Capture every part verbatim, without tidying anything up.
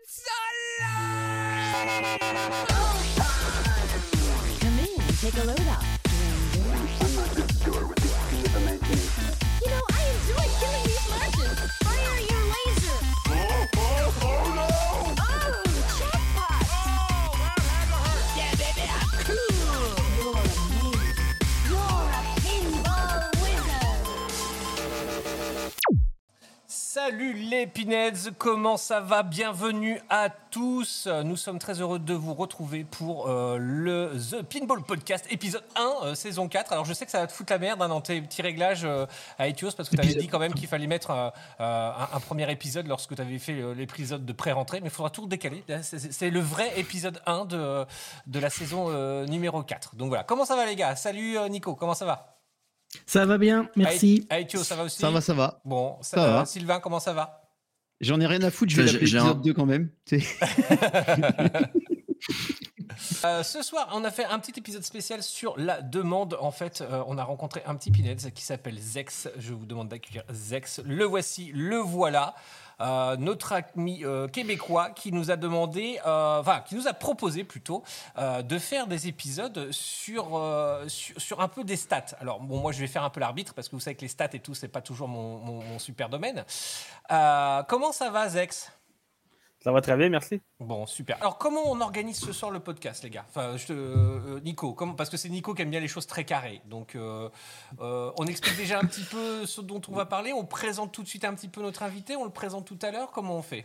It's alive! Come in and take a load off. I'm not just sure with the speed of imagination. You know, I enjoy killing these Martians. Fire your laser. Oh, oh, oh no! Oh, jackpot! Oh, that had to hurt! Yeah, baby, I'm cool. You're amazing. You're a pinball wizard. Salut les Pinheads, comment ça va? Bienvenue à tous. Nous sommes très heureux de vous retrouver pour euh, le The Pinball Podcast, épisode un, euh, saison quatre. Alors je sais que ça va te foutre la merde hein, dans tes petits réglages euh, à Etios, parce que tu avais dit quand même qu'il fallait mettre euh, euh, un, un premier épisode lorsque tu avais fait euh, l'épisode de pré-rentrée, mais il faudra tout décaler. C'est, c'est le vrai épisode un de, de la saison euh, numéro quatre. Donc voilà, comment ça va les gars? Salut euh, Nico, comment ça va? Ça va bien, merci. Aetio, ça va aussi? Ça va, ça va. Bon, ça, ça euh, va. Sylvain, comment ça va? J'en ai rien à foutre, je vais J'ai- l'appeler j'ai épisode un- deux quand même. Tu sais. Euh, ce soir, on a fait un petit épisode spécial sur la demande. En fait, euh, on a rencontré un petit Pinheads qui s'appelle Zex. Je vous demande d'accueillir Zex. Le voici, le voilà. Euh, notre ami euh, québécois qui nous a demandé, euh, enfin, qui nous a proposé plutôt, euh, de faire des épisodes sur, euh, sur, sur un peu des stats. Alors, bon, moi, je vais faire un peu l'arbitre parce que vous savez que les stats et tout, c'est pas toujours mon, mon, mon super domaine. Euh, comment ça va, Zex? Ça va très bien, merci. Bon, super. Alors, comment on organise ce soir le podcast, les gars? Enfin, je te, euh, Nico, comment, parce que c'est Nico qui aime bien les choses très carrées. Donc, euh, euh, on explique déjà un petit peu ce dont on va parler. On présente tout de suite un petit peu notre invité. On le présente tout à l'heure. Comment on fait?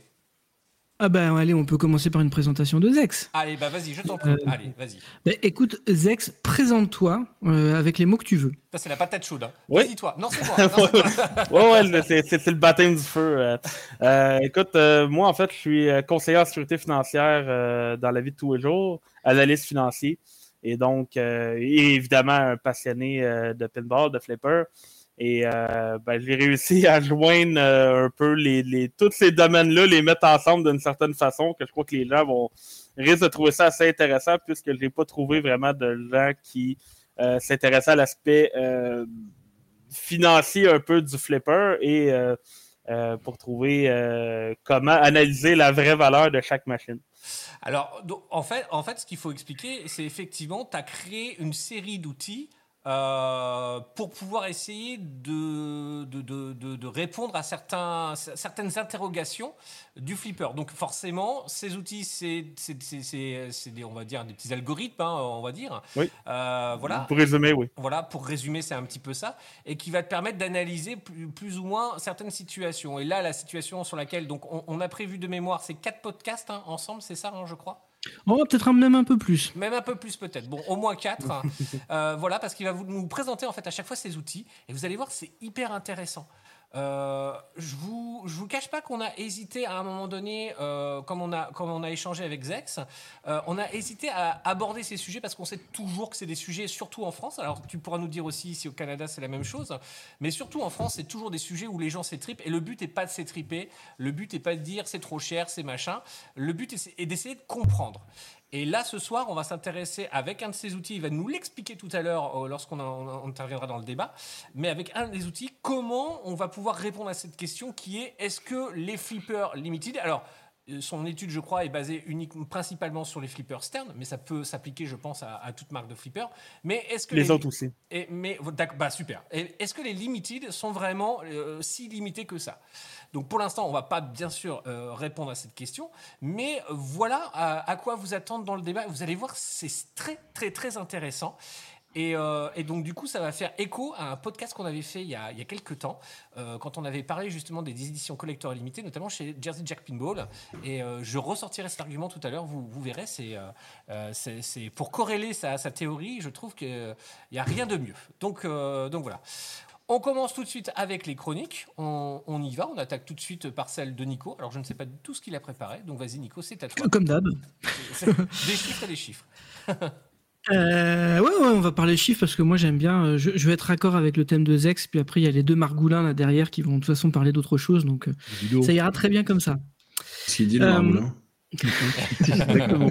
Ah ben allez, on peut commencer par une présentation de Zex. Allez, bah vas-y, je t'en prie. Euh, Allez, vas-y. Bah, écoute, Zex, présente-toi euh, avec les mots que tu veux. Ça, c'est la patate chaude. Hein. Oui. Vas-y, toi. Non, c'est moi. Non, c'est moi. Ouais, ouais, c'est, c'est, c'est le baptême du feu. Euh, euh, écoute, euh, moi, en fait, je suis euh, conseiller en sécurité financière euh, dans la vie de tous les jours, analyste financier. Et donc, euh, et évidemment, un passionné euh, de pinball, de flipper. Et euh, ben, j'ai réussi à joindre euh, un peu les, les, tous ces domaines-là, les mettre ensemble d'une certaine façon, que je crois que les gens vont risquent de trouver ça assez intéressant, puisque je n'ai pas trouvé vraiment de gens qui euh, s'intéressaient à l'aspect euh, financier un peu du flipper et euh, euh, pour trouver euh, comment analyser la vraie valeur de chaque machine. Alors, donc, en fait, en fait, ce qu'il faut expliquer, c'est effectivement, tu as créé une série d'outils Euh, pour pouvoir essayer de, de, de, de, de répondre à certains, certaines interrogations du flipper. Donc forcément, ces outils, c'est, c'est, c'est, c'est, c'est des, on va dire, des petits algorithmes, hein, on va dire. Oui. Euh, voilà. Pour résumer, oui. Voilà, pour résumer, c'est un petit peu ça, et qui va te permettre d'analyser plus, plus ou moins certaines situations. Et là, la situation sur laquelle, donc, on, on a prévu de mémoire, c'est quatre podcasts hein, ensemble, c'est ça, hein, je crois. On va peut-être même un peu plus. Même un peu plus peut-être. Bon, au moins quatre. Hein. Euh, voilà, parce qu'il va vous, nous présenter en fait à chaque fois ces outils. Et vous allez voir, c'est hyper intéressant. Euh, je vous, je vous cache pas qu'on a hésité à un moment donné, euh, comme on a, comme on a échangé avec Zex, euh, on a hésité à aborder ces sujets parce qu'on sait toujours que c'est des sujets, surtout en France. Alors tu pourras nous dire aussi si au Canada c'est la même chose, mais surtout en France c'est toujours des sujets où les gens s'étripent et le but n'est pas de s'étriper, le but n'est pas de dire c'est trop cher, c'est machin. Le but est, est d'essayer de comprendre. Et là, ce soir, on va s'intéresser avec un de ces outils. Il va nous l'expliquer tout à l'heure euh, lorsqu'on on, on interviendra dans le débat. Mais avec un des outils, comment on va pouvoir répondre à cette question qui est est-ce que les flippers limited... Alors, euh, son étude, je crois, est basée uniquement, principalement sur les flippers Stern, mais ça peut s'appliquer, je pense, à, à toute marque de flipper. Mais est-ce que Les, les autres aussi. Et, mais, bah, super. Et est-ce que les limited sont vraiment euh, si limités que ça? Donc pour l'instant, on ne va pas bien sûr euh, répondre à cette question, mais voilà à, à quoi vous attendre dans le débat. Vous allez voir, c'est très très très intéressant. Et, euh, et donc du coup, ça va faire écho à un podcast qu'on avait fait il y a, il y a quelques temps, euh, quand on avait parlé justement des éditions collector limitées, notamment chez Jersey Jack Pinball. Et euh, je ressortirai cet argument tout à l'heure, vous, vous verrez, c'est, euh, c'est, c'est pour corréler sa, sa théorie, je trouve qu'il n'y a rien de mieux. Donc, euh, donc voilà. On commence tout de suite avec les chroniques. On, on y va. On attaque tout de suite par celle de Nico. Alors, je ne sais pas du tout ce qu'il a préparé. Donc, vas-y, Nico, c'est à toi. Comme d'hab. C'est des chiffres et des chiffres. Euh, ouais, ouais, on va parler chiffres parce que moi j'aime bien. Je, je vais être raccord avec le thème de Zex. Puis après, il y a les deux Margoulins là derrière qui vont de toute façon parler d'autre chose. Donc, euh, ça ira très bien comme ça. Ce qu'il dit, le Euh, Margoulin. Exactement.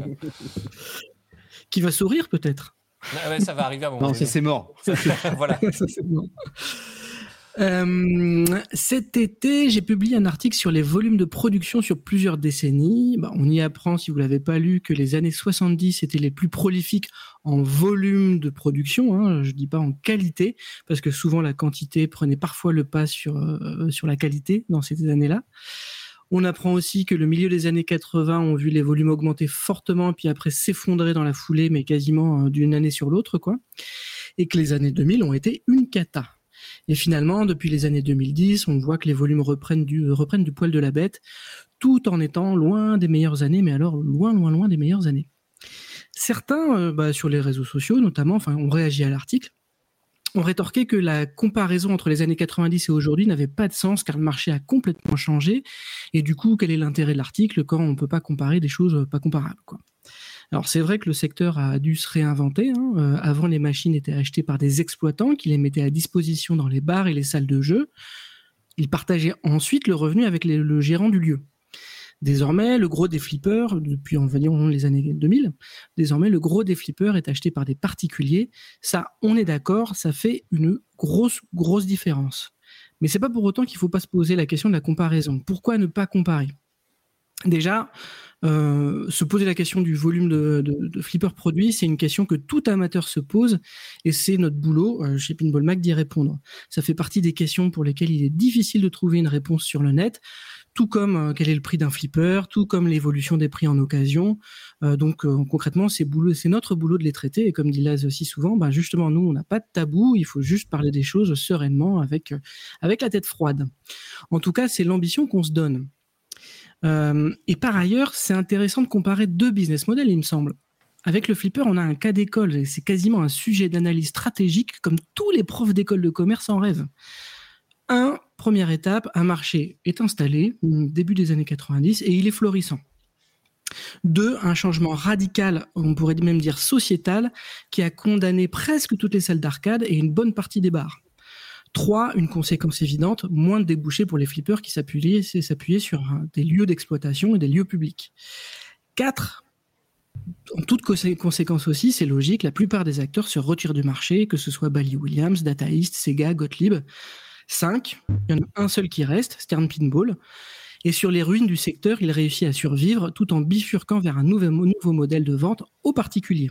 Qui va sourire peut-être. Ah ouais, ça va arriver à un moment Non, donné. ça c'est mort. Voilà. Ça, c'est bon. Euh, cet été, j'ai publié un article sur les volumes de production sur plusieurs décennies. Bah, on y apprend, si vous l'avez pas lu, que les années soixante-dix étaient les plus prolifiques en volume de production. Hein, je dis pas en qualité, parce que souvent la quantité prenait parfois le pas sur euh, sur la qualité dans ces années-là. On apprend aussi que le milieu des années quatre-vingts ont vu les volumes augmenter fortement, puis après s'effondrer dans la foulée, mais quasiment euh, d'une année sur l'autre, quoi. Et que les années deux mille ont été une cata. Et finalement, depuis les années deux mille dix, on voit que les volumes reprennent du, reprennent du poil de la bête, tout en étant loin des meilleures années, mais alors loin, loin, loin des meilleures années. Certains, euh, bah, sur les réseaux sociaux notamment, enfin, ont réagi à l'article, ont rétorqué que la comparaison entre les années quatre-vingt-dix et aujourd'hui n'avait pas de sens car le marché a complètement changé. Et du coup, quel est l'intérêt de l'article quand on ne peut pas comparer des choses pas comparables, quoi. Alors c'est vrai que le secteur a dû se réinventer. Hein. Euh, avant, les machines étaient achetées par des exploitants qui les mettaient à disposition dans les bars et les salles de jeu. Ils partageaient ensuite le revenu avec les, le gérant du lieu. Désormais, le gros des flippers, depuis environ les années deux mille, désormais le gros des flippers est acheté par des particuliers. Ça, on est d'accord, ça fait une grosse, grosse différence. Mais c'est pas pour autant qu'il faut pas se poser la question de la comparaison. Pourquoi ne pas comparer ? Déjà, euh, se poser la question du volume de, de, de flippers produits, c'est une question que tout amateur se pose et c'est notre boulot euh, chez Pinball Mag d'y répondre. Ça fait partie des questions pour lesquelles il est difficile de trouver une réponse sur le net, tout comme euh, quel est le prix d'un flipper, tout comme l'évolution des prix en occasion. Euh, donc euh, concrètement, c'est, boulot, c'est notre boulot de les traiter et comme dit Laz aussi souvent, bah, justement nous, on n'a pas de tabou, il faut juste parler des choses sereinement avec, euh, avec la tête froide. En tout cas, c'est l'ambition qu'on se donne. Euh, et par ailleurs, c'est intéressant de comparer deux business models, il me semble. Avec le flipper, on a un cas d'école et c'est quasiment un sujet d'analyse stratégique comme tous les profs d'école de commerce en rêvent. Un, première étape, un marché est installé, début des années quatre-vingt-dix, et il est florissant. Deux, un changement radical, on pourrait même dire sociétal, qui a condamné presque toutes les salles d'arcade et une bonne partie des bars. Trois, une conséquence évidente, moins de débouchés pour les flippers qui s'appuyaient, s'appuyaient sur des lieux d'exploitation et des lieux publics. Quatre, en toute conséquence aussi, c'est logique, la plupart des acteurs se retirent du marché, que ce soit Bally Williams, Data East, Sega, Gottlieb. Cinq, il y en a un seul qui reste, Stern Pinball. Et sur les ruines du secteur, il réussit à survivre tout en bifurquant vers un nouveau, nouveau modèle de vente aux particuliers.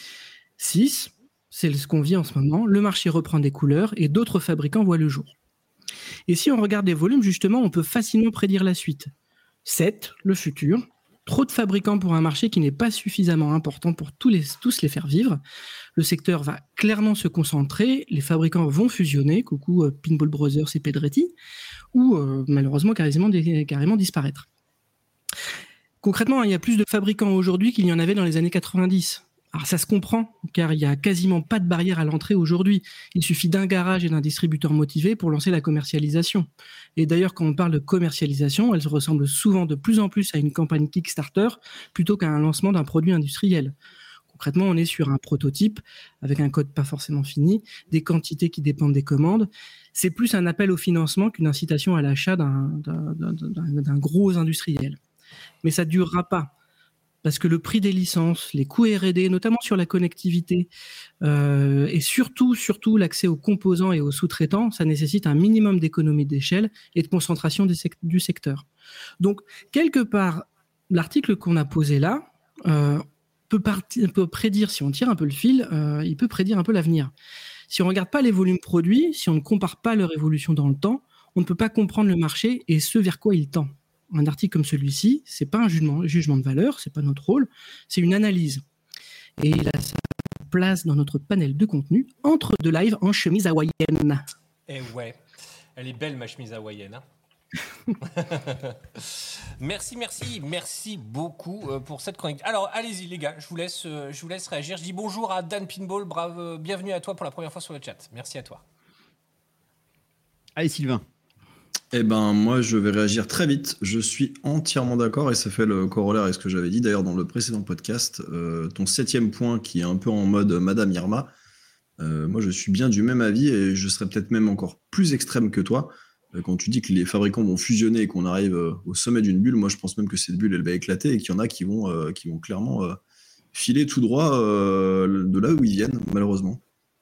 Six, c'est ce qu'on vit en ce moment, le marché reprend des couleurs et d'autres fabricants voient le jour. Et si on regarde les volumes, justement, on peut facilement prédire la suite. Sept, le futur. Trop de fabricants pour un marché qui n'est pas suffisamment important pour tous les, tous les faire vivre. Le secteur va clairement se concentrer, les fabricants vont fusionner, coucou euh, Pinball Brothers et Pedretti, ou euh, malheureusement carrément, carrément disparaître. Concrètement, il y a plus de fabricants aujourd'hui qu'il y en avait dans les années quatre-vingt-dix. Alors ça se comprend, car il n'y a quasiment pas de barrière à l'entrée aujourd'hui. Il suffit d'un garage et d'un distributeur motivé pour lancer la commercialisation. Et d'ailleurs, quand on parle de commercialisation, elle se ressemble souvent de plus en plus à une campagne Kickstarter plutôt qu'à un lancement d'un produit industriel. Concrètement, on est sur un prototype avec un code pas forcément fini, des quantités qui dépendent des commandes. C'est plus un appel au financement qu'une incitation à l'achat d'un, d'un, d'un, d'un, d'un gros industriel. Mais ça ne durera pas. Parce que le prix des licences, les coûts R et D, notamment sur la connectivité, euh, et surtout, surtout l'accès aux composants et aux sous-traitants, ça nécessite un minimum d'économie d'échelle et de concentration des sec- du secteur. Donc, quelque part, l'article qu'on a posé là euh, peut, partir, peut prédire, si on tire un peu le fil, euh, il peut prédire un peu l'avenir. Si on ne regarde pas les volumes produits, si on ne compare pas leur évolution dans le temps, on ne peut pas comprendre le marché et ce vers quoi il tend. Un article comme celui-ci, c'est pas un jugement, jugement de valeur, c'est pas notre rôle, c'est une analyse. Et il a sa place dans notre panel de contenu entre deux lives en chemise hawaïenne. Eh ouais, elle est belle ma chemise hawaïenne. Hein. merci, merci, merci beaucoup pour cette chronique. Alors allez-y les gars, je vous laisse, je vous laisse réagir. Je dis bonjour à Dan Pinball, bravo, bienvenue à toi pour la première fois sur le chat. Merci à toi. Allez Sylvain. Eh ben, moi, je vais réagir très vite. Je suis entièrement d'accord et ça fait le corollaire avec ce que j'avais dit d'ailleurs dans le précédent podcast. Euh, ton septième point qui est un peu en mode Madame Irma, euh, moi, je suis bien du même avis et je serais peut-être même encore plus extrême que toi. Euh, quand tu dis que les fabricants vont fusionner et qu'on arrive euh, au sommet d'une bulle, moi, je pense même que cette bulle, elle va éclater et qu'il y en a qui vont, euh, qui vont clairement euh, filer tout droit euh, de là où ils viennent, malheureusement.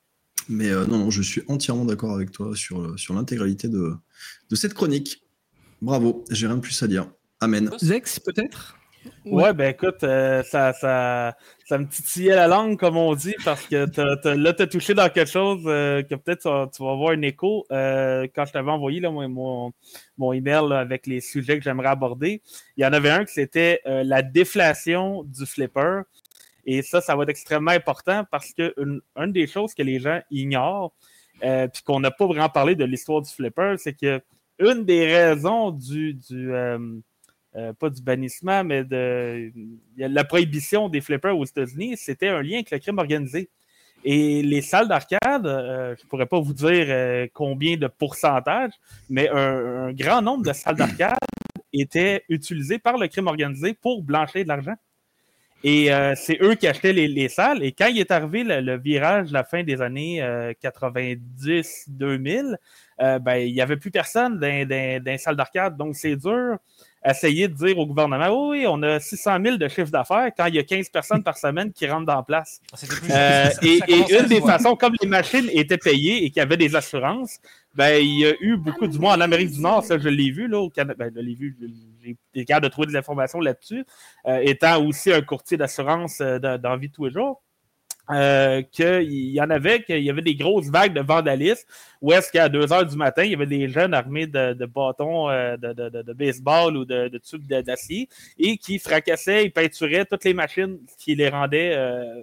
Mais euh, non, non, je suis entièrement d'accord avec toi sur, sur l'intégralité de, de cette chronique. Bravo, j'ai rien de plus à dire. Amen. Zex, peut-être? Ouais, ben écoute, euh, ça, ça, ça me titillait la langue, comme on dit, parce que t'as, t'as, là, t'as touché dans quelque chose euh, que peut-être tu vas, tu vas avoir un écho. Euh, quand je t'avais envoyé là, mon, mon, mon email là, avec les sujets que j'aimerais aborder, il y en avait un qui c'était euh, la déflation du flipper. Et ça, ça va être extrêmement important parce que une, une des choses que les gens ignorent, euh, puis qu'on n'a pas vraiment parlé de l'histoire du flipper, c'est que une des raisons du... du euh, Euh, pas du bannissement, mais de la prohibition des flippers aux États-Unis, c'était un lien avec le crime organisé. Et les salles d'arcade, euh, je ne pourrais pas vous dire euh, combien de pourcentage, mais un, un grand nombre de salles d'arcade étaient utilisées par le crime organisé pour blanchir de l'argent. Et euh, c'est eux qui achetaient les, les salles. Et quand il est arrivé le, le virage, la fin des années euh, quatre-vingt-dix deux mille, euh, ben, il n'y avait plus personne dans, dans, dans les salles d'arcade. Donc, c'est dur essayer de dire au gouvernement, oh, oui, on a six cent mille de chiffre d'affaires quand il y a quinze personnes par semaine qui rentrent dans la place. Plus euh, ça, et, ça et une des voir. façons, comme les machines étaient payées et qu'il y avait des assurances, ben, il y a eu beaucoup du moins en Amérique du Nord, ça je l'ai vu, là, au Canada, ben, je l'ai vu, j'ai été capable de trouver des informations là-dessus, euh, étant aussi un courtier d'assurance euh, dans, dans la vie de tous les jours. Euh, qu'il y en avait, qu'il y avait des grosses vagues de vandalisme où est-ce qu'à deux heures du matin, il y avait des jeunes armés de, de bâtons euh, de, de, de, de baseball ou de, de tubes d'acier et qui fracassaient et peinturaient toutes les machines qui les rendaient euh,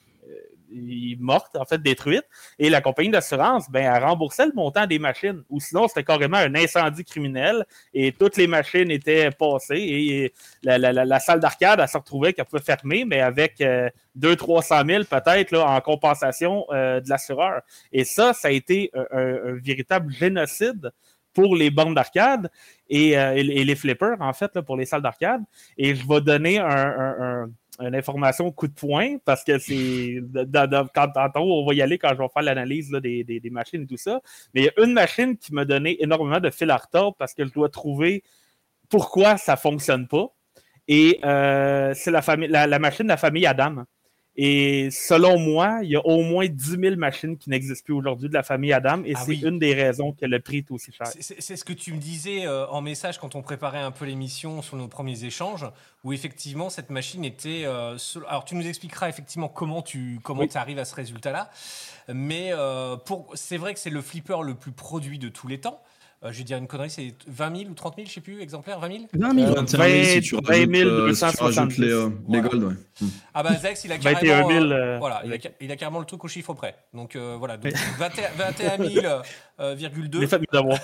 mortes, en fait, détruites. Et la compagnie d'assurance, ben, elle remboursait le montant des machines. Ou sinon, c'était carrément un incendie criminel et toutes les machines étaient passées et la, la, la, la salle d'arcade, elle se retrouvait qu'elle pouvait fermer, mais avec euh, deux cents à trois cent mille peut-être là, en compensation euh, de l'assureur. Et ça, ça a été un, un, un véritable génocide pour les bornes d'arcade et, euh, et, et les flippers, en fait, là, pour les salles d'arcade. Et je vais donner un... un, un une information coup de poing, parce que c'est dans, dans, quand tantôt on va y aller quand je vais faire l'analyse là, des, des, des machines et tout ça, mais il y a une machine qui m'a donné énormément de fil à retordre parce que je dois trouver pourquoi ça fonctionne pas, et euh, c'est la, famille, la, la machine de la famille Adam. Et selon moi, il y a au moins dix mille machines qui n'existent plus aujourd'hui de la famille Adam, et ah, c'est oui. une des raisons que le prix est aussi cher. C'est, c'est ce que tu me disais euh, en message quand on préparait un peu l'émission sur nos premiers échanges, où effectivement cette machine était... Euh, seul... Alors tu nous expliqueras effectivement comment tu comment oui. arrives à ce résultat-là, mais euh, pour... c'est vrai que c'est le flipper le plus produit de tous les temps. Euh, je vais dire une connerie, c'est vingt mille ou trente mille, je sais plus, exemplaires, vingt mille vingt mille. vingt mille si tu rajoutes, euh, si tu rajoutes les, euh, les voilà. gold, ouais. Ah bah Zex, il a carrément... vingt et un mille, euh, voilà, il a, il a carrément le truc au chiffre près. Donc euh, voilà, donc vingt et un mille virgule deux. Les familles d'avoir.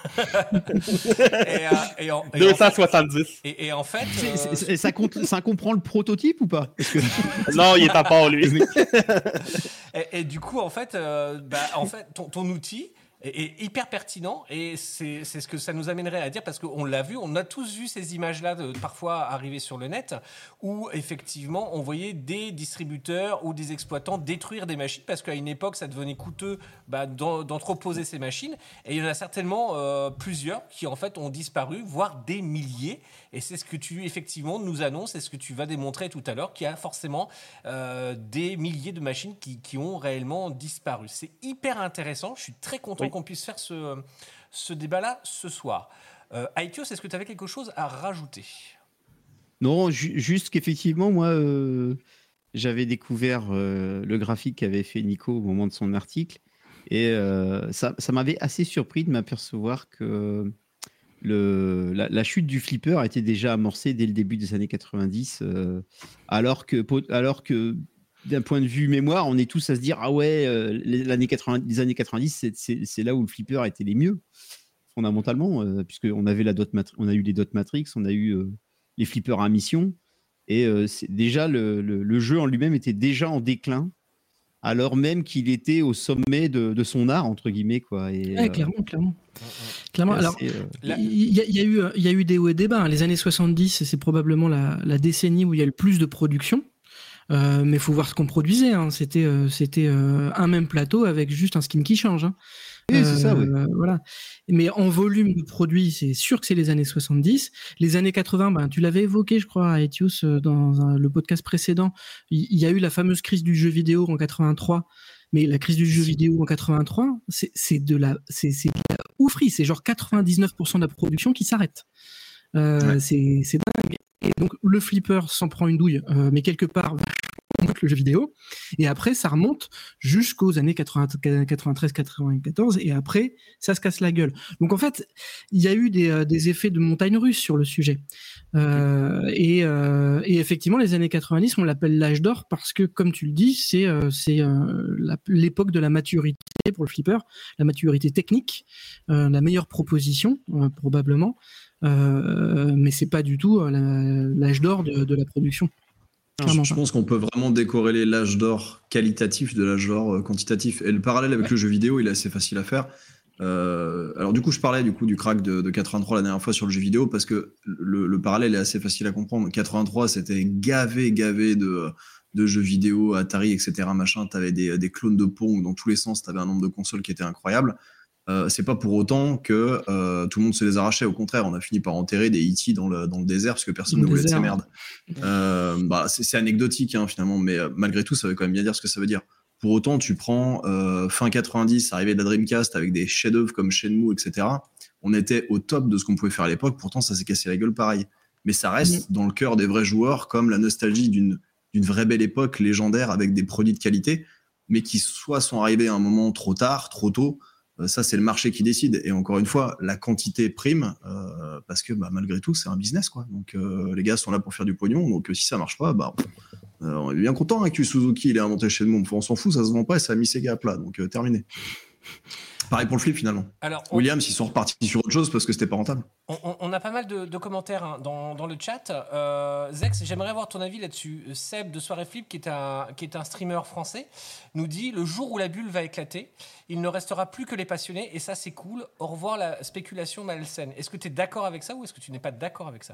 et, euh, et en, et deux cent soixante-dix. En fait, et, et en fait... C'est, euh, c'est, ça, compte, ça comprend le prototype ou pas? Parce que... Non, il est à part, lui. et, et du coup, en fait, euh, bah, en fait ton, ton outil... est hyper pertinent, et c'est, c'est ce que ça nous amènerait à dire, parce qu'on l'a vu, on a tous vu ces images-là de, parfois arriver sur le net, où effectivement on voyait des distributeurs ou des exploitants détruire des machines, parce qu'à une époque ça devenait coûteux bah, d'entreposer ces machines, et il y en a certainement euh, plusieurs qui en fait ont disparu, voire des milliers, et c'est ce que tu effectivement nous annonces, et ce que tu vas démontrer tout à l'heure, qu'il y a forcément euh, des milliers de machines qui, qui ont réellement disparu. C'est hyper intéressant, je suis très content oui. qu'on puisse faire ce, ce débat-là ce soir. Euh, Aetios, est-ce que tu avais quelque chose à rajouter? Non, ju- juste qu'effectivement, moi, euh, j'avais découvert euh, le graphique qu'avait fait Nico au moment de son article, et euh, ça, ça m'avait assez surpris de m'apercevoir que le, la, la chute du flipper a été déjà amorcée dès le début des années quatre-vingt-dix, euh, alors que... Alors que d'un point de vue mémoire, on est tous à se dire ah ouais, euh, les, années quatre-vingt-dix, les années quatre-vingt-dix, c'est, c'est, c'est là où le flipper était les mieux, fondamentalement, euh, puisqu'on avait la dot matri- on a eu les dot matrix, on a eu euh, les flippers à mission, et euh, c'est déjà le, le, le jeu en lui-même était déjà en déclin, alors même qu'il était au sommet de, de son art entre guillemets quoi. Et, ouais, euh, clairement, clairement. clairement. Alors, assez, euh... il y, y, y a eu, il y a eu des hauts et des bas. Les années soixante-dix, c'est probablement la, la décennie où il y a le plus de production. Euh, mais il faut voir ce qu'on produisait. Hein. C'était, euh, c'était euh, un même plateau avec juste un skin qui change. Hein. Oui, c'est ça, oui. Euh, voilà. Mais en volume de produits, c'est sûr que c'est les années soixante-dix. Les années quatre-vingts, ben, tu l'avais évoqué, je crois, à Etios, dans un, le podcast précédent. Il, il y a eu la fameuse crise du jeu vidéo en quatre-vingt-trois mais la crise du jeu vidéo en quatre-vingt-trois, c'est, c'est de la, c'est, c'est de la oufrie. C'est genre quatre-vingt-dix-neuf pour cent de la production qui s'arrête. Euh, Ouais. c'est, c'est dingue. Et donc le flipper s'en prend une douille, euh, mais quelque part le jeu vidéo. Et après, ça remonte jusqu'aux années quatre-vingt-treize quatre-vingt-quatorze. Et après, ça se casse la gueule. Donc en fait, il y a eu des, euh, des effets de montagne russe sur le sujet. Euh, et, euh, et effectivement, les années quatre-vingt-dix, on l'appelle l'âge d'or parce que, comme tu le dis, c'est, euh, c'est euh, la, l'époque de la maturité pour le flipper, la maturité technique, euh, la meilleure proposition, euh, probablement. Euh, mais c'est pas du tout euh, la, l'âge d'or de, de la production. Je, je pense qu'on peut vraiment décorréler l'âge d'or qualitatif de l'âge d'or euh, quantitatif. Et le parallèle avec ouais. le jeu vidéo, il est assez facile à faire. Euh, alors du coup, je parlais du coup du crack de, de quatre-vingt-trois la dernière fois sur le jeu vidéo parce que le, le parallèle est assez facile à comprendre. quatre-vingt-trois, c'était gavé, gavé de, de jeux vidéo, Atari, et cetera. Machin. T'avais des, des clones de Pong dans tous les sens. T'avais un nombre de consoles qui était incroyable. Euh, c'est pas pour autant que euh, tout le monde se les arrachait. Au contraire, on a fini par enterrer des E T dans le, dans le désert parce que personne ne voulait de ces merdes. Euh, bah, c'est, c'est anecdotique hein, finalement, mais euh, malgré tout, ça veut quand même bien dire ce que ça veut dire. Pour autant, tu prends euh, fin quatre-vingt-dix, arrivée de la Dreamcast avec des chefs-d'œuvre comme Shenmue, et cetera. On était au top de ce qu'on pouvait faire à l'époque. Pourtant, ça s'est cassé la gueule pareil. Mais ça reste mmh. dans le cœur des vrais joueurs comme la nostalgie d'une, d'une vraie belle époque légendaire avec des produits de qualité, mais qui soit sont arrivés à un moment trop tard, trop tôt. Ça, c'est le marché qui décide. Et encore une fois, la quantité prime, euh, parce que bah, malgré tout, c'est un business, quoi. Donc, euh, les gars sont là pour faire du pognon. Donc, euh, si ça marche pas, bah, euh, on est bien content hein, que Suzuki il ait inventé chez nous. On s'en fout, ça se vend pas et ça a mis Sega à plat. Donc, euh, terminé. Pareil pour le flip, finalement. Alors, on... Williams, ils sont repartis sur autre chose parce que c'était pas rentable. On, on, on a pas mal de, de commentaires hein, dans, dans le chat. Euh, Zex, j'aimerais avoir ton avis là-dessus. Seb de Soirée Flip, qui est, un, qui est un streamer français, nous dit « Le jour où la bulle va éclater, il ne restera plus que les passionnés et ça, c'est cool. Au revoir la spéculation malsaine. » Est-ce que tu es d'accord avec ça ou est-ce que tu n'es pas d'accord avec ça ?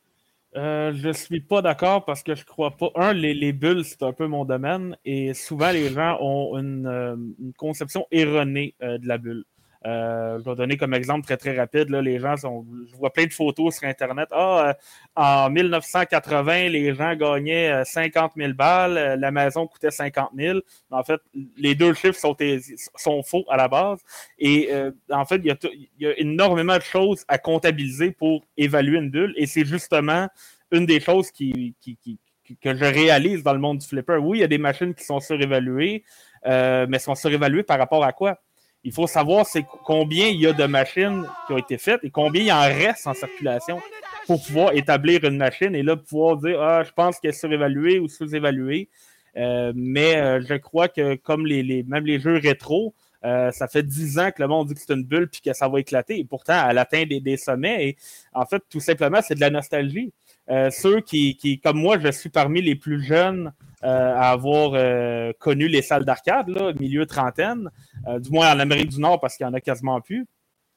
Euh, je suis pas d'accord parce que je crois pas. Un, les, les bulles, c'est un peu mon domaine et souvent les gens ont une, euh, une conception erronée euh, de la bulle. Euh, je vais donner comme exemple très très rapide. Là, les gens sont. Je vois plein de photos sur Internet. Ah, euh, en dix-neuf cent quatre-vingts, les gens gagnaient euh, cinquante mille balles, euh, la maison coûtait cinquante mille. En fait, les deux chiffres sont, sont faux à la base. Et euh, en fait, il y, a t- y a énormément de choses à comptabiliser pour évaluer une bulle. Et c'est justement une des choses qui, qui, qui, qui, que je réalise dans le monde du flipper. Oui, il y a des machines qui sont surévaluées, euh, mais sont surévaluées par rapport à quoi? Il faut savoir c'est combien il y a de machines qui ont été faites et combien il en reste en circulation pour pouvoir établir une machine et là pouvoir dire ah je pense qu'elle est surévaluée ou sous-évaluée. Euh, mais euh, je crois que comme les, les même les jeux rétro, euh, ça fait dix ans que le monde dit que c'est une bulle puis que ça va éclater et pourtant elle atteint des, des sommets et en fait tout simplement c'est de la nostalgie. Euh, ceux qui, qui comme moi je suis parmi les plus jeunes Euh, à avoir euh, connu les salles d'arcade, là, milieu trentaine, euh, du moins en Amérique du Nord parce qu'il n'y en a quasiment plus.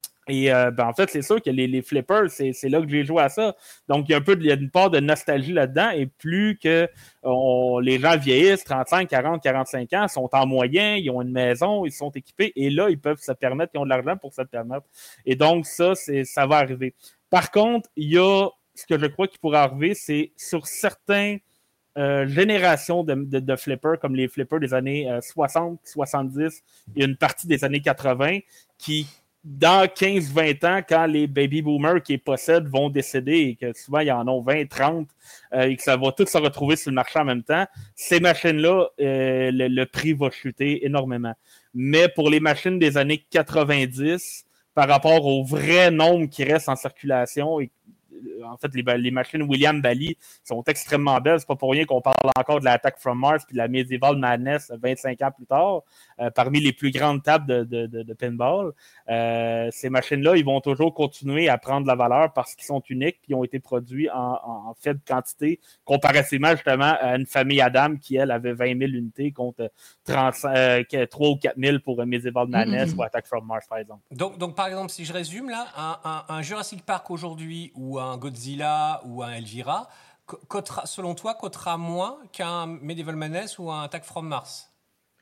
Et euh, ben, en fait, c'est sûr que les, les flippers, c'est, c'est là que j'ai joué à ça. Donc, il y a un peu de, il y a une part de nostalgie là-dedans. Et plus que on, les gens vieillissent, trente-cinq, quarante, quarante-cinq ans, sont en moyen, ils ont une maison, ils sont équipés. Et là, ils peuvent se permettre, ils ont de l'argent pour se permettre. Et donc, ça, c'est, ça va arriver. Par contre, il y a ce que je crois qui pourrait arriver, c'est sur certains Euh, génération de, de, de flippers comme les flippers des années euh, soixante, soixante-dix et une partie des années quatre-vingts qui, dans quinze vingt ans, quand les baby boomers qui les possèdent vont décéder et que souvent ils en ont vingt, trente euh, et que ça va tout se retrouver sur le marché en même temps, ces machines-là, euh, le, le prix va chuter énormément. Mais pour les machines des années quatre-vingt-dix, par rapport au vrai nombre qui reste en circulation et en fait, les, les machines William Bally sont extrêmement belles. C'est pas pour rien qu'on parle encore de l'Attack from Mars puis de la Medieval Madness vingt-cinq ans plus tard, euh, parmi les plus grandes tables de, de, de, de pinball. Euh, ces machines-là, ils vont toujours continuer à prendre de la valeur parce qu'ils sont uniques et ont été produits en, en, en faible quantité, comparativement justement à une famille Adam qui, elle, avait vingt mille unités contre trente, euh, trois ou quatre mille pour Medieval Madness mm-hmm. ou Attack from Mars, par exemple. Donc, donc, par exemple, si je résume, là, un, un, un Jurassic Park aujourd'hui ou un Godzilla ou un Elvira, cotera, selon toi, coûtera moins qu'un Medieval Madness ou un Attack from Mars?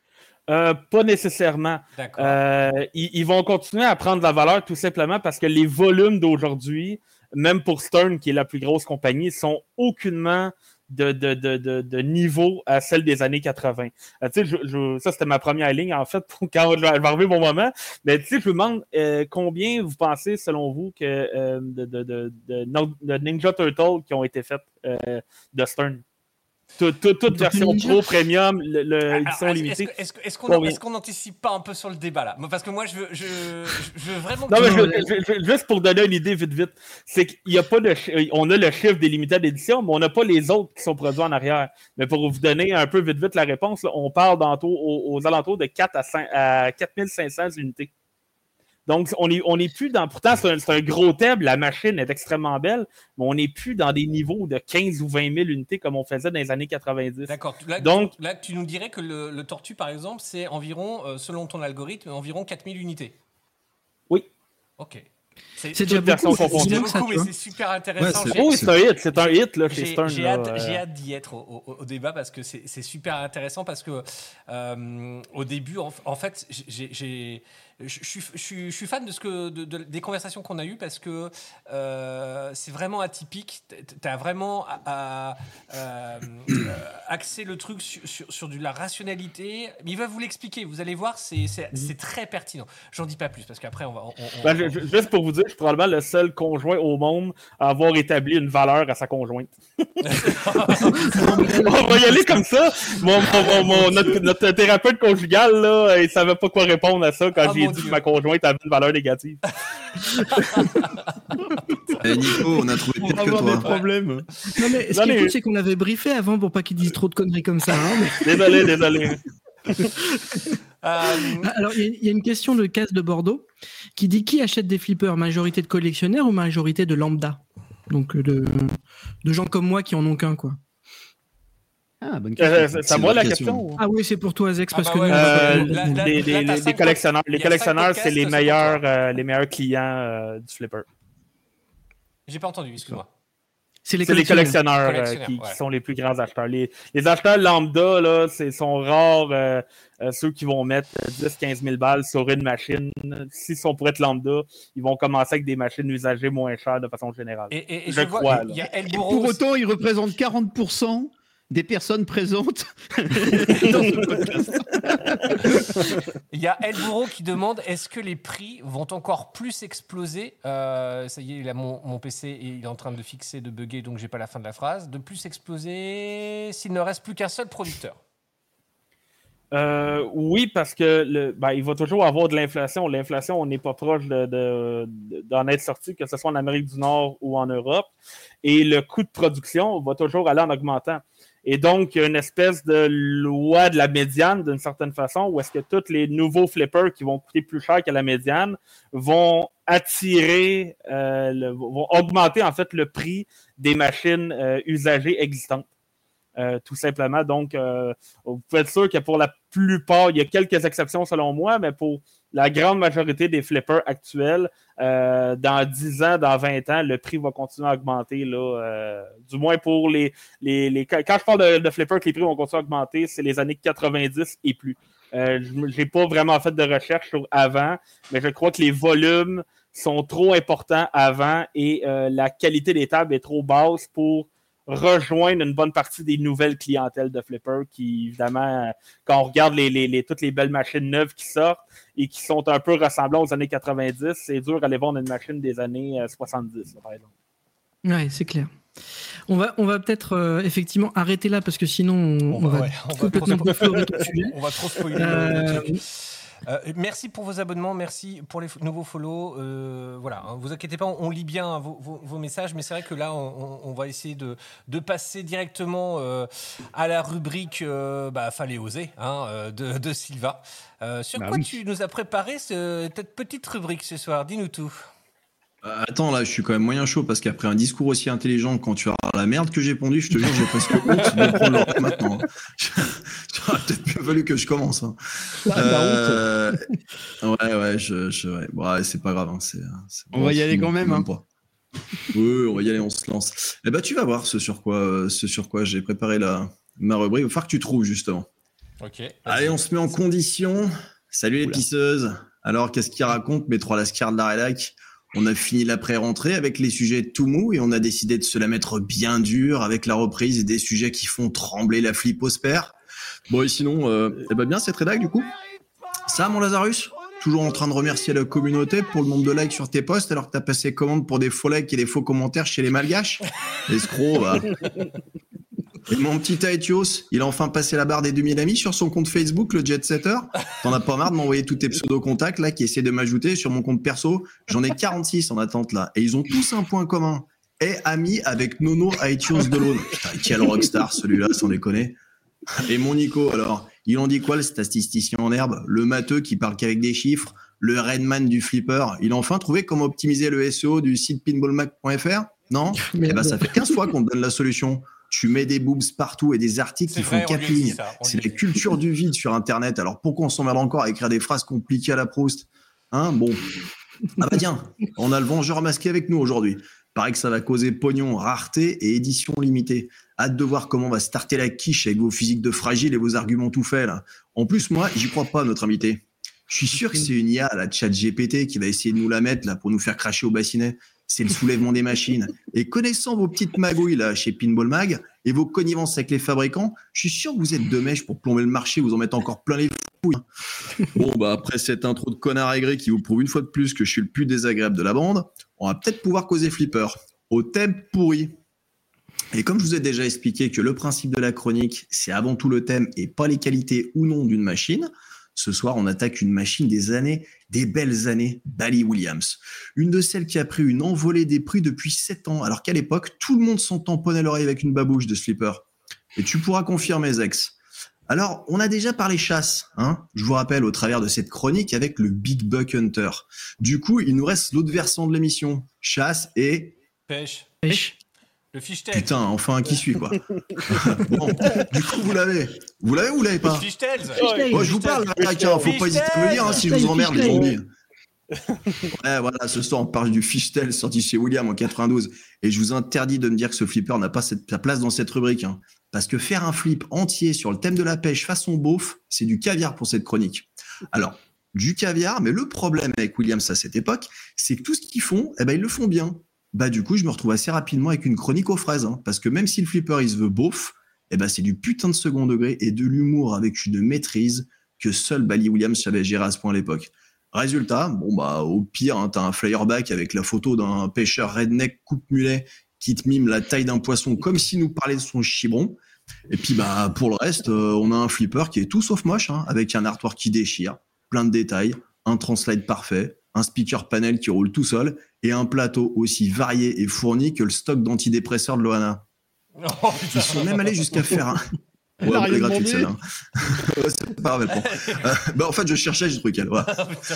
Euh, pas nécessairement. D'accord. Euh, ils, ils vont continuer à prendre de la valeur tout simplement parce que les volumes d'aujourd'hui, même pour Stern, qui est la plus grosse compagnie, sont aucunement de, de, de, de, de niveau à celle des années quatre-vingts. Euh, tu sais, je, je, ça, c'était ma première ligne, en fait, pour quand je vais arriver mon moment. Mais tu sais, je vous demande euh, combien vous pensez, selon vous, que euh, de, de, de, de, de Ninja Turtles qui ont été faites euh, de Stern? Toute, toute, toute version Ninja. pro, premium, le, le Alors, édition est-ce, limitée. est-ce, est-ce, est-ce qu'on, Combien? est-ce qu'on n'anticipe pas un peu sur le débat là? Parce que moi, je veux, je, je veux vraiment. Non, que- mais je, je, je, juste pour donner une idée vite vite, c'est qu'il y a pas de chi- on a le chiffre des limited d'édition, mais on n'a pas les autres qui sont produits en arrière. Mais pour vous donner un peu vite vite la réponse, là, on parle d'entour, aux, aux alentours de quatre à, cinq, à quatre mille cinq cents unités. Donc, on n'est on est plus dans... Pourtant, c'est un, c'est un gros thème, la machine est extrêmement belle, mais on n'est plus dans des niveaux de quinze ou vingt mille unités comme on faisait dans les années quatre-vingt-dix. D'accord. Là, Donc- tu, là, tu nous dirais que le, le tortue, par exemple, c'est environ, euh, selon ton algorithme, environ quatre mille unités. Oui. Ok. C'est déjà version beaucoup, c'est confondue. bien C'est que ça, beaucoup, tu mais vois. c'est super intéressant. Ouais, J'ai- Oh, c'est un hit, c'est un hit là, chez J'ai, Stern. j'ai là, hâte, euh. j'ai hâte d'y être au, au- au débat parce que c'est, c'est super intéressant parce que euh, au début, en, en fait, j'ai, j'ai, je, suis, je, suis, je suis fan de ce que, de, de- des conversations qu'on a eues parce que euh, c'est vraiment atypique. Tu as vraiment à, à, euh, axé le truc sur, sur, sur de la rationalité. Mais il va vous l'expliquer. Vous allez voir, c'est, c'est, c'est très pertinent. J'en dis pas plus parce qu'après, on va. On, on- Ben, je- je- juste pour vous dire, je suis probablement le seul conjoint au monde à avoir établi une valeur à sa conjointe. On va y aller comme ça. Mon, mon- mon- mon- notre, notre thérapeute conjugal, là, il savait pas quoi répondre à ça quand Ah, j'ai mon dit Dieu. que ma conjointe avait une valeur négative. Eh, Nico, on a trouvé On pire va que avoir toi. des problèmes. Non, mais ce Non, qui est mais- cool, c'est qu'on avait briefé avant pour pas qu'ils disent trop de conneries comme ça. hein, mais- Désolé, désolé. Euh, Alors, il y a- il y, a une question de Casse de Bordeaux qui dit qui achète des flippers, majorité de collectionneurs ou majorité de lambda? Donc, euh, de, de gens comme moi qui en ont qu'un, quoi. Ah, bonne Euh, question. c'est C'est à moi une la bonne question? question. ou- Ah oui, c'est pour toi, Zex, Ah parce bah que ouais, nous, Euh, on va pas- là- là- les, les- là, t'as les- cinq les collectionneurs, pod- il les y a cinq collectionneurs, c'est podcasts, les c'est pour meilleurs, toi. euh, les meilleurs clients euh, du flipper. J'ai pas entendu, excuse-moi. c'est les C'est les collectionneurs. collectionneurs, euh, Collectionneurs, qui, ouais. qui sont les plus grands acheteurs. Les, les acheteurs lambda, là, c'est, sont rares euh, euh, ceux qui vont mettre dix à quinze mille balles sur une machine. S'ils sont pour être lambda, ils vont commencer avec des machines usagées moins chères de façon générale. Et, et- et Je je vois, crois, il y là. a El Et Bourreau pour aussi. autant, il représente quarante pour cent des personnes présentes dans ce podcast. Il y a El Bourreau qui demande est-ce que les prix vont encore plus exploser Euh, Ça y est, là, mon, mon P C il est en train de fixer, de bugger, donc j'ai pas la fin de la phrase. De plus exploser s'il ne reste plus qu'un seul producteur. Euh, oui, parce que le, ben, il va toujours avoir de l'inflation. L'inflation, on n'est pas proche de, de- de- d'en être sorti, que ce soit en Amérique du Nord ou en Europe. Et le coût de production va toujours aller en augmentant. Et donc, il y a une espèce de loi de la médiane, d'une certaine façon, où est-ce que tous les nouveaux flippers qui vont coûter plus cher que la médiane vont attirer, euh, le- vont augmenter en fait le prix des machines euh, usagées existantes. Euh, tout simplement. Donc, euh, vous pouvez être sûr que pour la plupart, il y a quelques exceptions selon moi, mais pour la grande majorité des flippers actuels, euh, dans dix ans, dans vingt ans, le prix va continuer à augmenter. Là, euh, du moins pour les, les, les... Quand je parle de, de flippers que les prix vont continuer à augmenter, c'est les années quatre-vingt-dix et plus. Euh, je n'ai pas vraiment fait de recherche sur avant, mais je crois que les volumes sont trop importants avant et euh, la qualité des tables est trop basse pour rejoindre une bonne partie des nouvelles clientèles de Flipper qui, évidemment, quand on regarde les, les, les, toutes les belles machines neuves qui sortent et qui sont un peu ressemblantes aux années quatre-vingt-dix, c'est dur d'aller vendre une machine des années soixante-dix, là, par exemple. Ouais, c'est clair. On va, on va peut-être euh, effectivement arrêter là parce que sinon on, on va ouais, on va complètement trop- explorer ton sujet. On va trop spoiler. Euh, le truc. Euh, merci pour vos abonnements, merci pour les f- nouveaux follow. Euh, voilà, hein, vous inquiétez pas, on, on lit bien hein, vos, vos, vos messages, mais c'est vrai que là, on, on, on va essayer de, de passer directement euh, à la rubrique euh, bah, fallait oser hein, euh, de, de Sylvain. Euh, sur Bah quoi oui. tu nous as préparé ce- cette petite rubrique ce soir? Dis-nous tout. Euh, Attends, là, je suis quand même moyen chaud parce qu'après un discours aussi intelligent, quand tu as la merde que j'ai pondu, je te jure, j'ai presque honte de prendre le rêve maintenant. J'aurais peut-être mieux valu que je commence. Hein. Euh, ouais, ouais, je, je, ouais. Bon, ouais, c'est pas grave. Hein, c'est, c'est On va y aller quand même, hein. pas. Oui, on va y aller, on se lance. Eh ben, tu vas voir ce sur quoi, euh, ce sur quoi j'ai préparé la, ma rubrique. Il va falloir que tu trouves, justement. Ok. Allez, on se met en condition. Salut les pisseuses. Alors, qu'est-ce qu'ils racontent, mes trois lascars de la rédac? On a fini l'après-rentrée avec les sujets tout mous et on a décidé de se la mettre bien dure avec la reprise des sujets qui font trembler la fliposphère. Bon, et sinon, euh, eh ben bien cette rédac du coup. Ça, mon Lazarus? Toujours en train de remercier la communauté pour le nombre de likes sur tes posts alors que t'as passé commande pour des faux likes et des faux commentaires chez les malgaches? Escroc, va. Et mon petit Aetios, il a enfin passé la barre des deux mille amis sur son compte Facebook, le Jet Setter. T'en as pas marre de m'envoyer tous tes pseudo-contacts là qui essaient de m'ajouter sur mon compte perso? J'en ai quarante-six en attente là. Et ils ont tous un point commun. Est ami avec Nono Aetios Delone. Putain, quel rockstar celui-là, sans déconner. Et mon Nico, alors, il en dit quoi le statisticien en herbe? Le matheux qui parle qu'avec des chiffres? Le Redman du flipper? Il a enfin trouvé comment optimiser le S E O du site pinballmac point F R? Non? Eh ben, ça fait quinze fois qu'on te donne la solution. Tu mets des boobs partout et des articles C'est qui vrai, font on quatre lui a dit lignes. ça, on C'est lui a la culture du vide sur Internet. Alors pourquoi on s'emmerde encore à écrire des phrases compliquées à la Proust? Hein, bon. Ah bah tiens, on a le Vengeur masqué avec nous aujourd'hui. Paraît que ça va causer pognon, rareté et édition limitée. Hâte de voir comment va starter la quiche avec vos physiques de fragile et vos arguments tout faits là. En plus, moi, j'y crois pas, notre invité. Je suis sûr que c'est une I A, la chat G P T, qui va essayer de nous la mettre là pour nous faire cracher au bassinet. C'est le soulèvement des machines. Et connaissant vos petites magouilles là chez Pinball Mag et vos connivences avec les fabricants, je suis sûr que vous êtes de mèche pour plomber le marché, vous en mettre encore plein les fouilles. Bon, bah après cette intro de connard aigri qui vous prouve une fois de plus que je suis le plus désagréable de la bande, on va peut-être pouvoir causer flipper. Au thème pourri. Et comme je vous ai déjà expliqué que le principe de la chronique, c'est avant tout le thème et pas les qualités ou non d'une machine, ce soir, on attaque une machine des années, des belles années, Bally Williams. Une de celles qui a pris une envolée des prix depuis sept ans, alors qu'à l'époque, tout le monde s'en tamponne à l'oreille avec une babouche de slipper. Et tu pourras confirmer, Zex. Alors, on a déjà parlé chasse, hein, je vous rappelle, au travers de cette chronique avec le Big Buck Hunter. Du coup, il nous reste l'autre versant de l'émission, chasse et... Pêche. Pêche. Le fichetel. Putain, enfin, qui suit, quoi. Bon, du coup, vous l'avez. Vous l'avez ou vous l'avez pas? Le fichetel. Oh, je vous parle, Ricain, faut pas hésiter à me le dire hein, si je vous emmerde, les zombies. Ouais, voilà, ce soir, on parle du Fichtel sorti chez William en quatre-vingt-douze. Et je vous interdis de me dire que ce flipper n'a pas cette, sa place dans cette rubrique. Hein, parce que faire un flip entier sur le thème de la pêche façon beauf, c'est du caviar pour cette chronique. Alors, du caviar, mais le problème avec Williams à cette époque, c'est que tout ce qu'ils font, eh ben, ils le font bien. Bah, du coup, je me retrouve assez rapidement avec une chronique aux fraises. Hein, parce que même si le flipper, il se veut beauf, eh ben, c'est du putain de second degré et de l'humour avec une maîtrise que seul Bally Williams savait gérer à ce point à l'époque. Résultat, bon bah au pire, hein, t'as un flyerback avec la photo d'un pêcheur redneck coupe-mulet qui te mime la taille d'un poisson comme s'il nous parlait de son chibron. Et puis bah pour le reste, euh, on a un flipper qui est tout sauf moche, hein, avec un artwork qui déchire, plein de détails, un translate parfait, un speaker panel qui roule tout seul et un plateau aussi varié et fourni que le stock d'antidépresseurs de Loana. Oh, putain. Ils sont même allés jusqu'à faire un... Elle Ouais, a ouais, rien gratuit, demandé. celle-là. Ouais, c'est pas grave, elle prend. Euh, bah, en fait, je cherchais ce truc, elle. Voilà.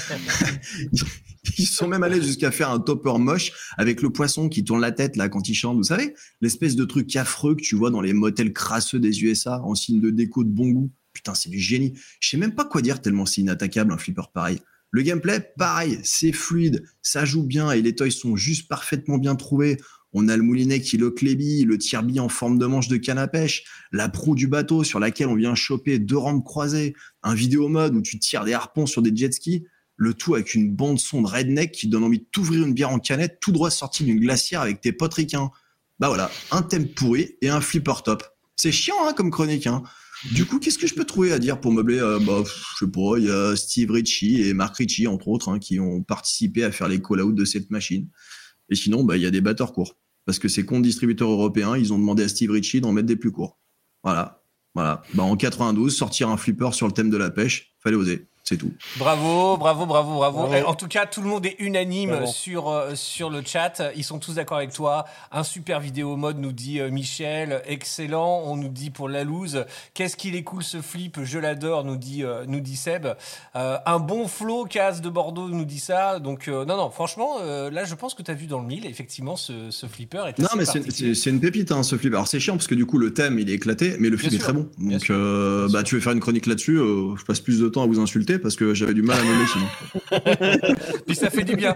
Ils sont même allés jusqu'à faire un topper moche avec le poisson qui tourne la tête, là, quand il chante, vous savez? L'espèce de truc affreux que tu vois dans les motels crasseux des U S A en signe de déco de bon goût. Putain, c'est du génie. Je sais même pas quoi dire tellement c'est inattaquable, un flipper pareil. Le gameplay, pareil, c'est fluide, ça joue bien et les toys sont juste parfaitement bien trouvés. On a le moulinet qui loque les billes, le tire-bille en forme de manche de canne à pêche, la proue du bateau sur laquelle on vient choper deux rampes croisées, un vidéo mode où tu tires des harpons sur des jet skis, le tout avec une bande son de redneck qui donne envie de t'ouvrir une bière en canette tout droit sortie d'une glacière avec tes potes ricains. Bah voilà, un thème pourri et un flipper top. C'est chiant hein, comme chronique. Hein. Du coup, qu'est-ce que je peux trouver à dire pour meubler euh, bah, je sais pas, il y a Steve Ritchie et Mark Ritchie, entre autres, hein, qui ont participé à faire les call-outs de cette machine. Et sinon, bah, il y a des batteurs courts. Parce que ces comptes distributeurs européens, ils ont demandé à Steve Ritchie d'en mettre des plus courts. Voilà. Voilà. Bah, en quatre-vingt-douze, sortir un flipper sur le thème de la pêche, fallait oser. C'est tout. Bravo, bravo, bravo, bravo. Bravo. Et en tout cas, tout le monde est unanime Bravo. sur, euh, sur le chat. Ils sont tous d'accord avec toi. Un super vidéo mode, nous dit euh, Michel. Excellent. On nous dit pour la loose. Qu'est-ce qu'il est cool ce flip. Je l'adore, nous dit, euh, nous dit Seb. Euh, un bon flow, Case de Bordeaux nous dit ça. Donc, euh, non, non, franchement, euh, là, je pense que tu as vu dans le mille. Effectivement, ce, ce flipper est Non, assez mais c'est, particulier. c'est, c'est une pépite, hein, ce flipper. Alors, c'est chiant parce que du coup, le thème, il est éclaté, mais le Bien film est sûr. très bon. Bien Donc, sûr. euh, Bien bah, sûr. tu veux faire une chronique là-dessus, euh, je passe plus de temps à vous insulter parce que j'avais du mal à nommer sinon. Puis ça fait du bien.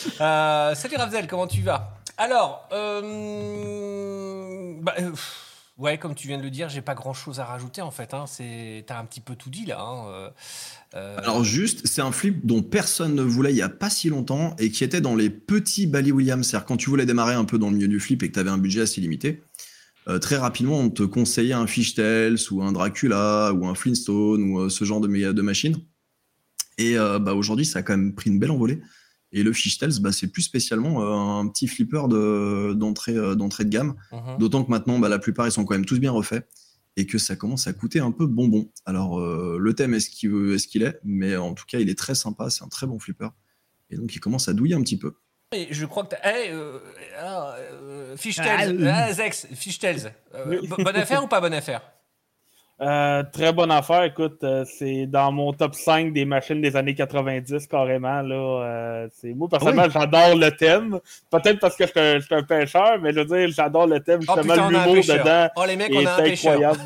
euh, salut Ravzel, comment tu vas? Alors, euh, bah, euh, ouais, comme tu viens de le dire, j'ai pas grand-chose à rajouter en fait. Hein. C'est, t'as un petit peu tout dit là. Hein. Euh, euh, Alors juste, c'est un flip dont personne ne voulait il y a pas si longtemps et qui était dans les petits Bally Williams. C'est-à-dire quand tu voulais démarrer un peu dans le milieu du flip et que tu avais un budget assez limité, euh, très rapidement on te conseillait un Fishtails ou un Dracula ou un Flintstone ou euh, ce genre de, de machine. Et euh, bah, aujourd'hui, ça a quand même pris une belle envolée. Et le Fishtails, bah, c'est plus spécialement euh, un petit flipper de, d'entrée, euh, d'entrée de gamme. uh-huh. D'autant que maintenant, bah, la plupart, ils sont quand même tous bien refaits. Et que ça commence à coûter un peu bonbon. Alors, euh, le thème est ce qu'il, veut, est ce qu'il est, mais en tout cas, il est très sympa, c'est un très bon flipper. Et donc, il commence à douiller un petit peu. Et je crois que t'as. Hey, euh, ah, euh, Fishtails, Ah, ah, Zex, Fishtails. Euh, b- bonne affaire ou pas bonne affaire? Euh, très bonne affaire. Écoute, euh, c'est dans mon top cinq des machines des années quatre-vingt-dix, carrément. Là, euh, c'est... Moi, personnellement, Ah oui. j'adore le thème. Peut-être parce que je suis un, je suis un pêcheur, mais je veux dire, j'adore le thème. Oh Justement, putain, on a un l'humour pêcheur. dedans Oh les mecs, est on a un pêcheur. incroyable.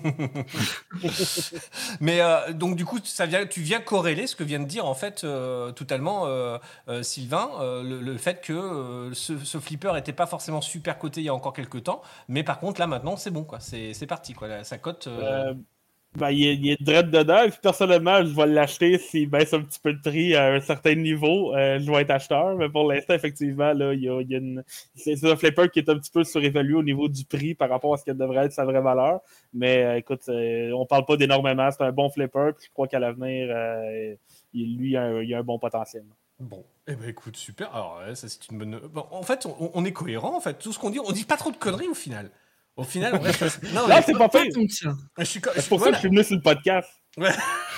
Mais euh, donc du coup, ça vient, tu viens corréler ce que vient de dire en fait euh, totalement euh, euh, Sylvain, euh, le, le fait que euh, ce, ce flipper était pas forcément super coté il y a encore quelques temps, mais par contre là maintenant c'est bon quoi, c'est, c'est parti quoi, là, ça cote. Euh... Euh, ben, il est, il est direct dedans. Et puis, personnellement, je vais l'acheter s'il baisse un petit peu de prix à un certain niveau. Euh, je vais être acheteur. Mais pour l'instant, effectivement, là, il y a, il y a une... c'est, c'est un flipper qui est un petit peu surévalué au niveau du prix par rapport à ce qu'elle devrait être sa vraie valeur. Mais euh, écoute, euh, on parle pas d'énormément. C'est un bon flipper. Puis je crois qu'à l'avenir, euh, il, lui, il a, un, il a un bon potentiel. Bon, eh ben écoute, super. Alors ouais, ça c'est une bonne. Bon, en fait, on, on est cohérent. En fait, tout ce qu'on dit, on dit pas trop de conneries au final. Au final, on reste. Non, Là, mais c'est pas Pas fait. tant que ça. je suis. co- je C'est suis- pour ça voilà. que je suis venu sur le podcast. Ouais.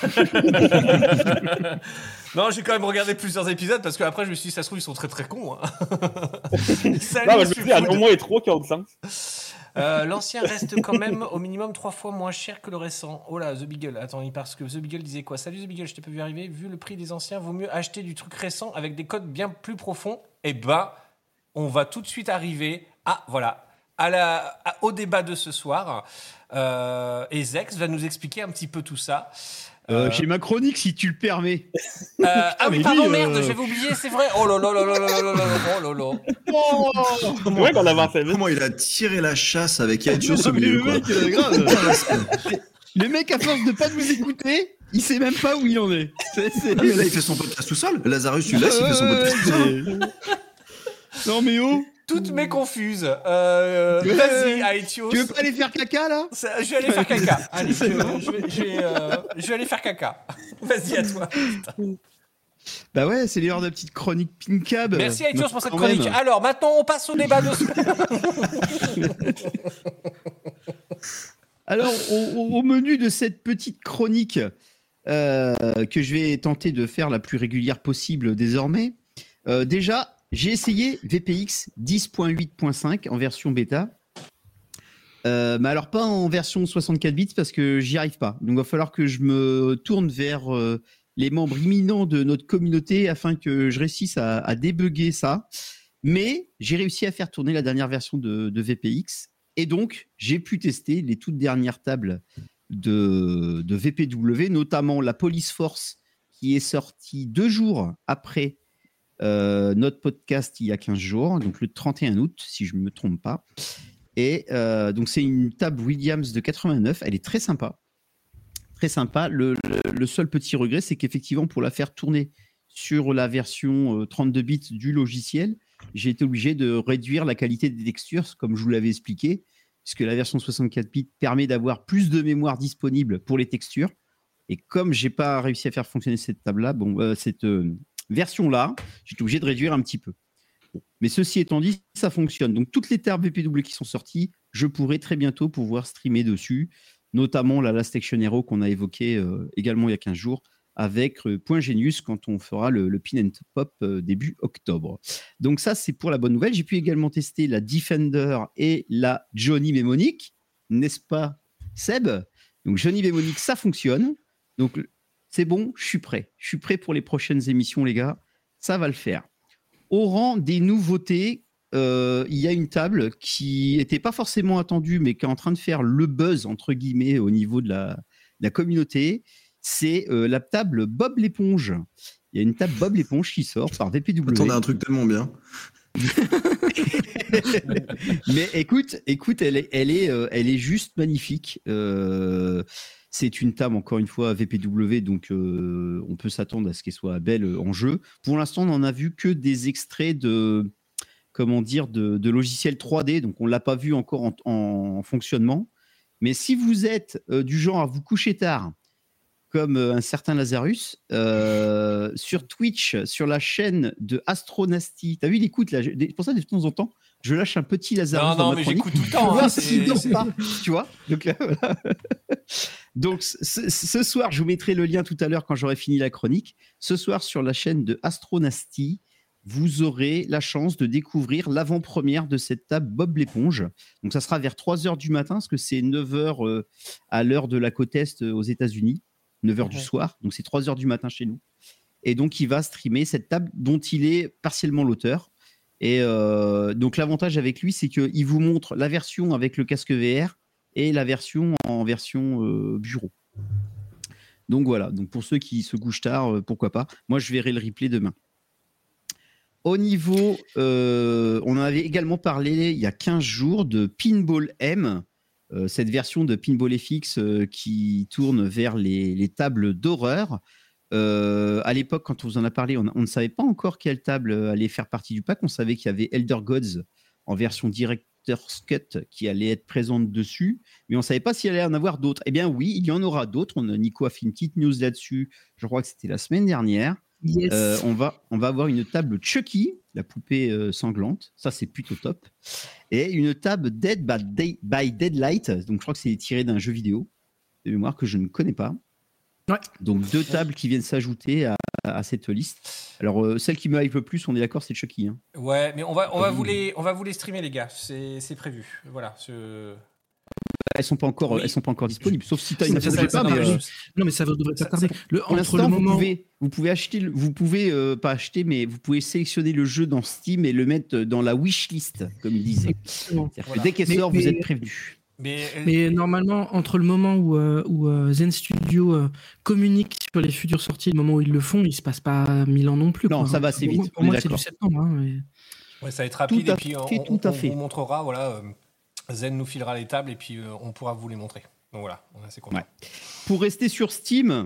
Non, j'ai quand même regardé plusieurs épisodes parce qu'après je me suis dit, ça se trouve, ils sont très très cons. Hein. Salut, Non, mais je je me suis dis, il y en a Food. au moins trois qui ont du sens. Euh, l'ancien reste quand même au minimum trois fois moins cher que le récent. Oh là, The Beagle. Attends, il parce que The Beagle disait quoi? Salut The Beagle, je t'ai pas vu arriver. Vu le prix des anciens, vaut mieux acheter du truc récent avec des codes bien plus profonds. Eh ben, on va tout de suite arriver à voilà à la à- au débat de ce soir. Euh, et Zex va nous expliquer un petit peu tout ça. Euh, Euh, J'ai ma chronique, si tu le permets. Euh, ah oui, mais pardon, lui, merde, euh, j'avais oublié, c'est vrai. Oh là là là là là là là là là là là. C'est vrai qu'on avançait vite. Comment il a tiré la chasse avec Yacho Non, au mais milieu, le quoi. mec, euh, grave. Le mec, à force de pas nous écouter, il sait même pas où il en est. C'est- c'est- Ah, mais là, il fait son podcast tout seul. Lazarus, tu laisses, il fait son podcast tout seul. c'est- Non mais oh, Toutes mes confuses. Euh, Ouais. Vas-y, Aetios. tu veux pas aller faire caca là? Ça- Je vais aller faire caca. Allez, je, C'est bon. je vais, je vais, euh, je vais aller faire caca. Vas-y, à toi. Bah ouais, c'est l'heure de la petite chronique Pinkab. Merci, Aetios, pour cette Quand chronique. même. Alors, maintenant, on passe au débat de ce Alors, au, au- au menu de cette petite chronique euh, que je vais tenter de faire la plus régulière possible désormais, euh, déjà, j'ai essayé V P X dix point huit point cinq en version bêta. Euh, mais alors pas en version soixante-quatre bits parce que j'y arrive pas. Donc il va falloir que je me tourne vers euh, les membres imminents de notre communauté afin que je réussisse à, à débugger ça. Mais j'ai réussi à faire tourner la dernière version de, de V P X et donc j'ai pu tester les toutes dernières tables de, de V P W, notamment la Police Force qui est sortie deux jours après euh, notre podcast il y a quinze jours, donc le trente et un août si je ne me trompe pas. Et euh, donc c'est une table Williams de quatre-vingt-neuf, elle est très sympa, très sympa. Le, le, le seul petit regret, c'est qu'effectivement pour la faire tourner sur la version euh, trente-deux bits du logiciel, j'ai été obligé de réduire la qualité des textures, comme je vous l'avais expliqué, puisque la version soixante-quatre bits permet d'avoir plus de mémoire disponible pour les textures. Et comme j'ai pas réussi à faire fonctionner cette table-là, bon, euh, cette euh, version-là, j'ai été obligé de réduire un petit peu. Mais ceci étant dit, ça fonctionne. Donc, toutes les tables V P W qui sont sorties, je pourrai très bientôt pouvoir streamer dessus, notamment la Last Action Hero qu'on a évoqué euh, également il y a quinze jours, avec euh, Point Genius quand on fera le, le Pin and Pop euh, début octobre. Donc ça, c'est pour la bonne nouvelle. J'ai pu également tester la Defender et la Johnny Mnemonic, n'est-ce pas, Seb? Donc Johnny Mnemonic, ça fonctionne. Donc c'est bon, je suis prêt. Je suis prêt pour les prochaines émissions, les gars. Ça va le faire. Au rang des nouveautés, euh, il y a une table qui n'était pas forcément attendue, mais qui est en train de faire le buzz, entre guillemets, au niveau de la, de la communauté. C'est euh, la table Bob l'éponge. Il y a une table Bob l'éponge qui sort par V P W. Attendez un truc tellement bien. Mais écoute, écoute, elle est, elle est, euh, elle est juste magnifique. Euh, c'est une table, encore une fois, V P W, donc euh, on peut s'attendre à ce qu'elle soit belle euh, en jeu. Pour l'instant, on n'en a vu que des extraits de, comment dire, de, de logiciels trois D, donc on ne l'a pas vu encore en, en fonctionnement. Mais si vous êtes euh, du genre à vous coucher tard, comme euh, un certain Lazarus, euh, sur Twitch, sur la chaîne de Astronasty, t'as vu, il écoute, là, je- des- pour ça, de temps en temps, je lâche un petit Lazarus Non, dans non, ma mais chronique. j'écoute tout le Pour temps. voir hein, s'il c'est- dort c'est- pas, tu vois. Donc, là, voilà. Donc ce, ce soir, je vous mettrai le lien tout à l'heure quand j'aurai fini la chronique. Ce soir, sur la chaîne de Astronasty, vous aurez la chance de découvrir l'avant-première de cette table Bob l'éponge. Donc, ça sera vers trois heures du matin, parce que c'est neuf heures euh, à l'heure de la côte Est euh, aux États-Unis, neuf heures du Ouais. soir. Donc, c'est trois heures du matin chez nous. Et donc, il va streamer cette table dont il est partiellement l'auteur. Et euh, donc, l'avantage avec lui, c'est qu'il vous montre la version avec le casque V R et la version en version euh, bureau. Donc, voilà. Donc, pour ceux qui se couchent tard, euh, pourquoi pas. Moi, je verrai le replay demain. Au niveau, euh, on en avait également parlé il y a quinze jours de Pinball M, euh, cette version de Pinball F X euh, qui tourne vers les, les tables d'horreur. Euh, à l'époque, quand on vous en a parlé, on, on ne savait pas encore quelle table allait faire partie du pack. On savait qu'il y avait Elder Gods en version Director's Cut qui allait être présente dessus, mais on ne savait pas s'il allait en avoir d'autres. Eh bien oui, il y en aura d'autres. On a, Nico a fait une petite news là-dessus. Je crois que c'était la semaine dernière. Yes. Euh, on, va, on va avoir une table Chucky, la poupée euh, sanglante. Ça, c'est plutôt top. Et une table Dead by, Day- by Deadlight. Donc, je crois que c'est tiré d'un jeu vidéo de mémoire que je ne connais pas. Ouais. Donc, deux tables qui viennent s'ajouter à, à cette liste. Alors, euh, celle qui me hype le plus, on est d'accord, c'est Chucky. Hein. Ouais, mais on va, on va vous les, on va vous les streamer, les gars. C'est, c'est prévu. Voilà. Je... Elles sont pas encore, Oui. elles sont pas encore disponibles, sauf si tu as C'est une ça, je ça, sais ça, pas, ça, mais, ça, euh, Non, mais ça ne devrait pas Ça- tarder. Le, pour entre l'instant, le vous moment. pouvez, vous pouvez acheter, le- vous pouvez euh, pas acheter, mais vous pouvez sélectionner le jeu dans Steam et le mettre dans la wishlist, comme il disait. Exactement. C'est-à-dire que Voilà. dès qu'elle Mais- sort, vous mais- êtes prévenu. Mais, euh, Mais normalement, entre le moment où, euh, où euh, Zen Studio euh, communique sur les futures sorties et le moment où ils le font, il se passe pas mille ans non plus. Non, quoi. ça va assez Pour vite, moi- Pour on est moi, c'est du d'accord. septembre. Hein, mais- ouais, ça va être rapide Tout à et puis on, fait, on- tout à on fait. vous montrera. Voilà, euh, Zen nous filera les tables et puis euh, on pourra vous les montrer. Donc voilà, on est assez content. Ouais. Pour rester sur Steam,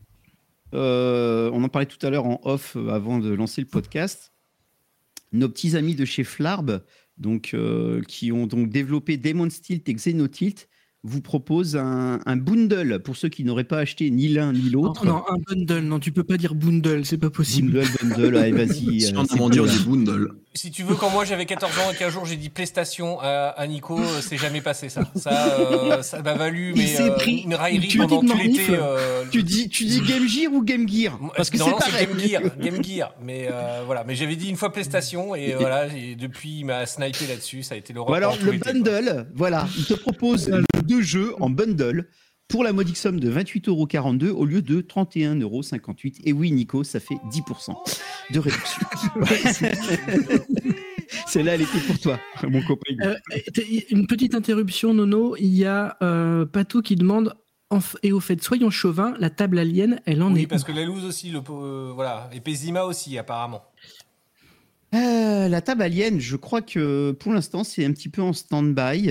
euh, on en parlait tout à l'heure en off euh, avant de lancer le podcast. Nos petits amis de chez Flarb, donc, euh, qui ont donc développé Demon's Tilt et Xenotilt, vous proposent un, un bundle pour ceux qui n'auraient pas acheté ni l'un ni Non, l'autre. non, un bundle. Non, tu peux pas dire bundle, c'est pas possible. Bundle, bundle, allez, vas-y. Si euh, on c'est a vendu pas des grave. bundles. Si tu veux, quand moi j'avais quatorze ans et qu'un jour j'ai dit PlayStation à, à Nico, euh, c'est jamais passé ça. Ça, euh, ça m'a valu Il mais, s'est euh, pris une raillerie une pendant petite tout l'été. manif. euh, Tu dis, tu dis Game Gear ou Game Gear Moi, Parce que c'est normalement, pareil. Game Gear, Game Gear. Mais euh, voilà, mais j'avais dit une fois PlayStation et euh, voilà, et depuis il m'a snipé là-dessus. Ça a été l'horreur. Bon, alors, pendant tout le l'été, quoi. bundle, voilà, il te propose les deux jeux en bundle pour la modique somme de vingt-huit euros quarante-deux au lieu de trente et un euros cinquante-huit. Et oui, Nico, ça fait dix pour cent de réduction. Celle-là, elle était pour toi, mon copain. Euh, t- une petite interruption, Nono. Il y a euh, Patou qui demande en f- et au fait, soyons chauvins, la table alien, elle en Oui, est. parce où que la loose aussi, le, euh, voilà, et Pezima aussi apparemment. Euh, la table alien, je crois que pour l'instant, c'est un petit peu en stand-by.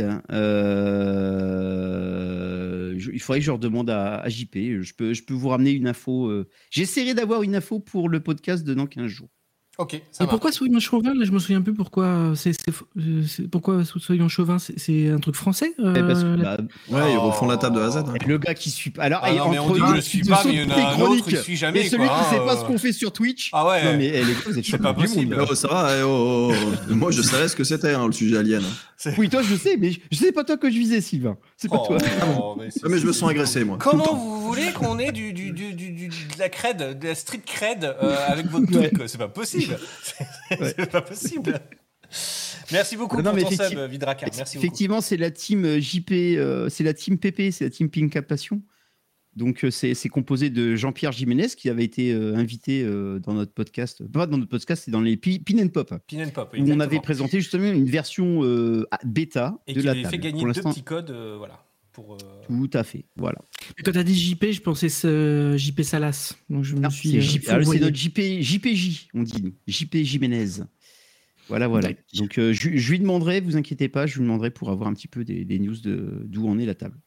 Euh, je- il faudrait que je redemande à, à J P. Je peux, je peux vous ramener une info. euh, J'essaierai d'avoir une info pour le podcast de dans quinze jours. Ok, ça Et marche. pourquoi soyons chauvins là, je me souviens plus pourquoi. C'est, c'est, euh, c'est- pourquoi soyons chauvins, c'est, c'est un truc français. euh, Eh, parce que, la- bah, Ouais, ils Oh. refont la table de A à Z. hein. le gars qui suit pas. Alors, Ah et non, mais on entre dit nous, que je qui suis te pas, saute mais il y en a tes un autre, chroniques, il suit jamais, et celui quoi, qui sait hein, pas euh. ce qu'on fait sur Twitch. Ah ouais. Non, mais eh, les gars, vous êtes C'est pas champions du possible. monde. Oh, ça va, eh, oh, oh, oh. Moi, je savais ce que c'était, hein, le sujet alien. Oui, toi, je sais, mais je je sais pas toi que je visais, Sylvain. C'est pas Oh, toi. oh, mais, c'est- Ah, mais je me c'est- sens agressé, moi. tout le Comment temps. vous voulez qu'on ait du, du, du, du, du- de la cred, de la street cred euh, avec votre Ouais. truc quoi. C'est pas possible. C'est Ouais. c'est pas possible. Merci beaucoup Non, pour mais ton effecti- sub, Vidraka. Merci beaucoup. Effectivement, c'est la team euh, J P, euh, c'est la team P P, c'est la team Pink Passion. Donc, euh, c'est c'est composé de Jean-Pierre Jiménez qui avait été euh, invité euh, dans notre podcast, pas dans notre podcast, c'est dans les Pi- Pin and Pop, Pin and Pop. où on exactement. avait présenté justement une version euh, bêta Et de qui la avait table. fait gagner Pour deux l'instant, petits codes, euh, voilà. Pour, euh, tout à fait. Voilà. Et quand t'as dit J P, je pensais ce J P Salas. Donc je me Non, suis. c'est euh, J- alors, c'est fourvoyé. notre J P, J P J, on dit nous. J P Jiménez. Voilà, voilà. Donc, euh, je, je lui demanderai, vous inquiétez pas, je lui demanderai pour avoir un petit peu des, des news de d'où en est la table.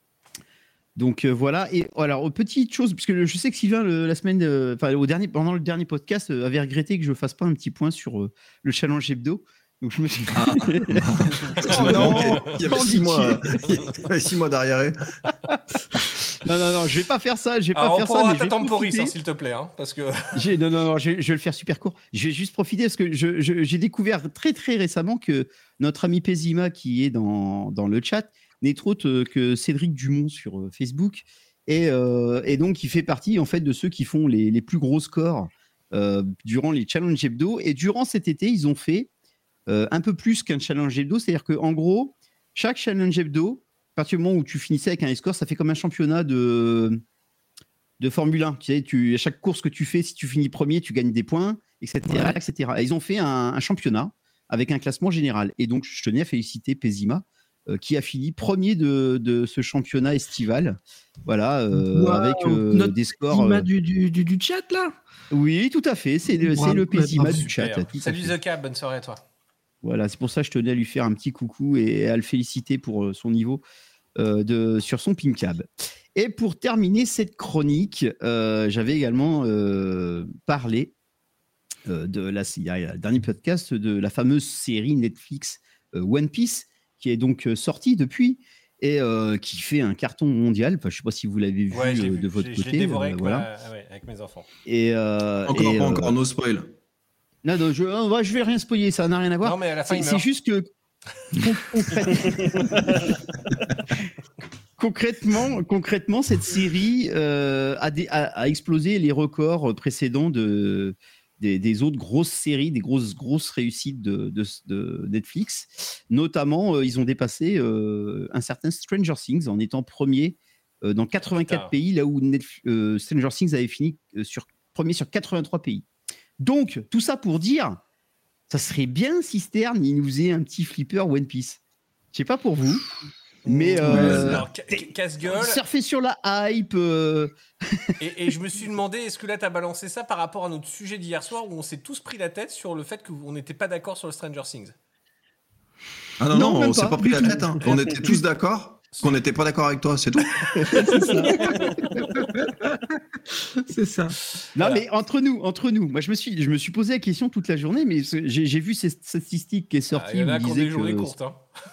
Donc euh, voilà. Et alors petite chose, puisque je sais que Sylvain le, la semaine, enfin euh, au dernier, pendant le dernier podcast, euh, avait regretté que je fasse pas un petit point sur euh, le challenge hebdo. Donc je me suis. Ah. Oh non, il y avait six mois, il y avait six mois d'arriéré. Non, non, non, je vais pas faire ça. Je vais pas Alors, on faire ça. pourra Mais je vais t'attemporis, profiter. hein, s'il te plaît, hein, parce que. J'ai- non, non, non, je, je vais le faire super court. Je vais juste profiter parce que je- je- j'ai découvert très, très récemment que notre ami Pezima, qui est dans, dans le chat, n'est autre que Cédric Dumont sur euh, Facebook. Et, euh, et donc, il fait partie en fait de ceux qui font les, les plus gros scores euh, durant les challenges hebdo. Et durant cet été, ils ont fait euh, un peu plus qu'un challenge hebdo. C'est-à-dire qu'en gros, chaque challenge hebdo, à partir du moment où tu finissais avec un score, ça fait comme un championnat de, de Formule un. Tu sais, tu, à chaque course que tu fais, si tu finis premier, tu gagnes des points, et cetera, et cetera. Et ils ont fait un, un championnat avec un classement général. Et donc, je tenais à féliciter Pezima, euh, qui a fini premier de, de ce championnat estival. Voilà, euh, Wow, avec euh, notre des scores. Pezima euh, du, du, du, du chat, là. Oui, tout à fait. C'est le, c'est Bravo, le Pezima bravo, du chat. Super. tout à Salut fait. The Cab, bonne soirée à toi. Voilà, c'est pour ça que je tenais à lui faire un petit coucou et à le féliciter pour euh, son niveau euh, de, sur son pin cab. Et pour terminer cette chronique, euh, j'avais également euh, parlé euh, de la, il y a le dernier podcast de la fameuse série Netflix euh, One Piece, qui est donc euh, sortie depuis et euh, qui fait un carton mondial. Enfin, je ne sais pas si vous l'avez vu, Ouais, je l'ai euh, vu. de votre Je l'ai- je côté. l'ai dévoré euh, avec, voilà. ma- ah ouais, avec mes enfants. Et, euh, Encore, et, pas euh, encore, no spoil. Non, non, je, ne je vais rien spoiler, ça n'a rien à voir. Non, mais à la fin, C'est il c'est meurt. juste que con- concrètement, concrètement, concrètement, cette série euh, a, dé- a- a explosé les records précédents de, des, des autres grosses séries, des grosses, grosses réussites de, de- de Netflix. Notamment, euh, ils ont dépassé euh, un certain Stranger Things en étant premier euh, dans quatre-vingt-quatre Putain. pays, là où Netf- euh, Stranger Things avait fini euh, sur, premier sur quatre-vingt-trois pays. Donc, tout ça pour dire, ça serait bien si Stern il nous faisait un petit flipper One Piece. Je sais pas pour vous, mais Ouais, euh, alors, ca- ca- casse-gueule. surfer sur la hype. euh, Et, et je me suis demandé, est-ce que là, tu as balancé ça par rapport à notre sujet d'hier soir où on s'est tous pris la tête sur le fait qu'on n'était pas d'accord sur le Stranger Things? Ah non, Non, non, même on s'est pas, pas pris du la tout. tête. hein. On était tous d'accord qu'on n'était pas d'accord avec toi, c'est tout. c'est ça. C'est ça. Non, Voilà. mais entre nous, entre nous, moi je me suis, je me suis posé la question toute la journée, mais ce- j'ai j'ai vu cette statistique qui est Ah, sortie Il y en où a il qui ont disait des journées que courtes. Hein.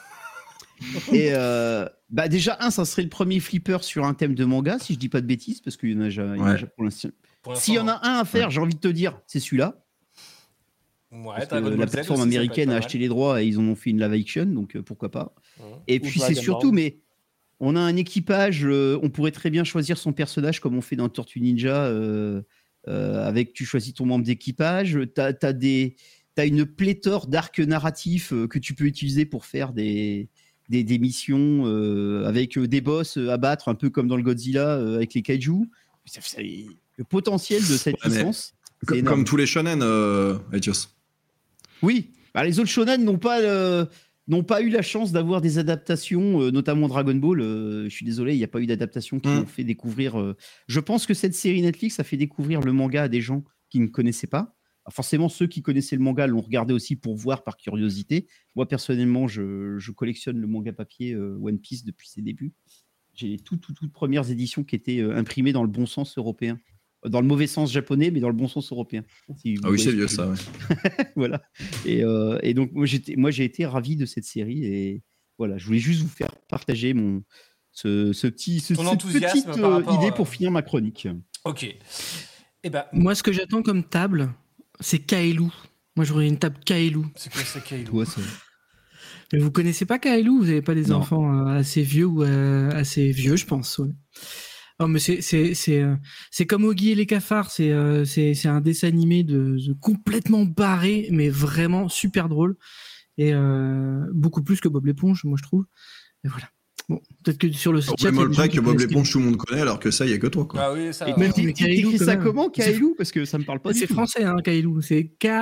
et euh, bah déjà un, ça serait le premier flipper sur un thème de manga, si je dis pas de bêtises, parce qu'il y en a déjà, il y en a Ouais. déjà pour l'instant. Pour l'instant, S'il y en non. a un à faire, j'ai envie de te dire, c'est celui-là. Ouais, Parce que Dragon la Ball Z plateforme aussi, ça peut être américaine pas a mal. acheté les droits et ils en ont fait une live action, donc euh, pourquoi pas. Mmh. Et Ou puis Dragon c'est surtout, Ball. mais on a un équipage, euh, on pourrait très bien choisir son personnage comme on fait dans Tortue Ninja, euh, euh, avec tu choisis ton membre d'équipage, t'as as des, t'as une pléthore d'arcs narratifs euh, que tu peux utiliser pour faire des des, des missions euh, avec euh, des boss euh, à battre, un peu comme dans le Godzilla euh, avec les kaiju. Ça- ça- Le potentiel de cette Ouais, mais licence, c'est Comme, énorme. comme tous les shonen, euh, Etios. Oui, bah, les autres shonen n'ont pas, euh, n'ont pas eu la chance d'avoir des adaptations, euh, notamment Dragon Ball. euh, je suis désolé, il n'y a pas eu d'adaptation qui Mm. ont fait découvrir. euh, je pense que cette série Netflix a fait découvrir le manga à des gens qui ne connaissaient pas. Alors forcément, ceux qui connaissaient le manga l'ont regardé aussi pour voir par curiosité. Moi, personnellement, je, je collectionne le manga papier euh, One Piece depuis ses débuts. J'ai les toutes, toutes, toutes premières éditions qui étaient euh, imprimées dans le bon sens européen. Dans le mauvais sens japonais, mais dans le bon sens européen. Si vous Ah oui, voyez c'est ce vieux que je ça. veux Ouais. dire. Voilà. Et, euh, et donc, moi, j'étais, moi, j'ai été ravi de cette série. Et voilà, je voulais juste vous faire partager mon, ce, ce petit, ce, Ton cette enthousiasme petite par euh, rapport, idée euh, pour finir ma chronique. Ok. Eh ben, Moi, ce que j'attends comme table, c'est Kaelou. Moi, j'aurais une table Kaelou. c'est quoi ce Kailou? Toi, ça- Mais vous connaissez pas Kaelou? Vous n'avez pas des Non. enfants euh, assez vieux ou euh, assez vieux, je pense. Ouais. Oh, mais c'est c'est c'est euh, c'est comme Oggy et les cafards. C'est euh, c'est c'est un dessin animé de, de complètement barré, mais vraiment super drôle et euh, beaucoup plus que Bob l'éponge, moi je trouve. Et voilà. Bon, peut-être que sur le Au chat, il y a bémol des gens près qui que Bob connaissent l'éponge, tout le monde connaît, alors que ça, il n'y a que toi. Quoi. Ah oui, ça. Et va. même tu mais tu- Kaelou, t'écris quand ça même. comment, C'est- Kaelou? Parce que ça me parle pas du C'est tout. français, hein, Kaelou. C'est K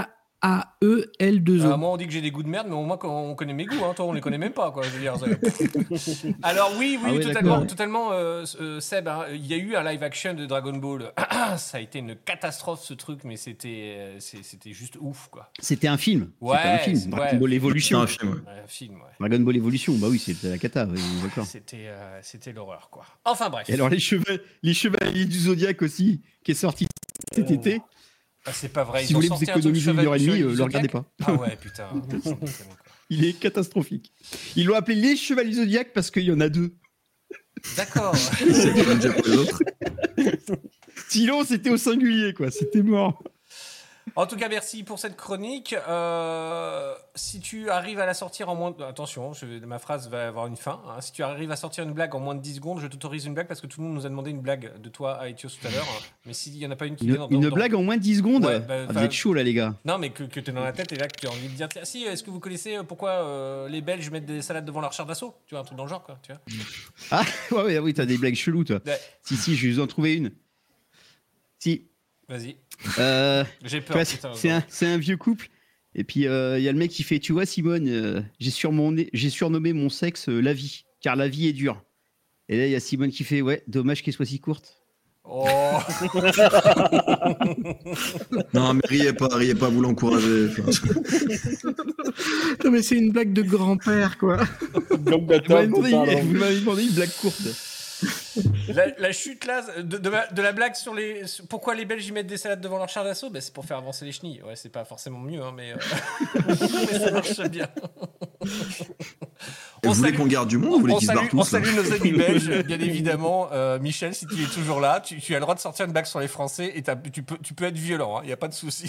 A E L deux O. Euh, moi, on dit que j'ai des goûts de merde, mais au moins, quand on connaît mes goûts. Hein. Toi, on les connaît même pas, quoi. Je veux dire, c'est- Alors, oui, oui, Ah oui, totalement. d'accord. totalement euh, euh, Seb, hein, il y a eu un live action de Dragon Ball. Ça a été une catastrophe, ce truc, mais c'était, euh, c'est- c'était juste ouf, quoi. C'était un film. Ouais, C'était un film. c'est- Dragon ouais. Ball C'est Evolution. un film, ouais. Ouais, un film, ouais. Dragon Ball Evolution, bah oui, c'était la cata, oui, d'accord. C'était, euh, c'était l'horreur, quoi. Enfin, bref. Et alors les chevaliers, les chevaliers du Zodiaque aussi, qui est sorti cet Oh. été. Ah, c'est pas vrai. Si Ils vous ont voulez vous sorti un truc économiser une heure et demie, Chevalier euh, du le regardez Zodiac. pas. Ah ouais, putain. sans déconner, quoi. Il est catastrophique. Ils l'ont appelé les chevaliers du Zodiaque parce qu'il y en a deux. D'accord. C'est Challenger pour les autres. Sinon, c'était au singulier, quoi. C'était mort. En tout cas, merci pour cette chronique. Euh, si tu arrives à la sortir en moins de... Attention, je vais- ma phrase va avoir une fin. hein. Si tu arrives à sortir une blague en moins de dix secondes, je t'autorise une blague parce que tout le monde nous a demandé une blague de toi à Etios tout à l'heure. hein. Mais s'il n'y en a pas une qui Une, vient dans... une dans- blague en moins de dix secondes. Ouais, bah, Ah, vous enfin- êtes chaud, là, les gars. Non, mais que, que tu es dans la tête et là que tu as envie de dire tiens, si, est-ce que vous connaissez euh, pourquoi euh, les Belges mettent des salades devant leur char d'assaut? Tu vois, un truc dans le genre, quoi. Tu vois Ah, ouais, ouais, oui, t'as des blagues cheloues, toi. Ouais. Si, si, je vais vous en trouver une. Si. Vas-y. Euh, J'ai tu peur. vois, putain, c'est un, c'est un vieux couple. Et puis, il euh, y a le mec qui fait, tu vois, Simone, euh, j'ai surnommé, j'ai surnommé mon sexe euh, la vie, car la vie est dure. Et là, il y a Simone qui fait, ouais, dommage qu'elle soit si courte. Oh. Non, mais riez pas, riez pas, vous l'encouragez. Enfin, Non, mais c'est une blague de grand-père, quoi. Donc, de Vous m'avez top, tout demandé, le temps, une- donc. vous m'avez demandé une blague courte. La, la chute là de, de, ma- de la blague sur les sur pourquoi les Belges y mettent des salades devant leur char d'assaut, ben, c'est pour faire avancer les chenilles. Ouais, c'est pas forcément mieux, hein, mais, euh, mais ça marche bien. Et vous voulez qu'on garde du monde ou vous voulez on qu'ils se salue, barrent on tous là salue nos amis belges, bien évidemment. Euh, Michel, si tu es toujours là, tu, tu as le droit de sortir une blague sur les Français et t'as- tu peux, tu peux être violent, il n'y a pas de souci.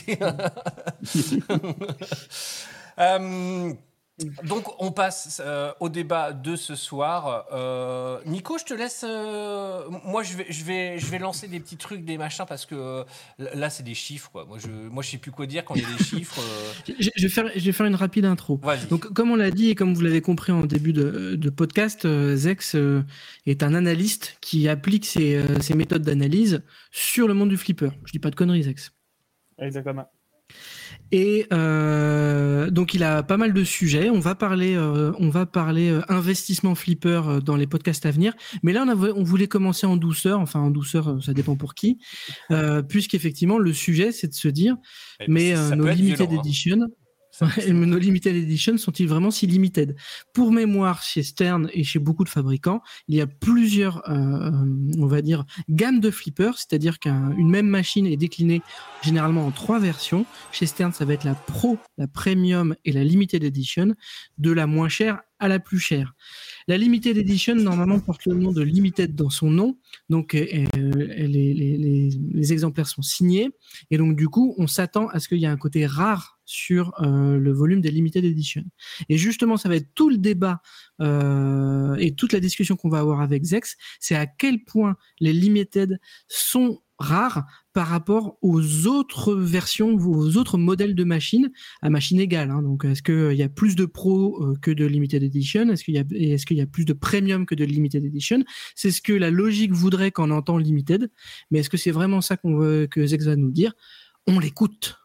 Euh, donc, on passe euh, au débat de ce soir. Euh, Nico, je te laisse. euh, moi, je vais, je, vais, je vais lancer des petits trucs, des machins, parce que euh, là, c'est des chiffres. Quoi. Moi, je ne moi, je sais plus quoi dire quand il y a des chiffres. euh. Je, je vais faire, je vais faire une rapide intro. Vas-y. Donc, comme on l'a dit et comme vous l'avez compris en début de, de podcast, euh, Zex euh, est un analyste qui applique ses, euh, ses méthodes d'analyse sur le monde du flipper. Je dis pas de conneries, Zex. Exactement. Et euh, donc il a pas mal de sujets. On va parler, euh, on va parler euh, investissement flipper euh, dans les podcasts à venir. Mais là, on, avait, on voulait commencer en douceur. Enfin, en douceur, euh, ça dépend pour qui. Euh, puisqu'effectivement, le sujet, c'est de se dire, Eh, mais ça euh, peut nos être limited violent, hein. edition, Ça- ouais, mais nos limited edition sont-ils vraiment si limited? Pour mémoire, chez Stern et chez beaucoup de fabricants, il y a plusieurs, euh, on va dire, gammes de flippers, c'est-à-dire qu'une même machine est déclinée généralement en trois versions. Chez Stern, ça va être la Pro, la Premium et la Limited Edition, de la moins chère à la plus chère. La Limited Edition, normalement, porte le nom de Limited dans son nom, donc euh, les, les, les, les exemplaires sont signés, et donc du coup, on s'attend à ce qu'il y ait un côté rare sur euh, le volume des Limited Edition. Et justement, ça va être tout le débat euh, et toute la discussion qu'on va avoir avec Zex, c'est à quel point les Limited sont rares par rapport aux autres versions, aux autres modèles de machines, à machine égale. Hein. Donc, est-ce qu'il y a plus de Pro euh, que de Limited Edition? Est-ce qu'il y a, est-ce qu'il y a plus de Premium que de Limited Edition? C'est ce que la logique voudrait quand on entend Limited. Mais est-ce que c'est vraiment ça qu'on veut, que Zex va nous dire? On l'écoute.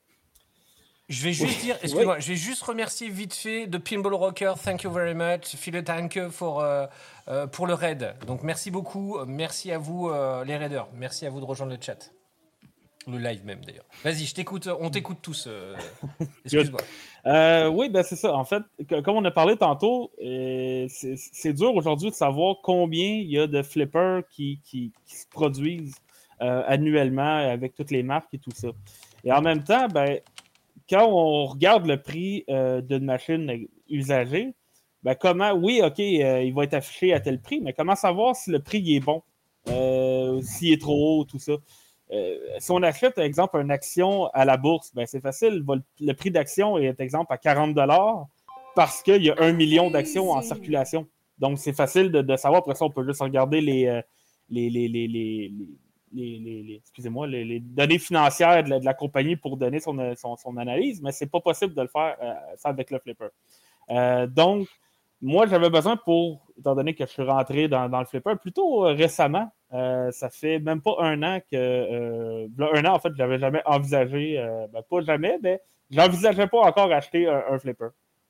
Je vais juste dire, excuse-moi, je vais juste remercier vite fait de Pinball Rocker, thank you very much, Phil Tanke for, euh, euh, pour le raid. Donc merci beaucoup, merci à vous euh, les raiders, merci à vous de rejoindre le chat. Le live même d'ailleurs. Vas-y, je t'écoute, on t'écoute tous. Euh, excuse-moi. Euh, oui, ben c'est ça. En fait, que- comme on a parlé tantôt, euh, c'est c'est dur aujourd'hui de savoir combien il y a de flippers qui, qui, qui se produisent euh, annuellement avec toutes les marques et tout ça. Et en même temps, ben, quand on regarde le prix euh, d'une machine usagée, ben comment, oui, OK, euh, il va être affiché à tel prix, mais comment savoir si le prix il est bon, euh, s'il est trop haut, tout ça? Euh, si on achète, par exemple, une action à la bourse, ben c'est facile. Le, le prix d'action est, exemple, à quarante dollars parce qu'il y a un million d'actions en circulation. Donc, c'est facile de, de savoir. Après ça, on peut juste regarder les, euh, les, les, les, les, les, les, les, excusez-moi, les, les données financières de la, de la compagnie pour donner son, son, son analyse, mais c'est pas possible de le faire euh, ça avec le flipper. Euh, donc, moi, j'avais besoin pour, étant donné que je suis rentré dans, dans le flipper plutôt euh, récemment, euh, ça fait même pas un an que, euh, là, un an, en fait, je n'avais jamais envisagé, euh, ben, pas jamais, mais j'envisageais pas encore acheter un, un flipper.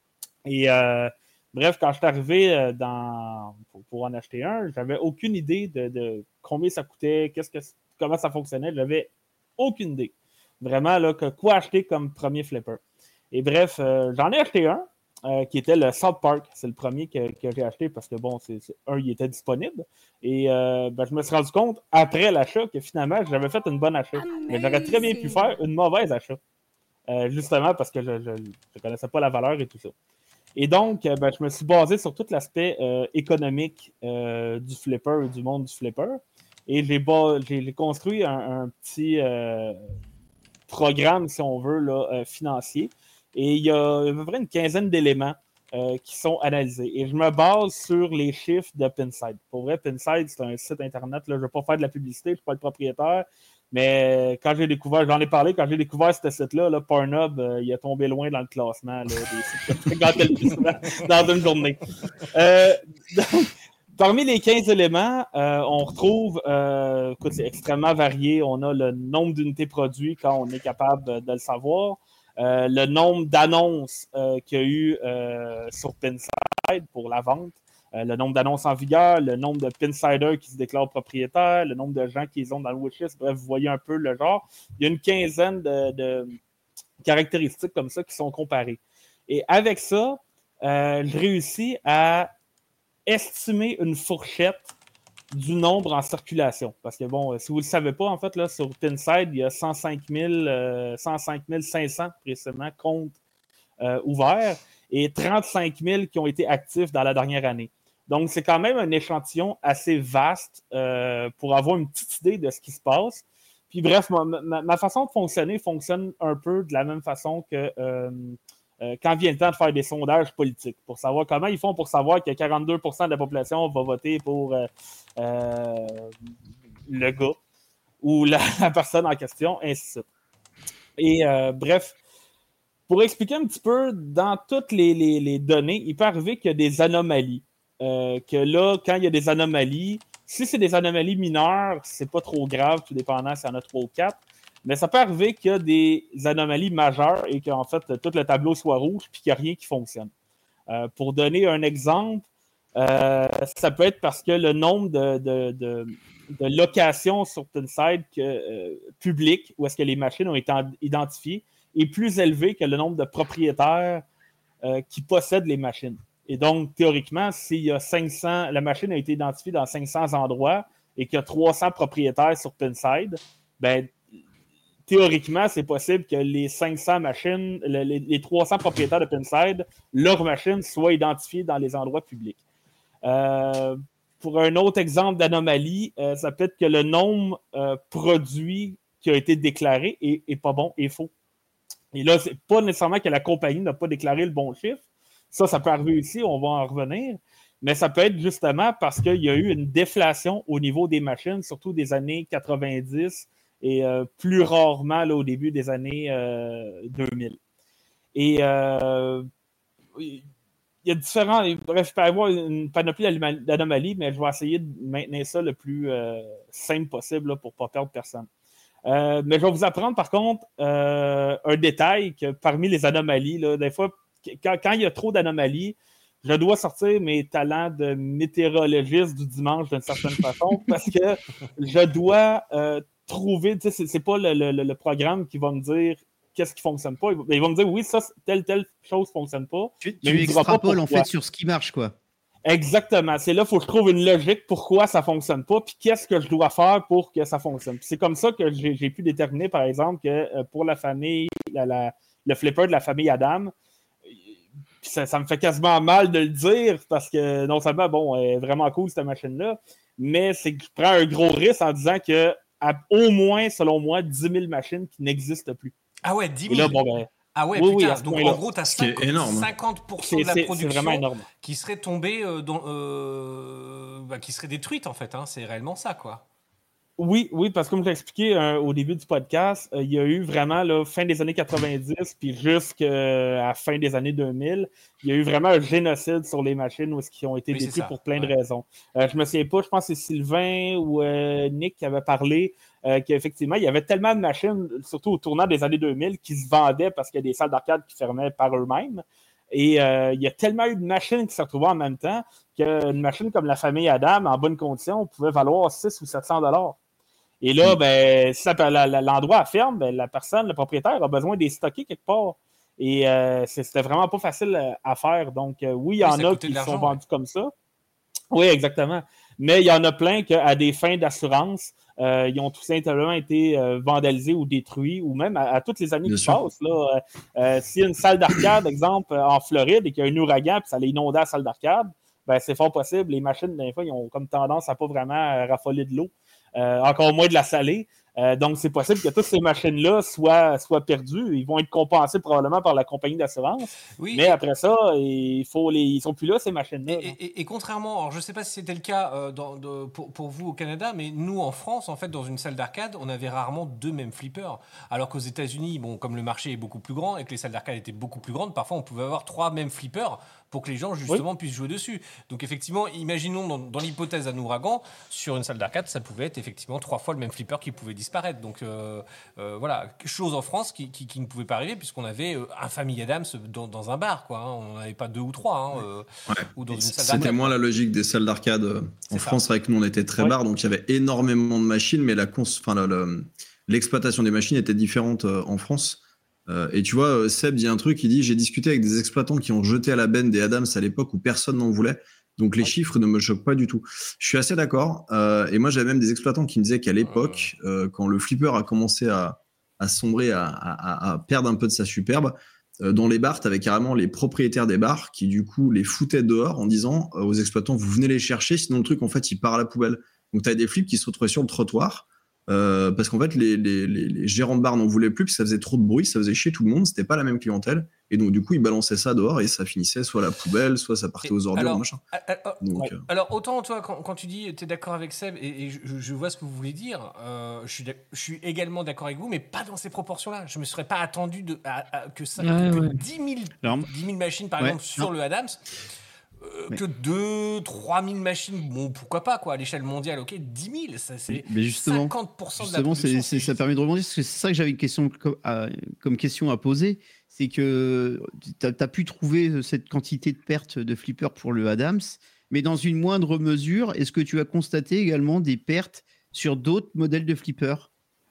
Et euh, bref, quand je suis arrivé euh, dans, pour, pour en acheter un, j'avais aucune idée de, de combien ça coûtait, qu'est-ce que, comment ça fonctionnait. J'avais aucune idée. Vraiment, là, que quoi acheter comme premier flipper. Et bref, euh, j'en ai acheté un. Euh, qui était le South Park. C'est le premier que, que j'ai acheté parce que, bon, c'est, c'est, un, il était disponible. Et euh, ben, je me suis rendu compte, après l'achat, que finalement, j'avais fait une bonne achat. Mais j'aurais très bien pu faire une mauvaise achat. Euh, justement parce que je ne connaissais pas la valeur et tout ça. Et donc, ben, je me suis basé sur tout l'aspect euh, économique euh, du flipper et du monde du flipper. Et j'ai, bas, j'ai, j'ai construit un, un petit euh, programme, si on veut, là, euh, financier. Et il y a à peu près une quinzaine d'éléments euh, qui sont analysés. Et je me base sur les chiffres de Pinside. Pour vrai, Pinside, c'est un site Internet. Là, je ne vais pas faire de la publicité, je ne suis pas le propriétaire. Mais quand j'ai découvert, j'en ai parlé, quand j'ai découvert ce site-là, là, Pornhub, euh, il est tombé loin dans le classement là, des sites que je fréquentais le plus souvent dans une journée. Euh, donc, parmi les quinze éléments, euh, on retrouve, euh, écoute, c'est extrêmement varié. On a le nombre d'unités produites quand on est capable de, de le savoir. Euh, le nombre d'annonces euh, qu'il y a eu euh, sur Pinside pour la vente, euh, le nombre d'annonces en vigueur, le nombre de Pinsiders qui se déclarent propriétaires, le nombre de gens qui les ont dans le wishlist. Bref, vous voyez un peu le genre. Il y a une quinzaine de, de caractéristiques comme ça qui sont comparées. Et avec ça, euh, je réussis à estimer une fourchette du nombre en circulation. Parce que, bon, si vous ne le savez pas, en fait, là, sur Pinside, il y a cent cinq mille, euh, cent cinq mille cinq cents précisément comptes euh, ouverts et trente-cinq mille qui ont été actifs dans la dernière année. Donc, c'est quand même un échantillon assez vaste euh, pour avoir une petite idée de ce qui se passe. Puis, bref, ma, ma, ma façon de fonctionner fonctionne un peu de la même façon que euh, euh, quand vient le temps de faire des sondages politiques, pour savoir comment ils font pour savoir que quarante-deux pour cent de la population va voter pour euh, euh, le gars ou la, la personne en question, ainsi de suite. Et euh, bref, pour expliquer un petit peu, dans toutes les, les, les données, il peut arriver qu'il y a des anomalies. Euh, que là, quand il y a des anomalies, si c'est des anomalies mineures, c'est pas trop grave, tout dépendant s'il y en a trois ou quatre. Mais ça peut arriver qu'il y a des anomalies majeures et qu'en fait, tout le tableau soit rouge et qu'il n'y a rien qui fonctionne. Euh, pour donner un exemple, euh, ça peut être parce que le nombre de, de, de, de locations sur Pinside que, euh, publiques où est-ce que les machines ont été identifiées est plus élevé que le nombre de propriétaires euh, qui possèdent les machines. Et donc, théoriquement, s'il y a cinq cents, la machine a été identifiée dans cinq cents endroits et qu'il y a trois cents propriétaires sur Pinside, ben théoriquement, c'est possible que les cinq cents machines, les, les trois cents propriétaires de Pinside, leurs machines soient identifiées dans les endroits publics. Euh, pour un autre exemple d'anomalie, euh, ça peut être que le nombre euh, produit qui a été déclaré est, est pas bon, est faux. Et là, c'est pas nécessairement que la compagnie n'a pas déclaré le bon chiffre. Ça, ça peut arriver ici, on va en revenir. Mais ça peut être justement parce qu'il y a eu une déflation au niveau des machines, surtout des années quatre-vingt-dix et euh, plus rarement là, au début des années euh, deux mille. Et euh, il y a différents... Bref, je peux avoir une panoplie d'anomalies, mais je vais essayer de maintenir ça le plus euh, simple possible là, pour ne pas perdre personne. Euh, mais je vais vous apprendre, par contre, euh, un détail que parmi les anomalies, là, des fois, quand, quand il y a trop d'anomalies, je dois sortir mes talents de météorologiste du dimanche d'une certaine façon parce que je dois euh, trouver, tu sais, c'est, c'est pas le, le, le programme qui va me dire qu'est-ce qui fonctionne pas. Il va me dire, oui, ça, telle, telle chose fonctionne pas. Tu, tu extrapoles en fait sur ce qui marche, quoi. Exactement. C'est là qu'il faut que je trouve une logique pourquoi ça fonctionne pas, puis qu'est-ce que je dois faire pour que ça fonctionne. Puis c'est comme ça que j'ai, j'ai pu déterminer, par exemple, que euh, pour la famille, la, la, le flipper de la famille Adam, ça, ça me fait quasiment mal de le dire parce que non seulement, bon, elle est vraiment cool cette machine-là, mais c'est que je prends un gros risque en disant que à au moins, selon moi, dix mille machines qui n'existent plus. Ah ouais, dix mille. Et là, bon, ben, ah ouais, oui, putain. oui, Donc point-là. en gros, tu as cinquante pour cent c'est, de la c'est, production c'est vraiment énorme. qui serait tombée, euh, dans, euh, bah, qui serait détruite en fait. Hein. C'est réellement ça, quoi. Oui, oui, parce que comme je l'ai expliqué euh, au début du podcast, euh, il y a eu vraiment, là, fin des années quatre-vingt-dix, puis jusqu'à la fin des années deux mille, il y a eu vraiment un génocide sur les machines où qui ont été Oui, c'est détruites ça, pour plein de ouais. raisons. Euh, je me souviens pas, je pense que c'est Sylvain ou euh, Nick qui avait parlé euh, qu'effectivement, il y avait tellement de machines, surtout au tournant des années deux mille, qui se vendaient parce qu'il y a des salles d'arcade qui fermaient par eux-mêmes. Et euh, il y a tellement eu de machines qui se retrouvaient en même temps qu'une machine comme la famille Adam, en bonne condition, pouvait valoir six cents ou sept cents dollars. Et là, ben, si la- la- la- l'endroit ferme, ben, la personne, le propriétaire, a besoin de les stocker quelque part. Et euh, c'est- c'était vraiment pas facile euh, à faire. Donc, euh, oui, il y Oui, en ça a coûtait qui de sont l'argent, vendus comme ça. Oui, exactement. Mais il y en a plein qu'à des fins d'assurance, euh, ils ont tout simplement été euh, vandalisés ou détruits, ou même à, à toutes les années Bien qui sûr. passent. Là, euh, euh, s'il y a une salle d'arcade, exemple, euh, en Floride, et qu'il y a un ouragan, puis ça allait inonder la salle d'arcade, ben, c'est fort possible. Les machines, des fois, ils ont comme tendance à pas vraiment euh, raffoler de l'eau, euh, encore moins de la saler. Euh, donc, c'est possible que toutes ces machines-là soient, soient perdues. Ils vont être compensés probablement par la compagnie d'assurance. Oui, Mais et- après ça, il faut les... ils sont plus là, ces machines-là. Et, là. et- et- et contrairement, alors je ne sais pas si c'était le cas euh, dans- de- pour, pour vous au Canada, mais nous en France, en fait, dans une salle d'arcade, on avait rarement deux mêmes flippers. Alors qu'aux États-Unis, bon, comme le marché est beaucoup plus grand et que les salles d'arcade étaient beaucoup plus grandes, parfois on pouvait avoir trois mêmes flippers pour que les gens justement puissent jouer dessus. Donc effectivement, imaginons dans, dans l'hypothèse d'un ouragan, sur une salle d'arcade, ça pouvait être effectivement trois fois le même flipper qui pouvait disparaître. Donc euh, euh, voilà, chose en France qui, qui- qui ne pouvait pas arriver puisqu'on avait euh, un Famille Adams dans, dans un bar, quoi. Hein. On n'avait pas deux ou trois. Hein, euh, Ouais. ou dans une salle C'était d'arcade. moins la logique des salles d'arcade. euh, C'est En ça. France, c'est vrai que nous, on était très Ouais. barres, donc il y avait énormément de machines, mais la cons- enfin, la- la- l'exploitation des machines était différente euh, en France. Euh, et tu vois, euh, Seb dit un truc, il dit, j'ai discuté avec des exploitants qui ont jeté à la benne des Adams à l'époque où personne n'en voulait. Donc les chiffres ne me choquent pas du tout. Je suis assez d'accord. Euh, et moi, j'avais même des exploitants qui me disaient qu'à l'époque, euh, quand le flipper a commencé à, à sombrer, à, à- à perdre un peu de sa superbe, euh, dans les bars, tu avais carrément les propriétaires des bars qui, du coup, les foutaient dehors en disant euh, aux exploitants, vous venez les chercher, sinon le truc, en fait, il part à la poubelle. Donc tu avais des flips qui se retrouvaient sur le trottoir. Euh, parce qu'en fait, les, les, les, les gérants de bar n'en voulaient plus, parce que ça faisait trop de bruit, ça faisait chier tout le monde, c'était pas la même clientèle. Et donc, du coup, ils balançaient ça dehors et ça finissait soit à la poubelle, soit ça partait Et aux ordures, alors, machin. a- a- a- Donc, ouais. euh, Alors, autant toi, quand, quand tu dis tu es d'accord avec Seb, et, et je, je vois ce que vous voulez dire, euh, je, suis d'ac- je suis également d'accord avec vous, mais pas dans ces proportions-là. Je ne me serais pas attendu de, à- à- que, ça, Ouais, que ouais. dix mille, Alors, dix mille machines, par ouais, exemple, sur non. le Adams. euh, Mais- Que deux, trois mille machines, bon, pourquoi pas, quoi, à l'échelle mondiale, ok, dix mille, ça, c'est Mais justement, cinquante pour cent de la Justement, c'est- production. c'est- c'est ça juste- permet de rebondir, parce que c'est ça que j'avais une question comme, à- comme question à poser, c'est que tu as, pu trouver cette quantité de pertes de flippers pour le Adams, mais dans une moindre mesure, est-ce que tu as constaté également des pertes sur d'autres modèles de flippers?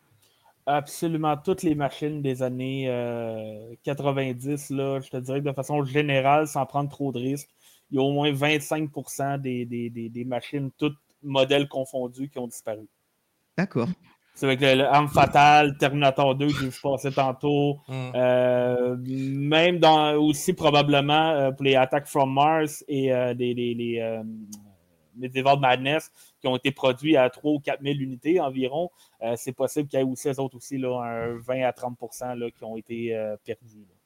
Absolument toutes les machines des années euh, quatre-vingt-dix, là, je te dirais que de façon générale, sans prendre trop de risques, il y a au moins vingt-cinq pour cent des, des, des, des machines, toutes modèles confondus, qui ont disparu. D'accord. C'est avec le, le Arme Fatale, Terminator deux que je passais tantôt, Hum. euh, même dans aussi probablement euh, pour les Attack from Mars et euh, des, des, les euh, Medieval Madness qui ont été produits à trois ou quatre mille unités environ, euh, c'est possible qu'il y ait aussi eux autres aussi là, un vingt à trente pour cent là, qui ont été euh, perdus. Là.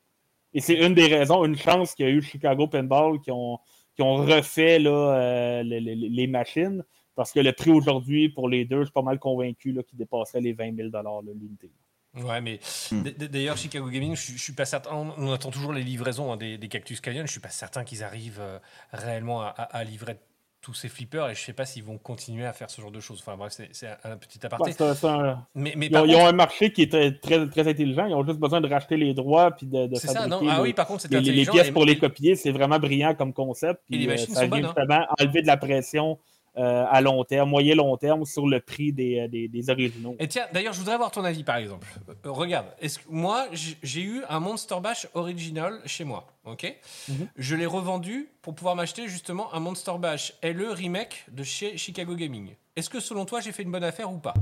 Et c'est une des raisons, une chance qu'il y a eu Chicago Pinball qui ont, qui ont refait là, euh, les, les, les machines, parce que le prix aujourd'hui pour les deux, je suis pas mal convaincu là, qu'il dépasserait les vingt mille dollars l'unité. Ouais, mais Hmm. d- d'ailleurs, Chicago Gaming, je, je suis pas certain. On, on attend toujours les livraisons hein, des, des Cactus Canyon. Je suis pas certain qu'ils arrivent euh, réellement à, à- à livrer tous ces flippers et je sais pas s'ils vont continuer à faire ce genre de choses. Enfin bref, c'est c'est un, un petit aparté. Ouais, c'est- c'est un- mais mais Ils par ont, ils ont contre, un marché qui est très, très, très intelligent. Ils ont juste besoin de racheter les droits puis de, de c'est ça. fabriquer Non, ah les, oui, par contre, c'est les- les intelligent. pièces et- pour les et- copier. C'est vraiment brillant comme concept. Et les Puis, euh, machines ça sont vient bonnes, hein. justement enlever de la pression euh, à long terme, moyen long terme sur le prix des, des, des originaux. Et tiens, d'ailleurs, je voudrais avoir ton avis, par exemple. Euh, regarde, est-ce que moi, j'ai j'ai eu un Monster Bash original chez moi, ok. Mhm. Je l'ai revendu pour pouvoir m'acheter justement un Monster Bash L E remake de chez Chicago Gaming. Est-ce que selon toi, j'ai fait une bonne affaire ou pas?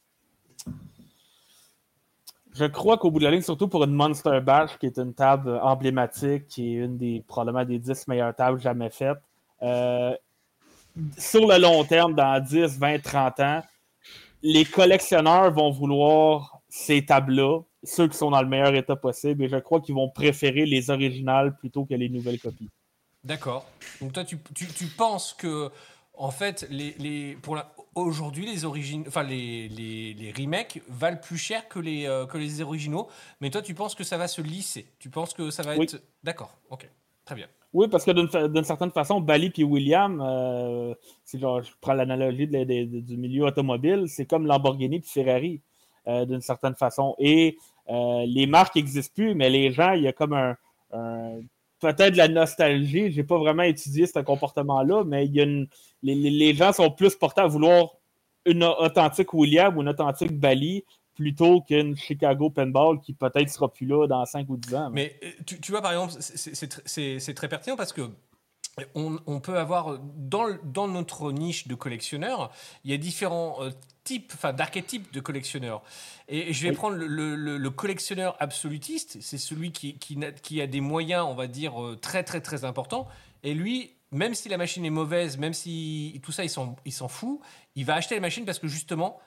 Je crois qu'au bout de la ligne, surtout pour une Monster Bash, qui est une table emblématique, qui est une des probablement des dix meilleures tables jamais faites, euh, sur le long terme, dans dix, vingt, trente ans, les collectionneurs vont vouloir ces tables-là, ceux qui sont dans le meilleur état possible, et je crois qu'ils vont préférer les originales plutôt que les nouvelles copies. D'accord. Donc toi, tu, tu, tu penses que, en fait, les, les, pour la, aujourd'hui, les origines, enfin les, les, les remakes valent plus cher que les, euh, que les originaux. Mais toi, tu penses que ça va se lisser? Tu penses que ça va Oui. être... D'accord, ok, très bien. Oui, parce que d'une, fa- d'une certaine façon, Bally et William, euh, c'est genre, je prends l'analogie de la- de- de- du milieu automobile, c'est comme Lamborghini et Ferrari, euh, d'une certaine façon. Et euh, les marques n'existent plus, mais les gens, il y a comme un, un- peut-être de la nostalgie. J'ai pas vraiment étudié ce comportement-là, mais il y a une, les, les- les gens sont plus portés à vouloir une authentique William ou une authentique Bally plutôt qu'une Chicago Pinball qui peut-être sera plus là dans cinq ou dix ans. mais- Mais euh, tu, tu vois, par exemple, c'est- c'est c'est tr- c'est- c'est très pertinent parce que on, on peut avoir, dans, le- dans notre niche de collectionneurs, il y a différents euh, types, enfin d'archétypes de collectionneurs. Et, et je vais Oui. prendre le, le- le- le collectionneur absolutiste, c'est celui qui, qui, n'a- qui a des moyens, on va dire, euh, très très très importants. Et lui, même si la machine est mauvaise, même si tout ça, il s'en, il s'en fout, il va acheter la machine parce que justement,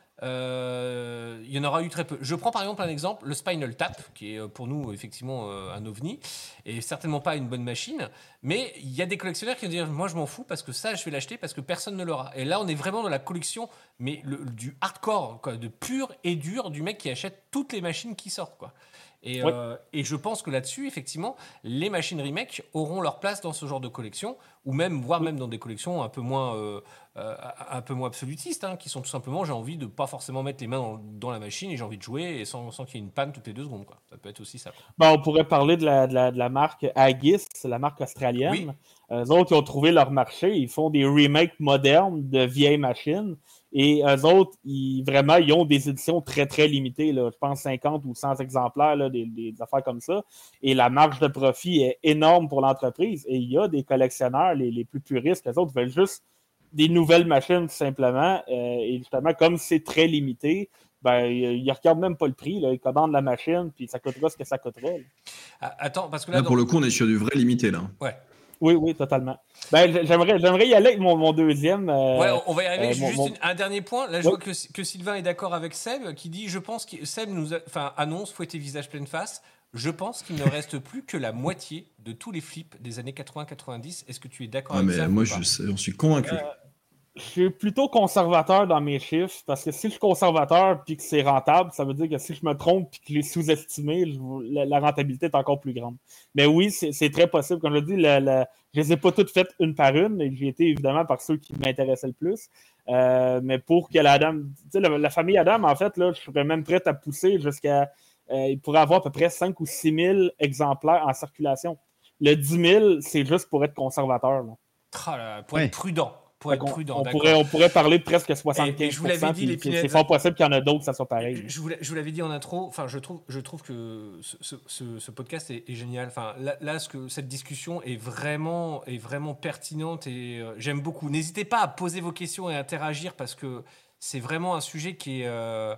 euh, il y en aura eu très peu. Je prends par exemple un exemple, le Spinal Tap, qui est euh, pour nous effectivement euh, un ovni, et certainement pas une bonne machine, mais il y a des collectionneurs qui vont dire moi je m'en fous parce que ça je vais l'acheter parce que personne ne l'aura. Et là on est vraiment dans la collection, mais le- du hardcore, quoi, de pur et dur, du mec qui achète toutes les machines qui sortent, quoi. Et, Ouais. euh, et je pense que là-dessus, effectivement, les machines remake auront leur place dans ce genre de collection, ou même, voire même dans des collections un peu moins, euh, euh, un peu moins absolutistes, hein, qui sont tout simplement, j'ai envie de pas forcément mettre les mains dans, dans la machine et j'ai envie de jouer et sans, sans qu'il y ait une panne toutes les deux secondes, quoi. Ça peut être aussi ça, quoi. Ben, on pourrait parler de la, de la, de la marque Haggis, c'est la marque australienne. Oui. Eux autres, ils ont trouvé leur marché. Ils font des remakes modernes de vieilles machines. Et eux autres, ils, vraiment, ils ont des éditions très, très limitées. Là. Je pense cinquante ou cent exemplaires, là, des, des affaires comme ça. Et la marge de profit est énorme pour l'entreprise. Et il y a des collectionneurs, les, les plus puristes, eux autres veulent juste des nouvelles machines, tout simplement. Euh, et justement, comme c'est très limité, ben, ils ne regardent même pas le prix. Là. Ils commandent la machine, puis ça coûtera ce que ça coûtera. Là. Ah, attends, parce que là, Là, dans- pour le coup, on est sur du vrai limité, là. ouais. Oui, oui, totalement. Ben, j'aimerais, j'aimerais y aller avec mon, mon deuxième. euh, Ouais, on- on va y arriver. euh, Juste mon- mon- une- un dernier point. Là, je Ouais. vois que, que Sylvain est d'accord avec Seb, qui dit, je pense que Seb nous a- enfin, annonce fouetter visage pleine face. Je pense qu'il ne reste plus que la moitié de tous les flips des années quatre-vingts quatre-vingt-dix. Est-ce que tu es d'accord Ah, avec mais ça moi, ou pas je sais, j'en suis convaincu. Je suis plutôt conservateur dans mes chiffres parce que si je suis conservateur puis que c'est rentable, ça veut dire que si je me trompe puis que je l'ai sous-estimé, je- la, la rentabilité est encore plus grande. Mais oui, c'est, c'est très possible. Comme je le dis, la, la- je les ai pas toutes faites une par une et j'ai été évidemment par ceux qui m'intéressaient le plus. Euh, mais pour que la dame, tu sais, la, la famille Adam, en fait, là, je serais même prêt à pousser jusqu'à. Euh, il pourrait avoir à peu près cinq ou six mille exemplaires en circulation. Le dix mille, c'est juste pour être conservateur. Là. Ah là, pour Ouais. être prudent. Pour Fait être qu'on- prudent, on, d'accord. pourrait, on pourrait parler de presque soixante-quinze Et- et je vous l'avais dit, puis les c'est, pinettes. c'est fort possible qu'il y en a d'autres que ça soit pareil. Je vous, l'a- je vous l'avais dit en intro, enfin, je trouve, je trouve que ce, ce- ce- ce podcast est, est génial. Enfin, là, là, ce que, cette discussion est vraiment, est vraiment pertinente et euh, j'aime beaucoup. N'hésitez pas à poser vos questions et à interagir parce que c'est vraiment un sujet qui est. euh,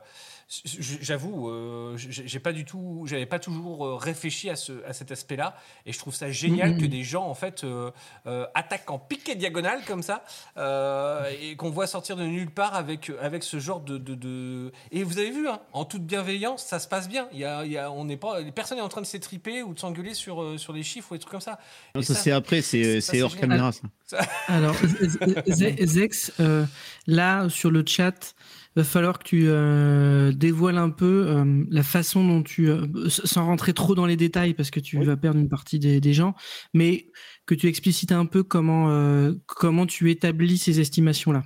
j- J'avoue, euh, j'ai j'ai pas du tout, j'avais pas toujours euh, réfléchi à, ce, à cet aspect-là, et je trouve ça génial Mhm. que des gens en fait euh, euh, attaquent en piqué diagonale comme ça, euh, et qu'on voit sortir de nulle part avec avec ce genre de, de, de... Et vous avez vu, hein, en toute bienveillance, ça se passe bien. Il y a, il y a, on n'est pas, personne n'est en train de s'étriper ou de s'engueuler sur euh, sur les chiffres ou des trucs comme ça. Non, Et ça, c'est après, c'est ça, c'est c'est hors génial. caméra, ça. Alors, Z- Z- Zex, euh, là, sur le chat, va falloir que tu euh, dévoiles un peu euh, la façon dont tu, euh, sans rentrer trop dans les détails parce que tu Oui. vas perdre une partie des, des gens, mais que tu explicites un peu comment, euh, comment tu établis ces estimations-là.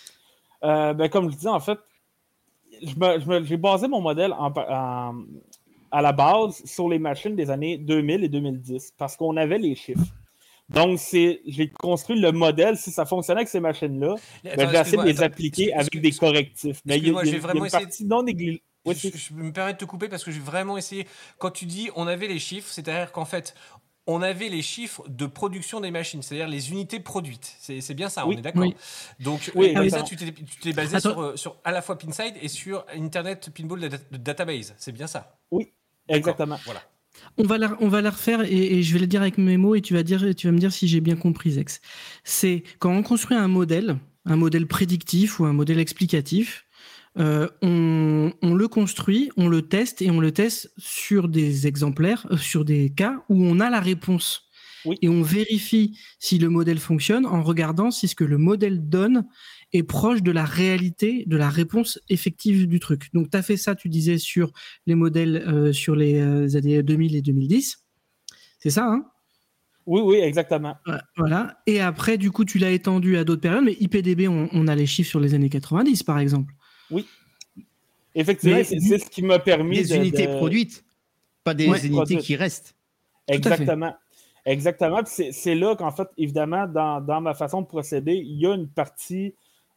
Euh, ben, comme je disais, en fait, je me- je me- j'ai basé mon modèle en, en- à la base sur les machines des années deux mille et deux mille dix parce qu'on avait les chiffres. Donc, c'est, j'ai construit le modèle. Si ça fonctionnait avec ces machines-là, ben, Attends, j'ai essayé de les excuse-moi, appliquer attends, avec excuse- des correctifs. Mais il y a, excuse-moi, il y a- je vais il y a vraiment une essayer de- partie non négligeable. Oui, je, c'est- je me permets de te couper parce que j'ai vraiment essayé. Quand tu dis on avait les chiffres, c'est-à-dire qu'en fait, on avait les chiffres de production des machines, c'est-à-dire les unités produites. C'est, c'est bien ça, Oui. on est d'accord. Oui. Donc, Oui, et- mais ça, exactement. tu t'es, tu t'es basé Attends. sur, euh, sur à la fois Pinside et sur Internet Pinball da- da- Database. C'est bien ça. Oui, D'accord. exactement. Voilà. On va la, on va la refaire et, et je vais le dire avec mes mots et tu vas, dire, tu vas me dire si j'ai bien compris, Zex. C'est quand on construit un modèle, un modèle prédictif ou un modèle explicatif, euh, on, on le construit, on le teste et on le teste sur des exemplaires, euh, sur des cas où on a la réponse. Oui. Et on vérifie si le modèle fonctionne en regardant si ce que le modèle donne est proche de la réalité, de la réponse effective du truc. Donc, tu as fait ça, tu disais, sur les modèles euh, sur les euh, années deux mille et deux mille dix. C'est ça, hein? Oui, oui, exactement. Voilà. Et après, du coup, tu l'as étendu à d'autres périodes, mais I P D B, on, on a les chiffres sur les années quatre-vingt-dix, par exemple. Oui. Effectivement, Mais- c'est, c'est ce qui m'a permis Des de, unités de- produites, pas des Ouais, unités produites. qui restent. à fait. Exactement. Exactement. Puis c'est, c'est là qu'en fait, évidemment, dans, dans ma façon de procéder, il y a une partie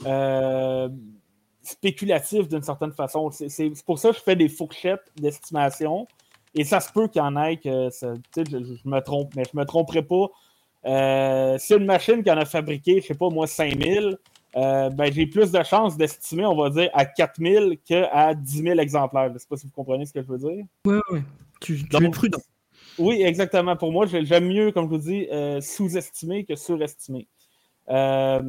euh, spéculative d'une certaine façon. C'est, c'est, c'est pour ça que je fais des fourchettes d'estimation. Et ça se peut qu'il y en ait que ça, tu sais, je, je me trompe, mais je me tromperai pas. Euh, si une machine qui en a fabriqué, je sais pas moi, cinq mille, euh, ben, j'ai plus de chances d'estimer, on va dire, à quatre mille qu'à dix mille exemplaires. Je sais pas si vous comprenez ce que je veux dire. Ouais, ouais. Tu, tu Donc, es prudent. Oui, exactement. Pour moi, j'ai- j'aime mieux, comme je vous dis, euh, sous-estimer que surestimer. Euh,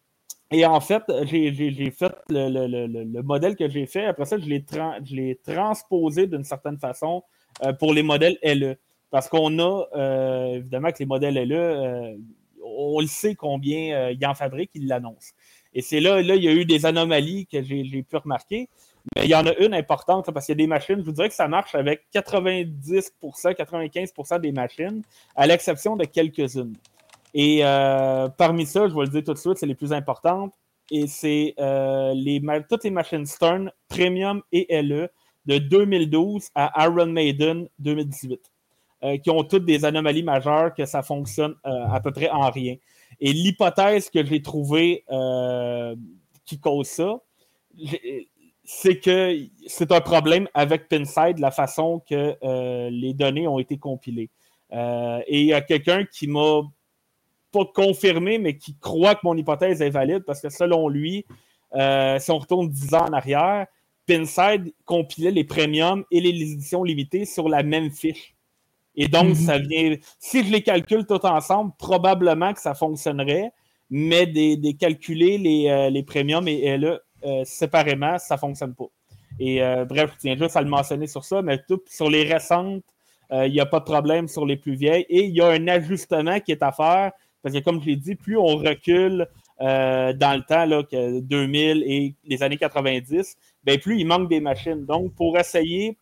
et en fait, j'ai, j'ai, j'ai fait le, le- le- le- le modèle que j'ai fait. Après ça, je l'ai, tran- je l'ai transposé d'une certaine façon euh, pour les modèles L E. Parce qu'on a, euh, évidemment, que les modèles L E, euh, on le sait combien euh, ils en fabriquent, ils l'annoncent. Et c'est là, là, il y a eu des anomalies que j'ai, j'ai pu remarquer. Mais il y en a une importante, là, parce qu'il y a des machines, je vous dirais que ça marche avec quatre-vingt-dix pour cent, quatre-vingt-quinze pour cent des machines, à l'exception de quelques-unes. Et euh, parmi ça, je vais le dire tout de suite, c'est les plus importantes. Et c'est euh, les, ma- toutes les machines Stern, Premium et L E de deux mille douze à Iron Maiden deux mille dix-huit, euh, qui ont toutes des anomalies majeures que ça fonctionne euh, à peu près en rien. Et l'hypothèse que j'ai trouvée euh, qui cause ça, j'ai- c'est que c'est un problème avec Pinside, la façon que euh, les données ont été compilées. Euh, et il y a quelqu'un qui m'a pas confirmé, mais qui croit que mon hypothèse est valide, parce que selon lui, euh, si on retourne dix ans en arrière, Pinside compilait les premiums et les éditions limitées sur la même fiche. Et donc, Mhm. ça vient. Si je les calcule tout ensemble, probablement que ça fonctionnerait, mais des, des calculer les, euh, les premiums et L E euh, séparément, ça ne fonctionne pas. Et euh, bref, je tiens juste à le mentionner sur ça, mais tout sur les récentes, il euh, n'y a pas de problème sur les plus vieilles. Et il y a un ajustement qui est à faire, parce que comme je l'ai dit, plus on recule euh, dans le temps, là, que deux mille et les années quatre-vingt-dix, ben, plus il manque des machines. Donc, pour essayer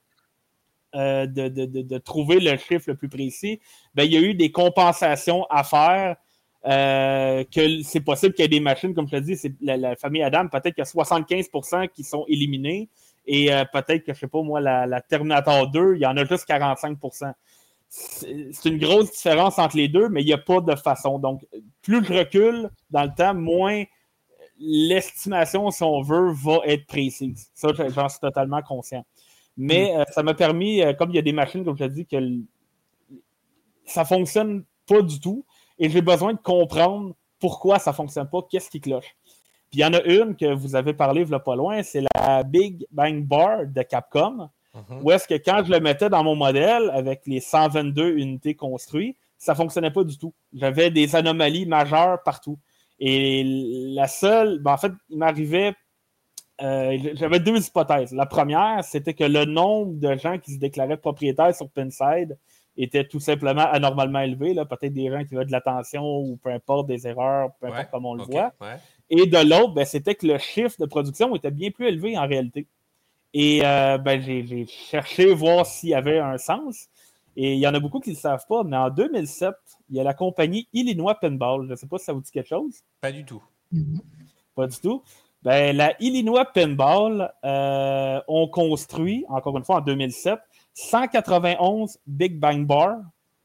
euh, de, de, de, de trouver le chiffre le plus précis, ben, il y a eu des compensations à faire. Euh, que c'est possible qu'il y ait des machines, comme je te dis, c'est la, la famille Adam, peut-être qu'il y a soixante-quinze pour cent qui sont éliminés, et euh, peut-être que, je sais pas moi, la, la Terminator deux, il y en a juste quarante-cinq pour cent. C'est, c'est une grosse différence entre les deux, mais il n'y a pas de façon. Donc, plus je recule dans le temps, moins l'estimation, si on veut, va être précise. Ça, j'en suis totalement conscient. Mais euh, ça m'a permis, euh, comme il y a des machines, comme je te dis, que l- ça fonctionne pas du tout, et j'ai besoin de comprendre pourquoi ça fonctionne pas, qu'est-ce qui cloche. Puis il y en a une que vous avez parlé, il y a pas loin, c'est la Big Bang Bar de Capcom, Mhm. où est-ce que quand je le mettais dans mon modèle avec les cent vingt-deux unités construites, ça fonctionnait pas du tout. J'avais des anomalies majeures partout. Et la seule, ben en fait, il m'arrivait, euh, j'avais deux hypothèses. La première, c'était que le nombre de gens qui se déclaraient propriétaires sur Pinside était tout simplement anormalement élevé. Là. Peut-être des gens qui avaient de l'attention ou peu importe, des erreurs, peu importe Ouais, comment on le ok, voit. ouais. Et de l'autre, ben, c'était que le chiffre de production était bien plus élevé en réalité. Et euh, ben, j'ai, j'ai cherché voir s'il y avait un sens. Et il y en a beaucoup qui ne le savent pas, mais en deux mille sept, il y a la compagnie Illinois Pinball. Je ne sais pas si ça vous dit quelque chose. Pas du tout. Pas du tout. Ben, la Illinois Pinball euh, ont construit, encore une fois en deux mille sept, cent quatre-vingt-onze Big Bang Bar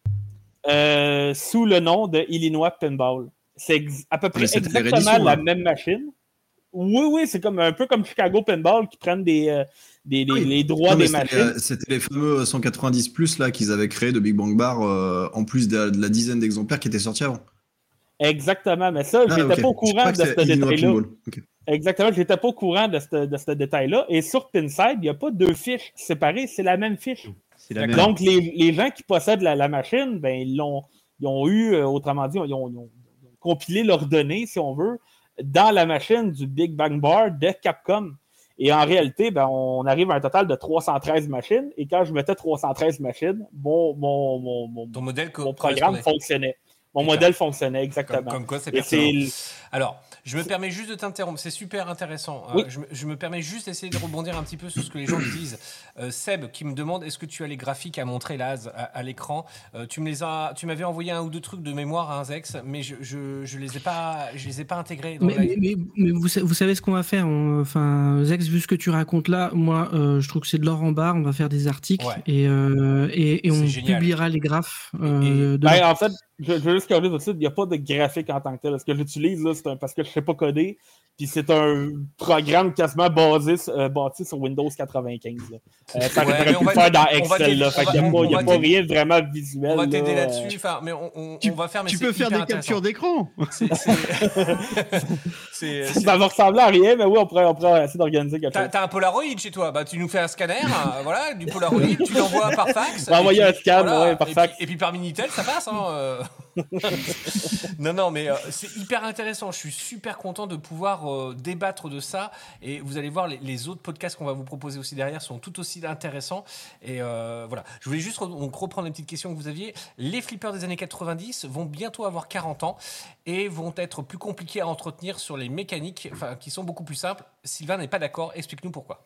euh, sous le nom de Illinois Pinball. C'est ex- à peu près Mais c'était des exactement rééditions, la là. même machine. Oui, oui, c'est comme un peu comme Chicago Pinball qui prennent des, euh, des, des- Oui. les droits Non, mais des c'était, machines. euh, c'était les fameux cent quatre-vingt-dix plus là qu'ils avaient créé de Big Bang Bar, euh, en plus de la, de la dizaine d'exemplaires qui étaient sortis avant. Exactement, mais ça, Ah, j'étais ok. pas au Je courant crois de que ce c'est Illinois détail-là. Pinball. Ok. Exactement, j'étais pas au courant de ce de ce détail-là. Et sur Pinside, il n'y a pas deux fiches séparées, c'est la même fiche. C'est la même. Donc, les, les gens qui possèdent la, la machine, ben, ils l'ont ils ont eu, euh, autrement dit, ils ont, ils ont- ils ont compilé leurs données, si on veut, dans la machine du Big Bang Bar de Capcom. Et en réalité, ben, on arrive à un total de trois cent treize machines. Et quand je mettais trois cent treize machines, mon, mon, mon, mon, Ton modèle co- mon programme correspondait. fonctionnait. Mon Putain. modèle fonctionnait, exactement. Comme, comme quoi, c'est Et pertinent. c'est- Alors, je me permets juste de t'interrompre, c'est super intéressant. Euh, Oui. je, me, je me permets juste d'essayer de rebondir un petit peu sur ce que les gens disent. Euh, Seb qui me demande est-ce que tu as les graphiques à montrer là à, à l'écran. Euh, tu me les as, tu m'avais envoyé un ou deux trucs de mémoire à un Zex, mais je, je, je les ai pas, je les ai pas intégrés dans Mais, le live. mais- mais- mais vous, sa- vous savez ce qu'on va faire. on- Enfin, Zex, vu ce que tu racontes là, moi, euh, je trouve que c'est de l'or en barre. On va faire des articles Ouais. et, euh, et, et C'est on génial. publiera les graphes. Et- euh, de Ben, leur- en fait, je, je veux juste corriger tout de suite, il n'y a pas de graphique en tant que tel. Ce que j'utilise, là, c'est un- parce que je ne sais pas coder, puis c'est un programme quasiment basé, euh, bâti sur Windows quatre-vingt-quinze. Là. Euh, ça Ouais, aurait mais pu on va le faire t'aider- dans on va Excel. t'aider- Là, fait on qu'il n'y va- a pas, il y a on va pas t'aider- rien de vraiment visuel. On va t'aider là. là-dessus. Enfin, mais on, on, Tu, on va faire. Mais tu c'est peux faire hyper des intéressant. captures d'écran. C'est- c'est- c'est- c'est- Ça va ressembler à rien, mais oui, on pourrait, on pourrait essayer d'organiser quelque T'as, chose. t'as un Polaroid chez toi, bah tu nous fais un scanner, euh, voilà, du Polaroid, tu l'envoies par fax. On va et envoyer puis, un scan, ouais, par et fax. Puis, et puis par Minitel, ça passe. Hein, euh. non, non, mais euh, c'est hyper intéressant. Je suis super content de pouvoir euh, débattre de ça. Et vous allez voir, les, les autres podcasts qu'on va vous proposer aussi derrière sont tout aussi intéressants. Et euh, voilà, je voulais juste re- donc, reprendre les petites questions que vous aviez. Les flippers des années quatre-vingt-dix vont bientôt avoir quarante ans et vont être plus compliqués à entretenir sur les mécaniques, enfin, qui sont beaucoup plus simples. Sylvain n'est pas d'accord. Explique-nous pourquoi.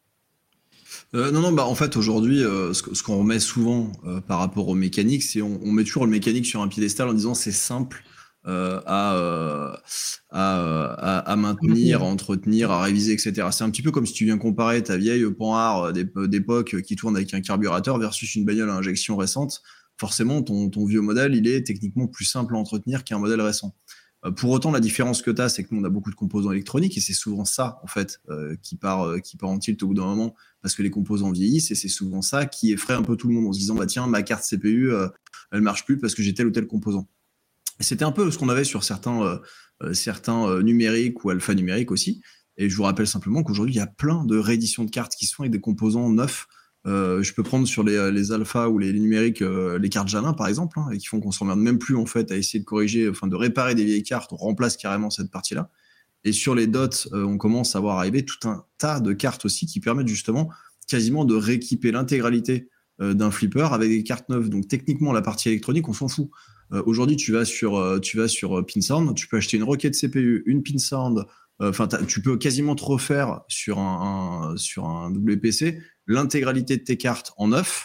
Euh, non, non, bah en fait aujourd'hui, euh, ce, que- ce qu'on remet souvent euh, par rapport aux mécaniques, c'est on, on met toujours le mécanique sur un piédestal en disant c'est simple euh, à, euh, à, euh, à, à maintenir, à entretenir, à réviser, et cetera. C'est un petit peu comme si tu viens comparer ta vieille Panhard euh, d'ép- d'époque qui tourne avec un carburateur versus une bagnole à injection récente. Forcément, ton, ton vieux modèle, il est techniquement plus simple à entretenir qu'un modèle récent. Euh, Pour autant, la différence que tu as, c'est que nous, on a beaucoup de composants électroniques et c'est souvent ça, en fait, euh, qui part, euh, qui part en tilt au bout d'un moment parce que les composants vieillissent et c'est souvent ça qui effraie un peu tout le monde en se disant, bah tiens, ma carte C P U, euh, elle marche plus parce que j'ai tel ou tel composant. Et c'était un peu ce qu'on avait sur certains, euh, euh, certains euh, numériques ou alphanumériques aussi. Et je vous rappelle simplement qu'aujourd'hui, il y a plein de rééditions de cartes qui se font avec des composants neufs. Euh, je peux prendre sur les, les alphas ou les, les numériques euh, les cartes Jalin par exemple, hein, et qui font qu'on s'emmerde même plus en fait à essayer de corriger, enfin de réparer des vieilles cartes. On remplace carrément cette partie-là. Et sur les dots, euh, on commence à voir arriver tout un tas de cartes aussi qui permettent justement quasiment de rééquiper l'intégralité euh, d'un flipper avec des cartes neuves. Donc techniquement, la partie électronique, on s'en fout. Euh, aujourd'hui, tu vas sur, euh, tu vas sur euh, Pinsound, tu peux acheter une requête C P U, une Pinsound. Enfin, euh, tu peux quasiment te refaire sur un, un sur un W P C l'intégralité de tes cartes en neuf.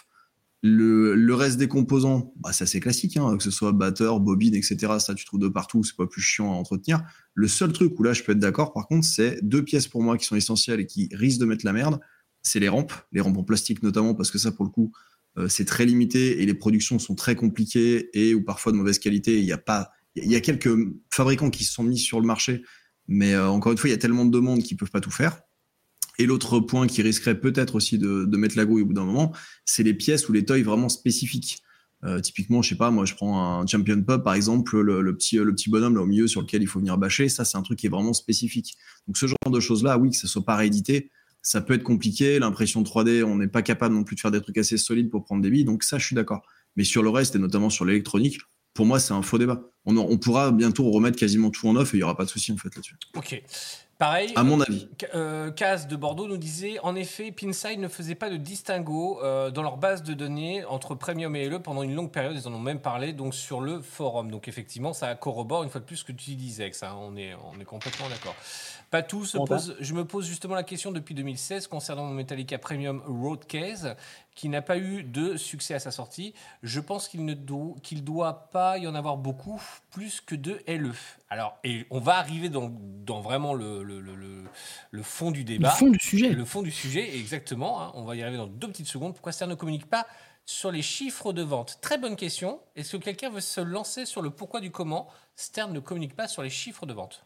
Le, le reste des composants, bah, c'est assez classique, hein, que ce soit batteur, bobine, et cetera. Ça, tu trouves de partout, c'est pas plus chiant à entretenir. Le seul truc où là, je peux être d'accord, par contre, c'est deux pièces pour moi qui sont essentielles et qui risquent de mettre la merde. C'est les rampes, les rampes en plastique notamment, parce que ça, pour le coup, euh, c'est très limité et les productions sont très compliquées et ou parfois de mauvaise qualité. Il y a pas, il y a quelques fabricants qui se sont mis sur le marché, mais euh, encore une fois, il y a tellement de demandes qu'ils peuvent pas tout faire. Et l'autre point qui risquerait peut-être aussi de, de mettre la grouille au bout d'un moment, c'est les pièces ou les toys vraiment spécifiques. Euh, typiquement, je sais pas, moi je prends un Champion Pop par exemple, le, le, petit, le petit bonhomme là au milieu sur lequel il faut venir bâcher, ça c'est un truc qui est vraiment spécifique. Donc ce genre de choses-là, oui, que ça soit pas réédité, ça peut être compliqué. L'impression trois D, on n'est pas capable non plus de faire des trucs assez solides pour prendre des billes, donc ça je suis d'accord. Mais sur le reste, et notamment sur l'électronique, pour moi c'est un faux débat. On, on pourra bientôt remettre quasiment tout en neuf et il n'y aura pas de souci en fait là-dessus. Ok. Pareil, à mon avis. Euh, Kaz de Bordeaux nous disait en effet, Pinside ne faisait pas de distinguo euh, dans leur base de données entre Premium et L E pendant une longue période. Ils en ont même parlé donc sur le forum. Donc effectivement, ça corrobore une fois de plus ce que tu disais. Que ça, on est, on est complètement d'accord. Patou se pose, je me pose justement la question depuis deux mille seize concernant mon Metallica Premium Roadcase qui n'a pas eu de succès à sa sortie. Je pense qu'il ne do- qu'il doit pas y en avoir beaucoup plus que de L E. Alors, et on va arriver dans, dans vraiment le, le, le, le, le fond du débat. Le fond du sujet. Le fond du sujet, exactement. Hein, on va y arriver dans deux petites secondes. Pourquoi Stern ne communique pas sur les chiffres de vente? Très bonne question. Est-ce que quelqu'un veut se lancer sur le pourquoi du comment Stern ne communique pas sur les chiffres de vente?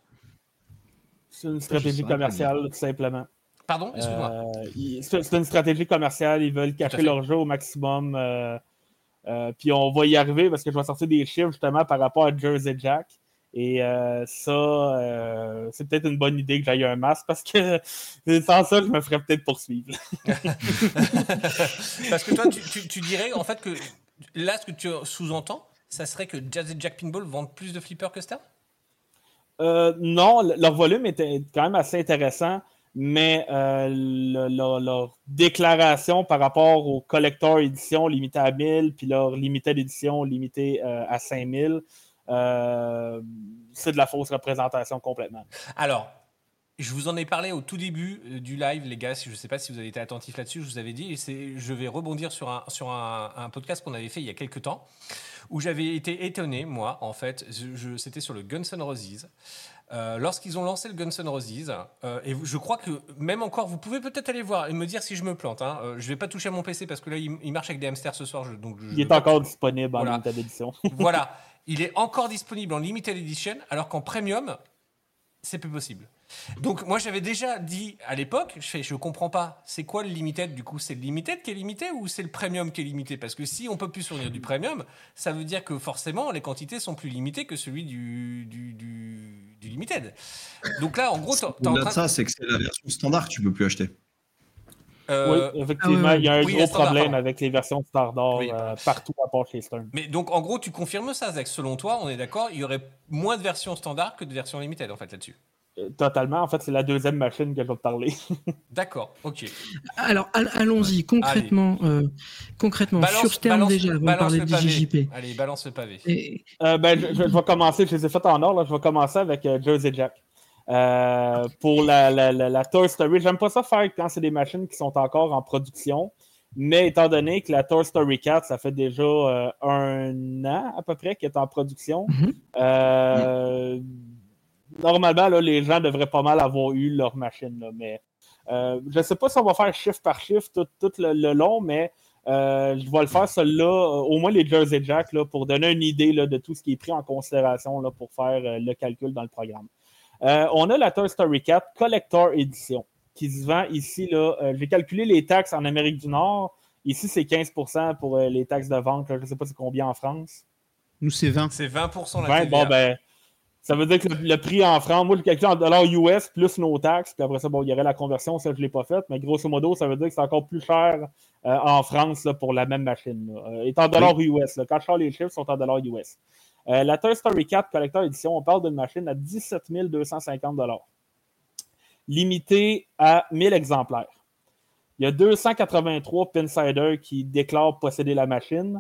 C'est une stratégie commerciale, tout simplement. Pardon, excuse-moi. Euh, il- c'est c'est une stratégie commerciale. Ils veulent cacher leur jeu au maximum. Euh, euh, puis on va y arriver parce que je vais sortir des chiffres justement par rapport à Jersey Jack. Et euh, ça, euh, c'est peut-être une bonne idée que j'aille un masque parce que sans ça, je me ferais peut-être poursuivre. Parce que toi, tu, tu, tu dirais en fait que là, ce que tu sous-entends, ça serait que Jersey Jack Pinball vendent plus de flippers que Stern? Euh, non, le- leur volume était quand même assez intéressant. mais euh, le- leur, leur déclaration par rapport aux collector éditions limitées à mille, puis leur limited édition limitée euh, à cinq mille, euh, c'est de la fausse représentation complètement. Alors, je vous en ai parlé au tout début euh, du live, les gars. Si- Je ne sais pas si vous avez été attentifs là-dessus. Je vous avais dit, et c'est, je vais rebondir sur un, sur un, un podcast qu'on avait fait il y a quelques temps, où j'avais été étonné, moi, en fait. Je, je- c'était sur le Guns N' Roses. Euh, lorsqu'ils ont lancé le Guns N' Roses, euh, et vous- je crois que même encore, vous pouvez peut-être aller voir et me dire si je me plante. Hein. Euh, je vais pas toucher à mon P C parce que là, il, il marche avec des hamsters ce soir. Je, donc je Il vais est pas encore toucher. disponible en Voilà. limited édition. Voilà, il est encore disponible en limited edition, alors qu'en premium, c'est plus possible. Donc moi j'avais déjà dit à l'époque, je fais, je comprends pas, c'est quoi le limited du coup? C'est le limited qui est limité ou c'est le premium qui est limité? Parce que si on peut plus fournir du premium, ça veut dire que forcément les quantités sont plus limitées que celui du, du, du, du limited. Donc là en gros t'es, t'es en Au-delà train de ça, c'est que c'est la version standard que tu peux plus acheter. euh, Oui, effectivement, ah ouais, il y a un oui, la gros standard, problème pardon. avec les versions standard Oui, euh, pardon. partout à part chez Stern. Mais donc en gros tu confirmes ça, Zach? Selon toi, on est d'accord, il y aurait moins de versions standard que de versions limited en fait là-dessus. Euh, Totalement. En fait, c'est la deuxième machine que je vais te parler. D'accord, ok. Alors, all- allons-y, concrètement, euh, concrètement sur Stern balance- déjà, avant de balance parler le des pavé. J J P. Allez, balance le pavé. Et- Euh, ben, je, je- je vais commencer, je les ai fait en ordre. là. Je vais commencer avec euh, Jersey Jack. Euh, pour la, la, la, la Toy Story, j'aime pas ça faire quand c'est des machines qui sont encore en production. Mais étant donné que la Toy Story quatre, ça fait déjà euh, un an à peu près qu'elle est en production, Mhm. euh, normalement, là, les gens devraient pas mal avoir eu leur machine. Là, mais euh, je ne sais pas si on va faire chiffre par chiffre tout, tout le, le long, mais euh, je vais le faire celui-là, euh, au moins les Jersey Jack, là, pour donner une idée là, de tout ce qui est pris en considération là, pour faire euh, le calcul dans le programme. Euh, on a la Toy Story quatre Collector Edition qui se vend ici. Là, euh, j'ai calculé les taxes en Amérique du Nord. Ici, c'est quinze pour cent pour euh, les taxes de vente. Là. Je ne sais pas c'est combien en France. Nous, c'est vingt. C'est vingt pour cent la vingt, T V A. bon, ben, ça veut dire que le, le prix en France, moi, je calcule en dollars U S plus nos taxes. Puis après ça, bon, il y aurait la conversion, ça, je ne l'ai pas faite. Mais grosso modo, ça veut dire que c'est encore plus cher euh, en France là, pour la même machine. Là. Euh, est en dollars U S. Là. Quand je sors les chiffres, sont en dollars U S. Euh, la Toy Story quatre Collector Edition, on parle d'une machine à dix-sept mille deux cent cinquante dollars. Limitée à mille exemplaires. Il y a deux cent quatre-vingt-trois Pinsiders qui déclarent posséder la machine.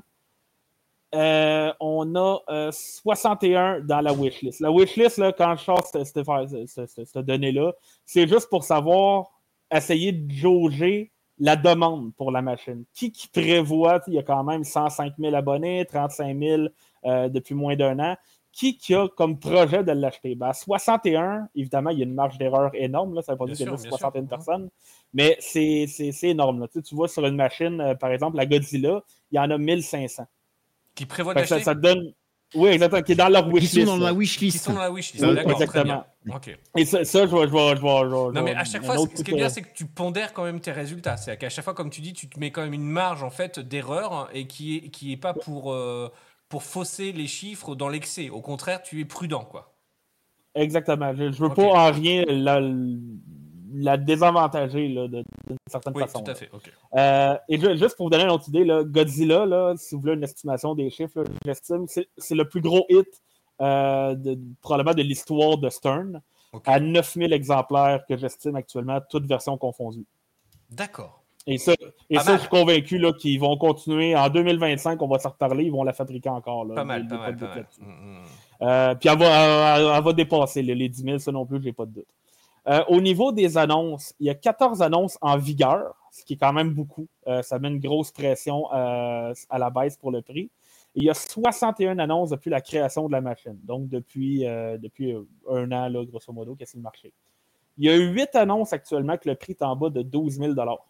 Euh, on a euh, soixante et un dans la wishlist. La wishlist, là, quand je sors cette, cette, cette, cette, cette donnée-là, c'est juste pour savoir, essayer de jauger la demande pour la machine. Qui qui prévoit, il y a quand même cent cinq mille abonnés, trente-cinq mille euh, depuis moins d'un an. Qui qui a comme projet de l'acheter? Ben, à soixante et un, évidemment, il y a une marge d'erreur énorme. Là, ça ne veut pas Bien dire qu'il y a sûr, juste bien soixante et un sûr. personnes. Mais c'est, c'est, c'est énorme. Là. Tu sais, tu vois, sur une machine, euh, par exemple, la Godzilla, il y en a mille cinq cents. Qui prévoit Fait que ça, d'acheter ça te donne... Oui, exactement, qui est dans leur Ils wishlist. sont dans la là. qui wishlist. sont dans la wishlist. Oui, D'accord, très exactement. bien. Ok. Et ça, ça, je vais... Je vais, je vais, je vais Non mais je à vais- chaque un fois, autre ce qui est truc, bien, euh, c'est que tu pondères quand même tes résultats. C'est qu'à chaque fois, comme tu dis, tu te mets quand même une marge en fait d'erreur hein, et qui est qui est pas pour euh, pour fausser les chiffres dans l'excès. Au contraire, tu es prudent quoi. Exactement. Je ne veux Ok. pas en rien la, la désavantager là, de- d'une certaine Oui, façon. tout là. à fait. Ok. Euh, et ju- juste pour vous donner une autre idée, là, Godzilla, là, si vous voulez une estimation des chiffres, là, j'estime c'est c'est le plus gros hit euh, de, probablement de l'histoire de Stern, Ok. à neuf mille exemplaires que j'estime actuellement, toutes versions confondues. D'accord. Et ça, et Pas ça mal. je suis convaincu là, qu'ils vont continuer. En deux mille vingt-cinq, on va s'en reparler, ils vont la fabriquer encore. Là. Pas Il y mal, a pas pas mal, de pas doute mal. là-dessus. Mm, mm. Euh, puis elle va, elle- elle va dépasser les, les dix mille, ça non plus, j'ai pas de doute. Euh, au niveau des annonces, il y a quatorze annonces en vigueur, ce qui est quand même beaucoup. Euh, ça met une grosse pression euh, à la baisse pour le prix. Et il y a soixante et une annonces depuis la création de la machine, donc depuis, euh, depuis un an, là, grosso modo, qu'est-ce que le marché. Il y a huit annonces actuellement que le prix est en bas de douze mille dollars.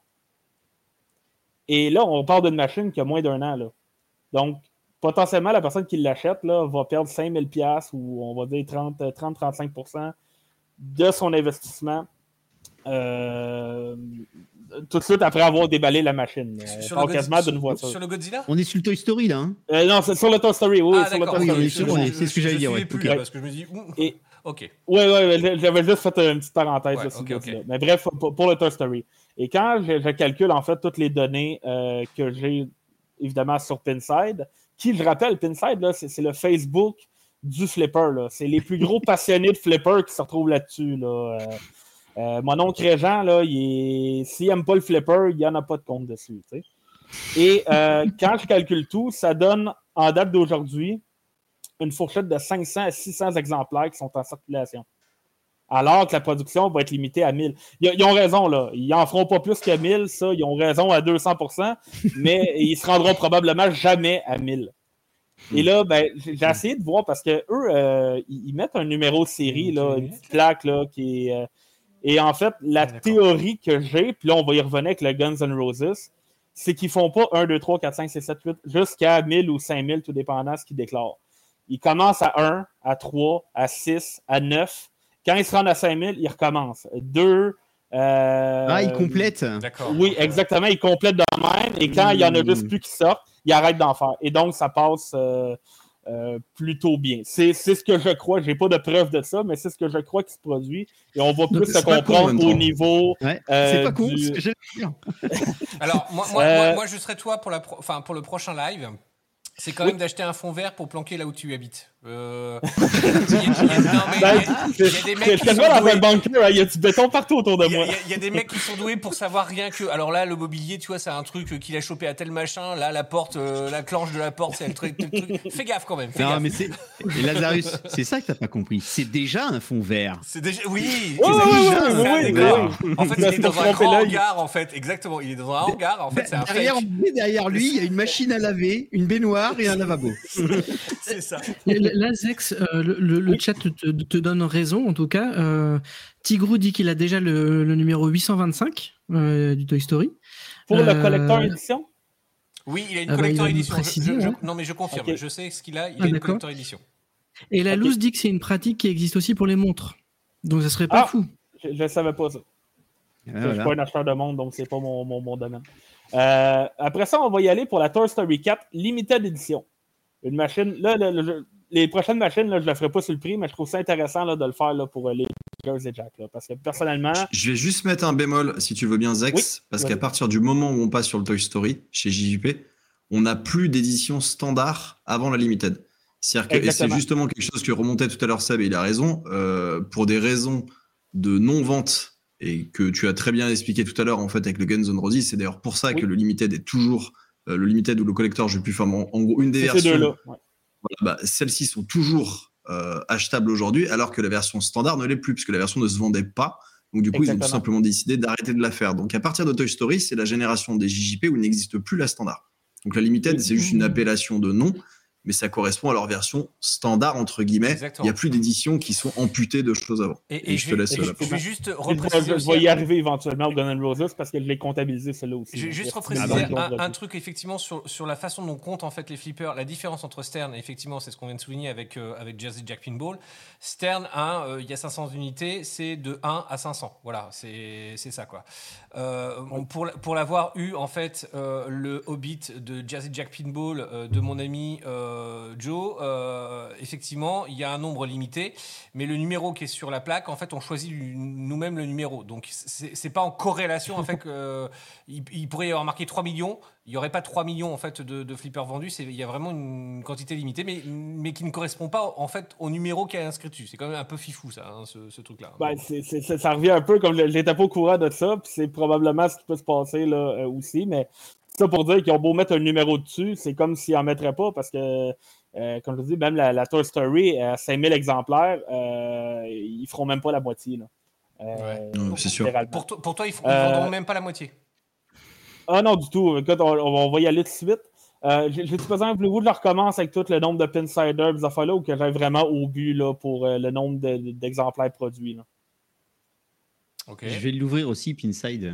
Et là, on parle d'une machine qui a moins d'un an. Là. Donc, potentiellement, la personne qui l'achète là, va perdre cinq mille dollars ou on va dire trente à trente-cinq pour cent de son investissement euh, tout de suite après avoir déballé la machine. On Sur parle le quasiment Godzi- d'une voiture. Sur le Godzilla. On est sur le Toy Story, là. Hein. Euh, non, c'est sur le Toy Story. Oui, Ah sur le d'accord. Toy oui, ok, on est Story. sur- je- on est- je- c'est ce que je- j'allais je dire, suivais ouais. plus, Ok. là, parce que je me dis. ouh, Et- Ok. Oui, oui, j'avais juste fait une petite parenthèse Ouais, là, sur ok, le ok. Godzilla. Mais bref, pour, pour le Toy Story. Et quand je, je calcule en fait toutes les données euh, que j'ai évidemment sur Pinside, qui, je rappelle, Pinside, là, c'est, c'est le Facebook du flipper. Là. C'est les plus gros passionnés de flipper qui se retrouvent là-dessus. Là. Euh, Euh, mon oncle Régent, là, il est... s'il n'aime pas le flipper, il n'y en a pas de compte dessus. T'sais. Et euh, quand je calcule tout, ça donne, en date d'aujourd'hui, une fourchette de cinq cents à six cents exemplaires qui sont en circulation. Alors que la production va être limitée à mille. Ils, ils ont raison, là. Ils n'en feront pas plus que mille, ça. Ils ont raison à deux cents pour cent, mais ils se rendront probablement jamais à mille. Et là, ben, j'ai j'ai essayé de voir parce que eux, euh, ils, ils mettent un numéro de série, là, une petite plaque, là, qui est. Euh, et en fait, la Ah, théorie que j'ai, puis là, on va y revenir avec le Guns N' Roses, c'est qu'ils font pas un, deux, trois, quatre, cinq, six, sept, huit jusqu'à mille ou cinq mille, tout dépendant de ce qu'ils déclarent. Ils commencent à un, à trois, à six, à neuf. Quand ils se rendent à cinq mille, ils recommencent. deux. Euh... Ah, il complète. D'accord. Oui, exactement. Ils complètent de même. Et quand il y en a juste plus qui sortent, ils arrêtent d'en faire. Et donc, ça passe euh, euh, plutôt bien. C'est, c'est ce que je crois. Je n'ai pas de preuve de ça, mais c'est ce que je crois qui se produit. Et on va plus Donc, se c'est pas con, en comprendre même au temps. niveau. Ouais, Euh, c'est pas con, du- ce que j'allais dire. Alors, moi, moi, Euh, moi, moi, je serais toi pour, la pro- enfin, pour le prochain live. C'est quand même d'acheter un fond vert pour planquer là où tu habites. Euh... il y a- il y a- non, mais il y a- Ben, il y a des mecs c'est qui quasiment sont dans doués. un bunker. hein. Il y a du béton partout autour de Il y, a, moi. il y a- il y a des mecs qui sont doués pour savoir rien que. Alors là, le mobilier, tu vois, c'est un truc qu'il a chopé à tel machin. Là, la porte, euh, la clenche de la porte, c'est un truc, tel truc. Fais gaffe quand même. Fais Non, gaffe. mais c'est. Et Lazarus, c'est ça que t'as pas compris. C'est déjà un fond vert. C'est déjà. Oui. Oui, c'est oui, déjà oui, un oui, fan, oui, d'accord. oui. En fait, Là, il est c'est dans pour un tromper grand l'œil. hangar, en fait. Exactement. Il est dans un hangar. En fait, c'est un derrière, fake. derrière lui, il y a une machine à laver, une baignoire et un lavabo. C'est ça. Lazex, euh, le, le- le chat te, te donne raison, en tout cas. Euh, Tigrou dit qu'il a déjà le, le numéro huit cent vingt-cinq euh, du Toy Story. Pour le Euh, collector édition. Oui, il a une Ah bah, collector il va nous edition. Je- préciser, je- je- ouais. non, mais je confirme. Ok. Je sais ce qu'il a. Il Ah, a une d'accord. collector edition. Et la Ok. loose dit que c'est une pratique qui existe aussi pour les montres. Donc ça serait pas Ah. fou. Je ne savais pas ça. Ah, Je ne suis voilà. pas un acheteur de monde, donc c'est pas mon, mon, mon domaine. Euh, après ça, on va y aller pour la Toy Story quatre Limited Edition. Une machine. Là, le- le- le- les prochaines machines, là, je ne la ferai pas sur le prix, mais je trouve ça intéressant là, de le faire là, pour euh, les Jersey et Jack. Là, parce que personnellement. Je vais juste mettre un bémol, si tu veux bien, Zex, Oui, parce vas-y. qu'à partir du moment où on passe sur le Toy Story, chez J J P, on n'a plus d'édition standard avant la Limited. C'est-à-dire que, et c'est Exactement. justement quelque chose que remontait tout à l'heure Seb, et il a raison, euh, pour des raisons de non-vente, et que tu as très bien expliqué tout à l'heure, en fait, avec le Guns N' Roses, c'est d'ailleurs pour ça Oui. que le Limited est toujours, euh, le Limited ou le Collector, je ne sais plus, enfin, en, en gros, une des C'est ces versions, deux-là. Ouais. voilà, bah, celles-ci sont toujours euh, achetables aujourd'hui, alors que la version standard ne l'est plus, puisque la version ne se vendait pas. Donc du coup, ils ont Exactement. tout simplement décidé d'arrêter de la faire. Donc à partir de Toy Story, c'est la génération des J J P où il n'existe plus la standard. Donc la Limited, c'est juste une appellation de nom, mais ça correspond à leur version standard, entre guillemets. Exactement. Il n'y a plus d'éditions qui sont amputées de choses avant. Et, et je je te vais, laisse je, la je vais juste Je, repréciser je aussi- vais y arriver éventuellement au Guns N' Roses parce que je l'ai comptabilisé celle-là aussi. Je vais Donc, juste il y a repréciser six millions un, de un revenus. truc effectivement sur, sur la façon dont comptent en fait les flippers. La différence entre Stern, effectivement, c'est ce qu'on vient de souligner avec, euh, avec Jersey Jack Pinball. Stern, un, euh, il y a cinq cents unités, c'est de un à cinq cents. Voilà, c'est c'est ça quoi. Euh, Ouais. Pour, pour l'avoir eu, en fait, euh, le Hobbit de Jersey Jack Pinball euh, de mon ami euh, Joe, euh, effectivement, il y a un nombre limité, mais le numéro qui est sur la plaque, en fait, on choisit lui- nous-mêmes le numéro. Donc, c'est c'est pas en corrélation, en fait, que, euh, il, il pourrait y avoir marqué trois millions. Il n'y aurait pas trois millions en fait, de, de flippers vendus. C'est- Il y a vraiment une quantité limitée, mais, mais qui ne correspond pas en fait, au numéro qui est inscrit dessus. C'est quand même un peu fifou, ça, hein, ce, ce truc-là. Ben, c'est- c'est- c'est- ça revient un peu comme je j'étais pas au courant de ça, puis c'est probablement ce qui peut se passer là euh, aussi, mais ça pour dire qu'ils ont beau mettre un numéro dessus, c'est comme s'ils en mettraient pas parce que, euh, comme je vous dis, même la, la Toy Story à cinq mille exemplaires, euh, ils feront même pas la moitié. Là. Euh, Ouais. Ouais, c'est sûr. littéralement. Pour, toi- pour toi, ils ne Euh, vendront même pas la moitié. Ah non, du tout. Écoute, on, on va y aller tout de suite. Euh, j'ai j'ai besoin, voulez-vous que je recommence avec tout le nombre de Pinsider, ces affaires-là, ou que j'aille vraiment au but là, pour euh, le nombre de- de- d'exemplaires produits? Là? Ok. Je vais l'ouvrir aussi, Pinside.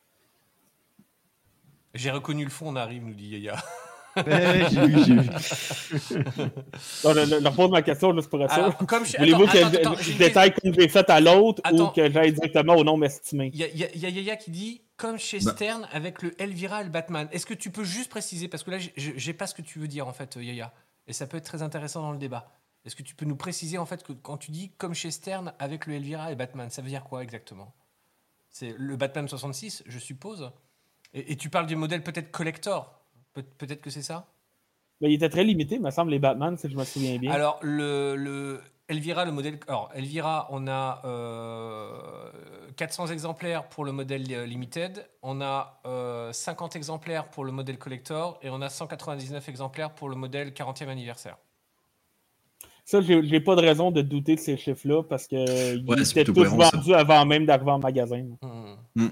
J'ai reconnu le fond, on arrive, nous dit Yaya. Ouais, j'ai vu, j'ai vu. Non, je, je, je repose ma question juste pour être sûr. Alors, comme je... Voulez-vous attends, que attends, je, attends, je j'ai une détaille comme j'ai fait à l'autre Attends. ou que j'aille directement au nombre estimé? Il y, a- il y a il y a Yaya qui dit comme chez Bah. Stern avec le Elvira et le Batman. Est-ce que tu peux juste préciser parce que là j'ai- j'ai pas ce que tu veux dire en fait Yaya et ça peut être très intéressant dans le débat. Est-ce que tu peux nous préciser en fait que quand tu dis comme chez Stern avec le Elvira et Batman, ça veut dire quoi exactement? C'est le Batman soixante-six, je suppose. Et, et tu parles du modèle peut-être collector. Pe- peut-être que c'est ça. Mais il était très limité, il me semble, les Batman, si je me souviens bien. Alors, le, le Elvira, le modèle. Alors, Elvira, on a euh, quatre cents exemplaires pour le modèle euh, limited, on a euh, cinquante exemplaires pour le modèle collector et on a cent quatre-vingt-dix-neuf exemplaires pour le modèle quarantième anniversaire. Ça, j'ai, j'ai pas de raison de douter de ces chiffres-là parce que ils Ouais, c'est étaient plutôt tous cohérent, ça. vendus avant même d'arriver en magasin. Hmm. Mm.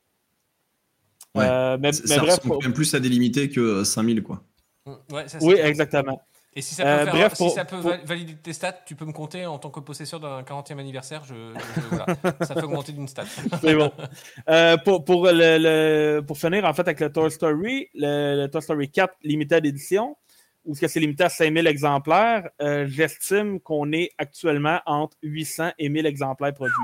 Ouais. Euh, mais, ça mais bref, ressemble quand même plus à des limités que cinq mille, quoi. Hmm. Ouais, ça, c'est oui, clair. exactement. Et si ça peut, Euh, faire- bref, si pour- ça peut pour- val- valider tes stats, tu peux me compter en tant que possesseur d'un quarantième anniversaire. Je, je- je- voilà. Ça fait augmenter d'une stat. C'est bon. Euh, pour, pour, le, le- pour finir, en fait, avec le Toy Story, le, le Toy Story quatre Limited Edition, où c'est limité à cinq mille exemplaires, euh, j'estime qu'on est actuellement entre huit cents et mille exemplaires produits.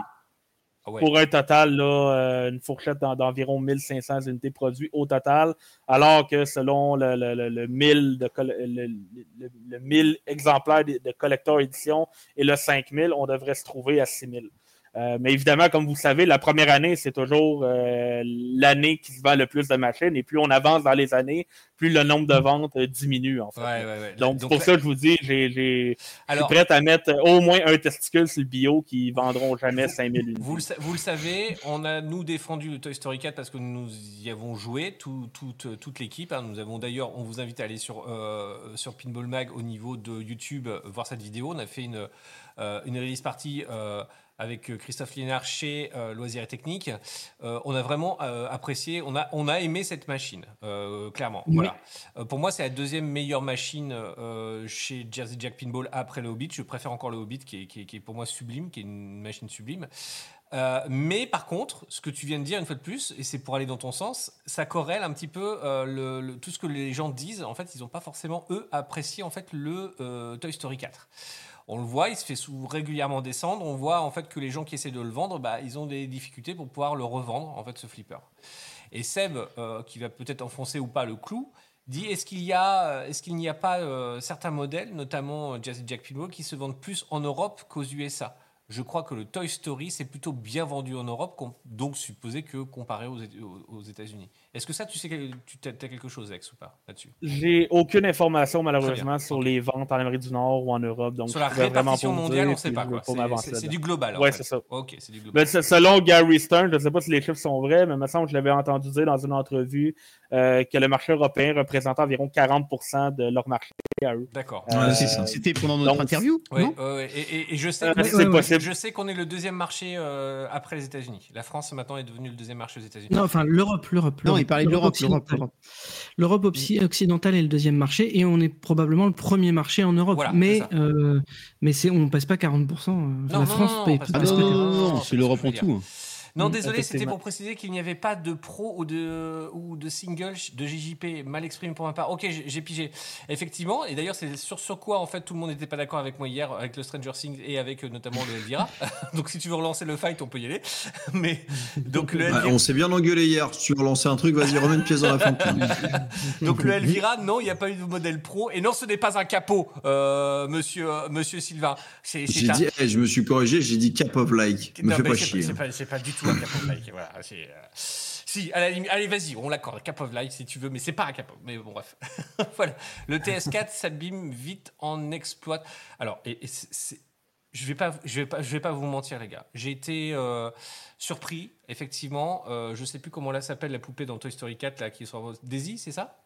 Ah ouais. Pour un total, là, euh, une fourchette d'en- d'environ mille cinq cents unités produites au total, alors que selon le, le, le, le mille de coll- le, le, le mille exemplaires de, de Collector Edition et le cinq mille, on devrait se trouver à six mille. Euh, mais évidemment, comme vous savez, la première année, c'est toujours euh, l'année qui se vend le plus de machines. Et plus on avance dans les années, plus le nombre de ventes euh, diminue, en fait. Ouais, ouais, ouais. Donc, Donc, pour là- ça, je vous dis, j'ai, j'ai, je suis Alors- prêt à mettre au moins un testicule sur le bio qui vendront jamais cinq mille unités. Vous le, sa- vous le savez, on a nous défendu le Toy Story quatre parce que nous y avons joué, tout- toute, toute l'équipe. hein. Nous avons d'ailleurs, on vous invite à aller sur, euh, sur Pinball Mag au niveau de YouTube, euh, voir cette vidéo. On a fait une, euh, une release party euh, avec Christophe Liénard chez euh, Loisirs et Techniques. Euh, on a vraiment euh, apprécié, on a, on a aimé cette machine, euh, clairement. Oui. Voilà. Euh, pour moi, c'est la deuxième meilleure machine euh, chez Jersey Jack Pinball après le Hobbit. Je préfère encore le Hobbit qui est, qui est- qui est pour moi sublime, qui est une machine sublime. Euh, mais par contre, ce que tu viens de dire une fois de plus, et c'est pour aller dans ton sens, ça corrèle un petit peu euh, le, le- tout ce que les gens disent. En fait, ils n'ont pas forcément, eux, apprécié en fait, le euh, Toy Story quatre. On le voit, il se fait sous- régulièrement descendre. On voit en fait que les gens qui essaient de le vendre, bah, ils ont des difficultés pour pouvoir le revendre, en fait, ce flipper. Et Seb, euh, qui va peut-être enfoncer ou pas le clou, dit est-ce qu'il y a, est-ce qu'il n'y a pas euh, certains modèles, notamment euh, Jersey Jack Pinball, qui se vendent plus en Europe qu'aux U S A? Je crois que le Toy Story c'est plutôt bien vendu en Europe, com- donc supposé que comparé aux, Éta- aux- aux États-Unis. Est-ce que ça, tu sais, quel- tu as quelque chose, Lex, ou pas là-dessus? J'ai aucune information, malheureusement, bien. sur Ok. les ventes en Amérique du Nord ou en Europe. Donc, Sur la je pourrais vraiment répartition pas vous mondiale, dire, on ne sait puis pas je quoi. veux pas C'est- m'avancer C'est c'est là-dedans. du global. en Ouais, fait. c'est ça. Ok, c'est du global. Ben, c'est- selon Gary Stern, je ne sais pas si les chiffres sont vrais, mais il me semble que je l'avais entendu dire dans une entrevue euh, que le marché européen représentait environ quarante pour cent de leur marché à eux. D'accord. Euh, Ouais, c'est ça. C'était pendant notre donc, interview, Ouais, non ouais, ouais. Et, et- et je sais, Euh, qu'on- c'est je- possible. je sais qu'on est le deuxième marché euh, après les États-Unis. La France maintenant est devenue le deuxième marché aux États-Unis. Non, enfin l'Europe, l'Europe. Non, l'Europe. il parlait de l'Europe, l'Europe, occidentale. l'Europe. L'Europe occi- occidentale est le deuxième marché et on est probablement le premier marché en Europe. Voilà, mais c'est ça. euh, mais c'est on passe pas quarante pour cent. euh, Non, la non, France non, non, paye on passe pas Ah pas de non, non, spectacle. non, Non, non, c'est c'est l'Europe ce que en je veux tout. hein. Non, Mm, désolé, c'était effectivement. pour préciser qu'il n'y avait pas de pro ou de, ou de single de J J P. Mal exprimé pour ma part. Ok, j'ai j'ai pigé. Effectivement, et d'ailleurs, c'est sur, sur quoi en fait tout le monde n'était pas d'accord avec moi hier, avec le Stranger Things et avec euh, notamment le Elvira. Donc si tu veux relancer le fight, on peut y aller. Mais donc le Ouais, Elvira, on s'est bien engueulé hier. Si tu veux lancer un truc, vas-y, remets une pièce dans la fontaine. donc le Elvira, non, il n'y a pas eu de modèle pro. Et non, ce n'est pas un capot, euh, monsieur, euh, monsieur Sylvain. C'est c'est J'ai un- dit, hey, je me suis corrigé, j'ai dit cap of like. Me Non, fais mais pas c'est chier. C'est pas, c'est pas du tout un cap of like. Voilà, c'est, euh, si, à la limite- allez, vas-y, on l'accorde, cap of like si tu veux, mais c'est pas un cap of. Mais bon, bref. Voilà. Le T S quatre s'abîme vite en exploit. Alors, et, et c'est- c'est- je vais pas, je vais pas, je vais pas vous mentir, les gars. J'ai été euh, surpris, effectivement. Euh, je sais plus comment là s'appelle la poupée dans Toy Story quatre là, qui est sur Daisy, c'est ça?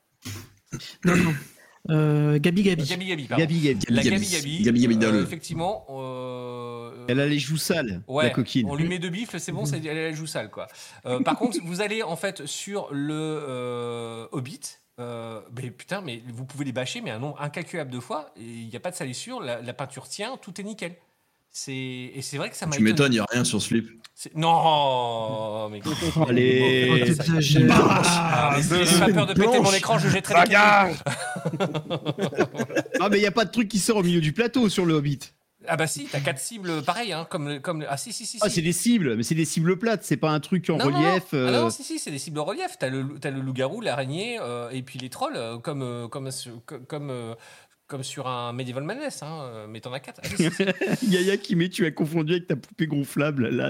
Non, non. Euh, Gabi Gabi. Gabi Gabi, pardon. Gabi, Gabi. La Gabi. Gabi Gabi. Gabi Gabi euh, Dalle. effectivement. euh, Elle a les joues sales, Ouais, la coquine. on lui met deux bifles, c'est bon, c'est, elle elle joue sale, quoi. Euh, par contre, vous allez en fait sur le euh, Hobbit. Euh, mais putain, mais vous pouvez les bâcher, mais un nombre incalculable de fois. Il n'y a pas de salissure, la, la peinture tient, tout est nickel. C'est et c'est vrai que ça m'a Tu étonné. m'étonnes, il n'y a rien sur ce flip. C'est- Non, mais Allez. Oh, ça- t'exagères. Ah, mais si j'ai pas peur de péter mon écran, je jetterai les cailloux. Ah, mais il n'y a pas de truc qui sort au milieu du plateau sur le Hobbit. Ah bah si, t'as quatre cibles pareilles, hein, comme le- comme le- ah si si si. Ah, si. c'est des cibles, mais c'est des cibles plates, c'est pas un truc en Non, non, relief. non. Ah euh, non, si, si, c'est des cibles en relief. T'as le, t'as le loup-garou, l'araignée, euh, et puis les trolls, euh, comme, euh, comme, sur- comme, comme, euh, comme sur un Medieval Madness, hein, euh, mais t'en as quatre. Allez, si, si. Yaya qui met, tu as confondu avec ta poupée gonflable, là.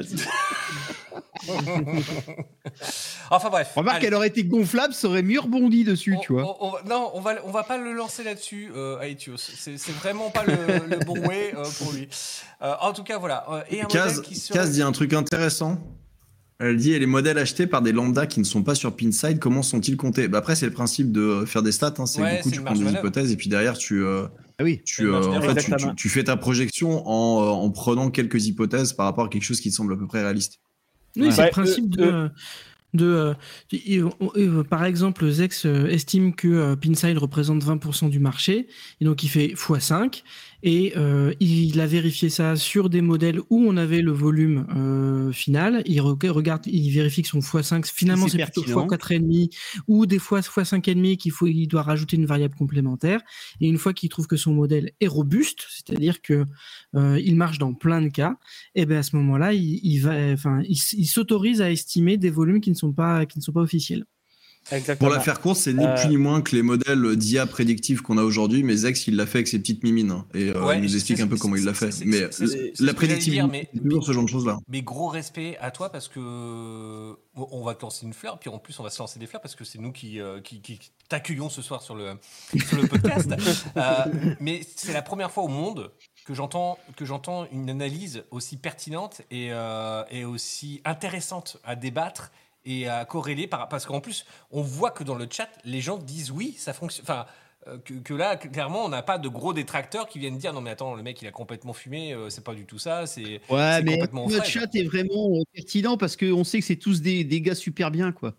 Enfin bref. Remarque, allez. elle aurait été gonflable, ça aurait mieux rebondi dessus, On- tu vois. on- on va- non, on va, on va pas le lancer là-dessus, euh, Aetios. C'est, c'est vraiment pas le, le bon way euh, pour lui. Euh, en tout cas, voilà. Euh, et un Kaz, modèle qui serait... Kaz dit un truc intéressant. Elle dit, et les modèles achetés par des lambda qui ne sont pas sur Pinside, comment sont-ils comptés? Bah après, c'est le principe de faire des stats. Hein. C'est Ouais, que du coup, c'est tu une prends marge des de manœuvre. hypothèses et puis derrière, tu, euh, Ah oui. tu, Une marge euh, de en manœuvre. fait, tu, tu, Exactement. tu fais ta projection en, euh, en prenant quelques hypothèses par rapport à quelque chose qui te semble à peu près réaliste. Oui, Ouais. c'est le Ouais, principe de. euh, euh, de euh, il- euh, par exemple, Zex euh, estime que euh, Pinside représente vingt pour cent du marché, et donc il fait fois cinq, et euh, il a vérifié ça sur des modèles où on avait le volume euh, final. Il re- regarde, il vérifie que son fois cinq, finalement, c'est c'est plutôt pertinent. fois quatre virgule cinq, ou des fois fois cinq virgule cinq qu'il faut, il doit rajouter une variable complémentaire. Et une fois qu'il trouve que son modèle est robuste, c'est-à-dire que euh, il marche dans plein de cas, et ben à ce moment-là, il, il va, enfin, il, s- il s'autorise à estimer des volumes qui ne sont pas, qui ne sont pas officiels. Exactement. Pour la faire courte, c'est ni Euh, plus ni moins que les modèles d'I A prédictifs qu'on a aujourd'hui, mais Zex, il l'a fait avec ses petites mimines. Hein, et euh, Ouais, il nous c'est- explique c'est- un peu comment il l'a fait. c'est- Mais c'est- c'est- l- c'est la ce que j'allais dire, prédictivité, mais- c'est toujours ce genre de choses-là. Mais gros respect à toi parce que euh, on va te lancer une fleur, puis en plus on va se lancer des fleurs parce que c'est nous qui, euh, qui, qui t'accueillons ce soir sur le, sur le podcast. Euh, mais c'est la première fois au monde que j'entends, que j'entends une analyse aussi pertinente et, euh, et aussi intéressante à débattre et à corréler par, parce qu'en plus on voit que dans le chat les gens disent oui ça fonctionne. Enfin, euh, que, que là clairement on n'a pas de gros détracteurs qui viennent dire non mais attends le mec il a complètement fumé, euh, c'est pas du tout ça, c'est Ouais, c'est mais complètement aux notre fraises. chat est vraiment euh, pertinent parce qu'on sait que c'est tous des, des gars super bien, quoi.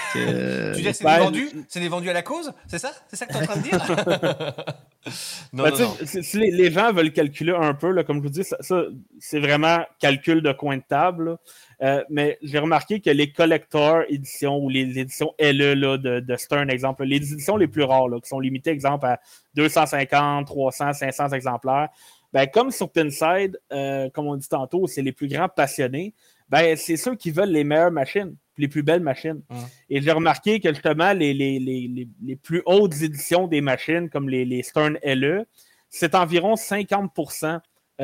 Euh, Tu dis que c'est bah, des vendus, c'est des vendus à la cause, c'est ça, c'est ça que tu es en train de dire? Non, Ben, non, tu sais, non. si- si les, les gens veulent calculer un peu, là, comme je vous dis, ça, ça, c'est vraiment calcul de coin de table. là. Euh, mais j'ai remarqué que les collector éditions ou les éditions L E là, de, de Stern, exemple, les éditions les plus rares, là, qui sont limitées, exemple, à deux cent cinquante, trois cents, cinq cents exemplaires, ben, comme sur Pinside, euh, comme on dit tantôt, c'est les plus grands passionnés, ben, c'est ceux qui veulent les meilleures machines, les plus belles machines. Mm. Et j'ai remarqué que justement, les, les, les, les, les plus hautes éditions des machines, comme les, les Stern L E, c'est environ cinquante pour cent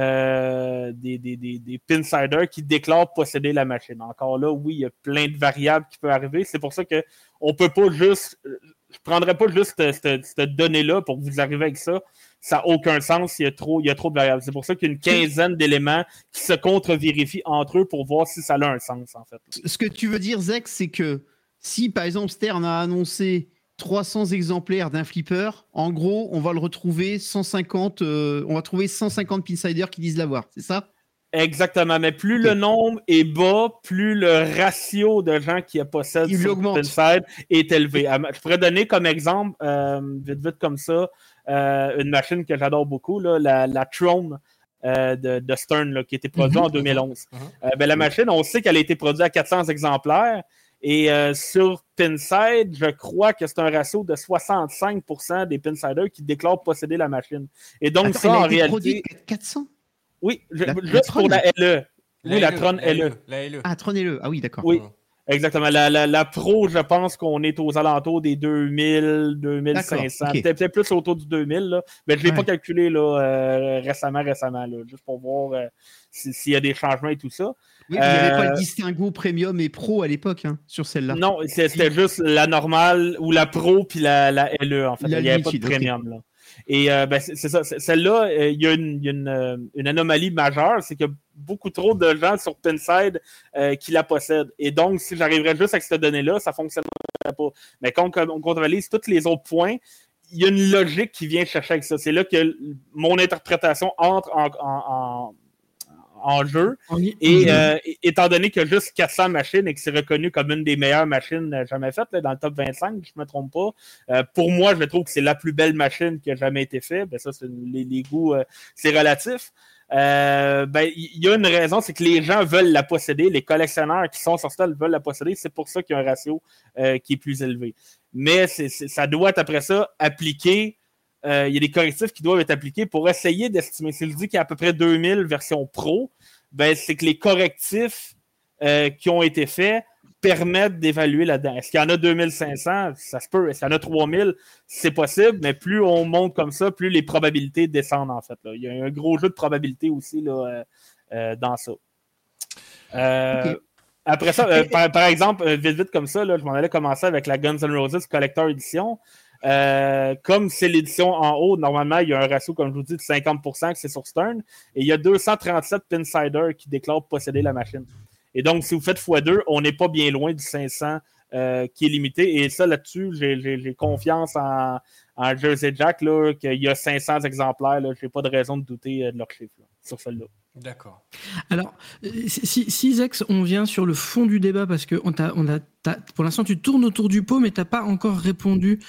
euh, des, des, des, des Pinsiders qui déclarent posséder la machine. Encore là, oui, il y a plein de variables qui peuvent arriver. C'est pour ça qu'on ne peut pas juste... Je ne prendrais pas juste cette, cette, cette donnée-là pour que vous arriviez avec ça. Ça n'a aucun sens. Il y a trop, il y a trop de variables. C'est pour ça qu'il y a une quinzaine d'éléments qui se contre-vérifient entre eux pour voir si ça a un sens, en fait. Ce que tu veux dire, Zex, c'est que si, par exemple, Stern a annoncé trois cents exemplaires d'un flipper, en gros, on va le retrouver cent cinquante, euh, on va trouver cent cinquante Pinsiders qui disent l'avoir, c'est ça? Exactement, mais plus Ok. le nombre est bas, plus le ratio de gens qui possèdent Il sur augmente. Pinside est élevé. À ma- Je pourrais donner comme exemple, euh, vite vite comme ça, euh, une machine que j'adore beaucoup, là, la, la Throne euh, de, de Stern, là, qui a été produite Mhm. en deux mille onze. Mhm. Euh, ben, la machine, on sait qu'elle a été produite à quatre cents exemplaires. Et euh, sur Pinside, je crois que c'est un ratio de soixante-cinq pour cent des Pinsiders qui déclarent posséder la machine. Et donc, Attends, ça, elle a en été réalité. produite quatre cents? Oui, je- La- la juste pour Tron? la L E. Oui, la L E, Tron L E. La L E. Ah, Tron-le. Ah oui, d'accord. Oui, Mhm. exactement. La, la, la Pro, je pense qu'on est aux alentours des deux mille, deux mille cinq cents. D'accord, ok. Peut-être peut-être plus autour du deux mille. Là. Mais je ne l'ai Ouais. pas calculé là, euh, récemment, récemment, là, juste pour voir euh, si- s'il y a des changements et tout ça. Oui, il n'y avait pas Euh, le distinguo premium et pro à l'époque, hein, sur celle-là. Non, c'est- c'était juste la normale ou la Pro puis la, la L E, en fait. La Il n'y avait pas de limited, ok. premium. Là. Et euh, ben, c'est c'est ça. c'est- Celle-là, euh, il y a, une, il y a une, euh, une anomalie majeure, c'est qu'il y a beaucoup trop de gens sur Pinside euh, qui la possèdent. Et donc, si j'arriverais juste avec cette donnée-là, ça ne fonctionnerait pas. Mais quand on, on comptabilise tous les autres points, il y a une logique qui vient chercher avec ça. C'est là que mon interprétation entre en, en, en, en jeu. En- Et en- euh, étant donné qu'il y a juste quatre cents machines et que c'est reconnu comme une des meilleures machines euh, jamais faites, là, dans le top vingt-cinq, je ne me trompe pas, euh, pour moi, je trouve que c'est la plus belle machine qui a jamais été faite. Ben, ça, c'est une- les, les goûts, euh, c'est relatif. Euh, ben, il y a une raison, c'est que les gens veulent la posséder, les collectionneurs qui sont sur ça veulent la posséder, c'est pour ça qu'il y a un ratio euh, qui est plus élevé. Mais c'est, c'est, ça doit être après ça appliqué. Euh, il y a des correctifs qui doivent être appliqués pour essayer d'estimer. Si je dis qu'il y a à peu près deux mille versions pro, ben, c'est que les correctifs euh, qui ont été faits permettent d'évaluer là-dedans. Est-ce qu'il y en a deux mille cinq cents? Ça se peut. Est-ce qu'il y en a trois mille? C'est possible, mais plus on monte comme ça, plus les probabilités descendent, en fait. Là. Il y a un gros jeu de probabilités aussi là, euh, euh, dans ça. Euh, Ok. Après ça, euh, par, par exemple, euh, vite vite comme ça, là, je m'en allais commencer avec la Guns N' Roses Collector Edition. Euh, comme c'est l'édition en haut, normalement, il y a un ratio, comme je vous dis, de cinquante pour cent que c'est sur Stern. Et il y a deux cent trente-sept Pinsiders qui déclarent posséder la machine. Et donc, si vous faites fois deux, on n'est pas bien loin du cinq cents euh, qui est limité. Et ça, là-dessus, j'ai, j'ai, j'ai confiance en, en Jersey Jack, là, qu'il y a cinq cents exemplaires. Je n'ai pas de raison de douter euh, de leur chiffre là, sur celle-là. D'accord. Alors, si, si Zex, on vient sur le fond du débat, parce que on t'a, on a, t'as, pour l'instant, tu tournes autour du pot, mais tu n'as pas encore répondu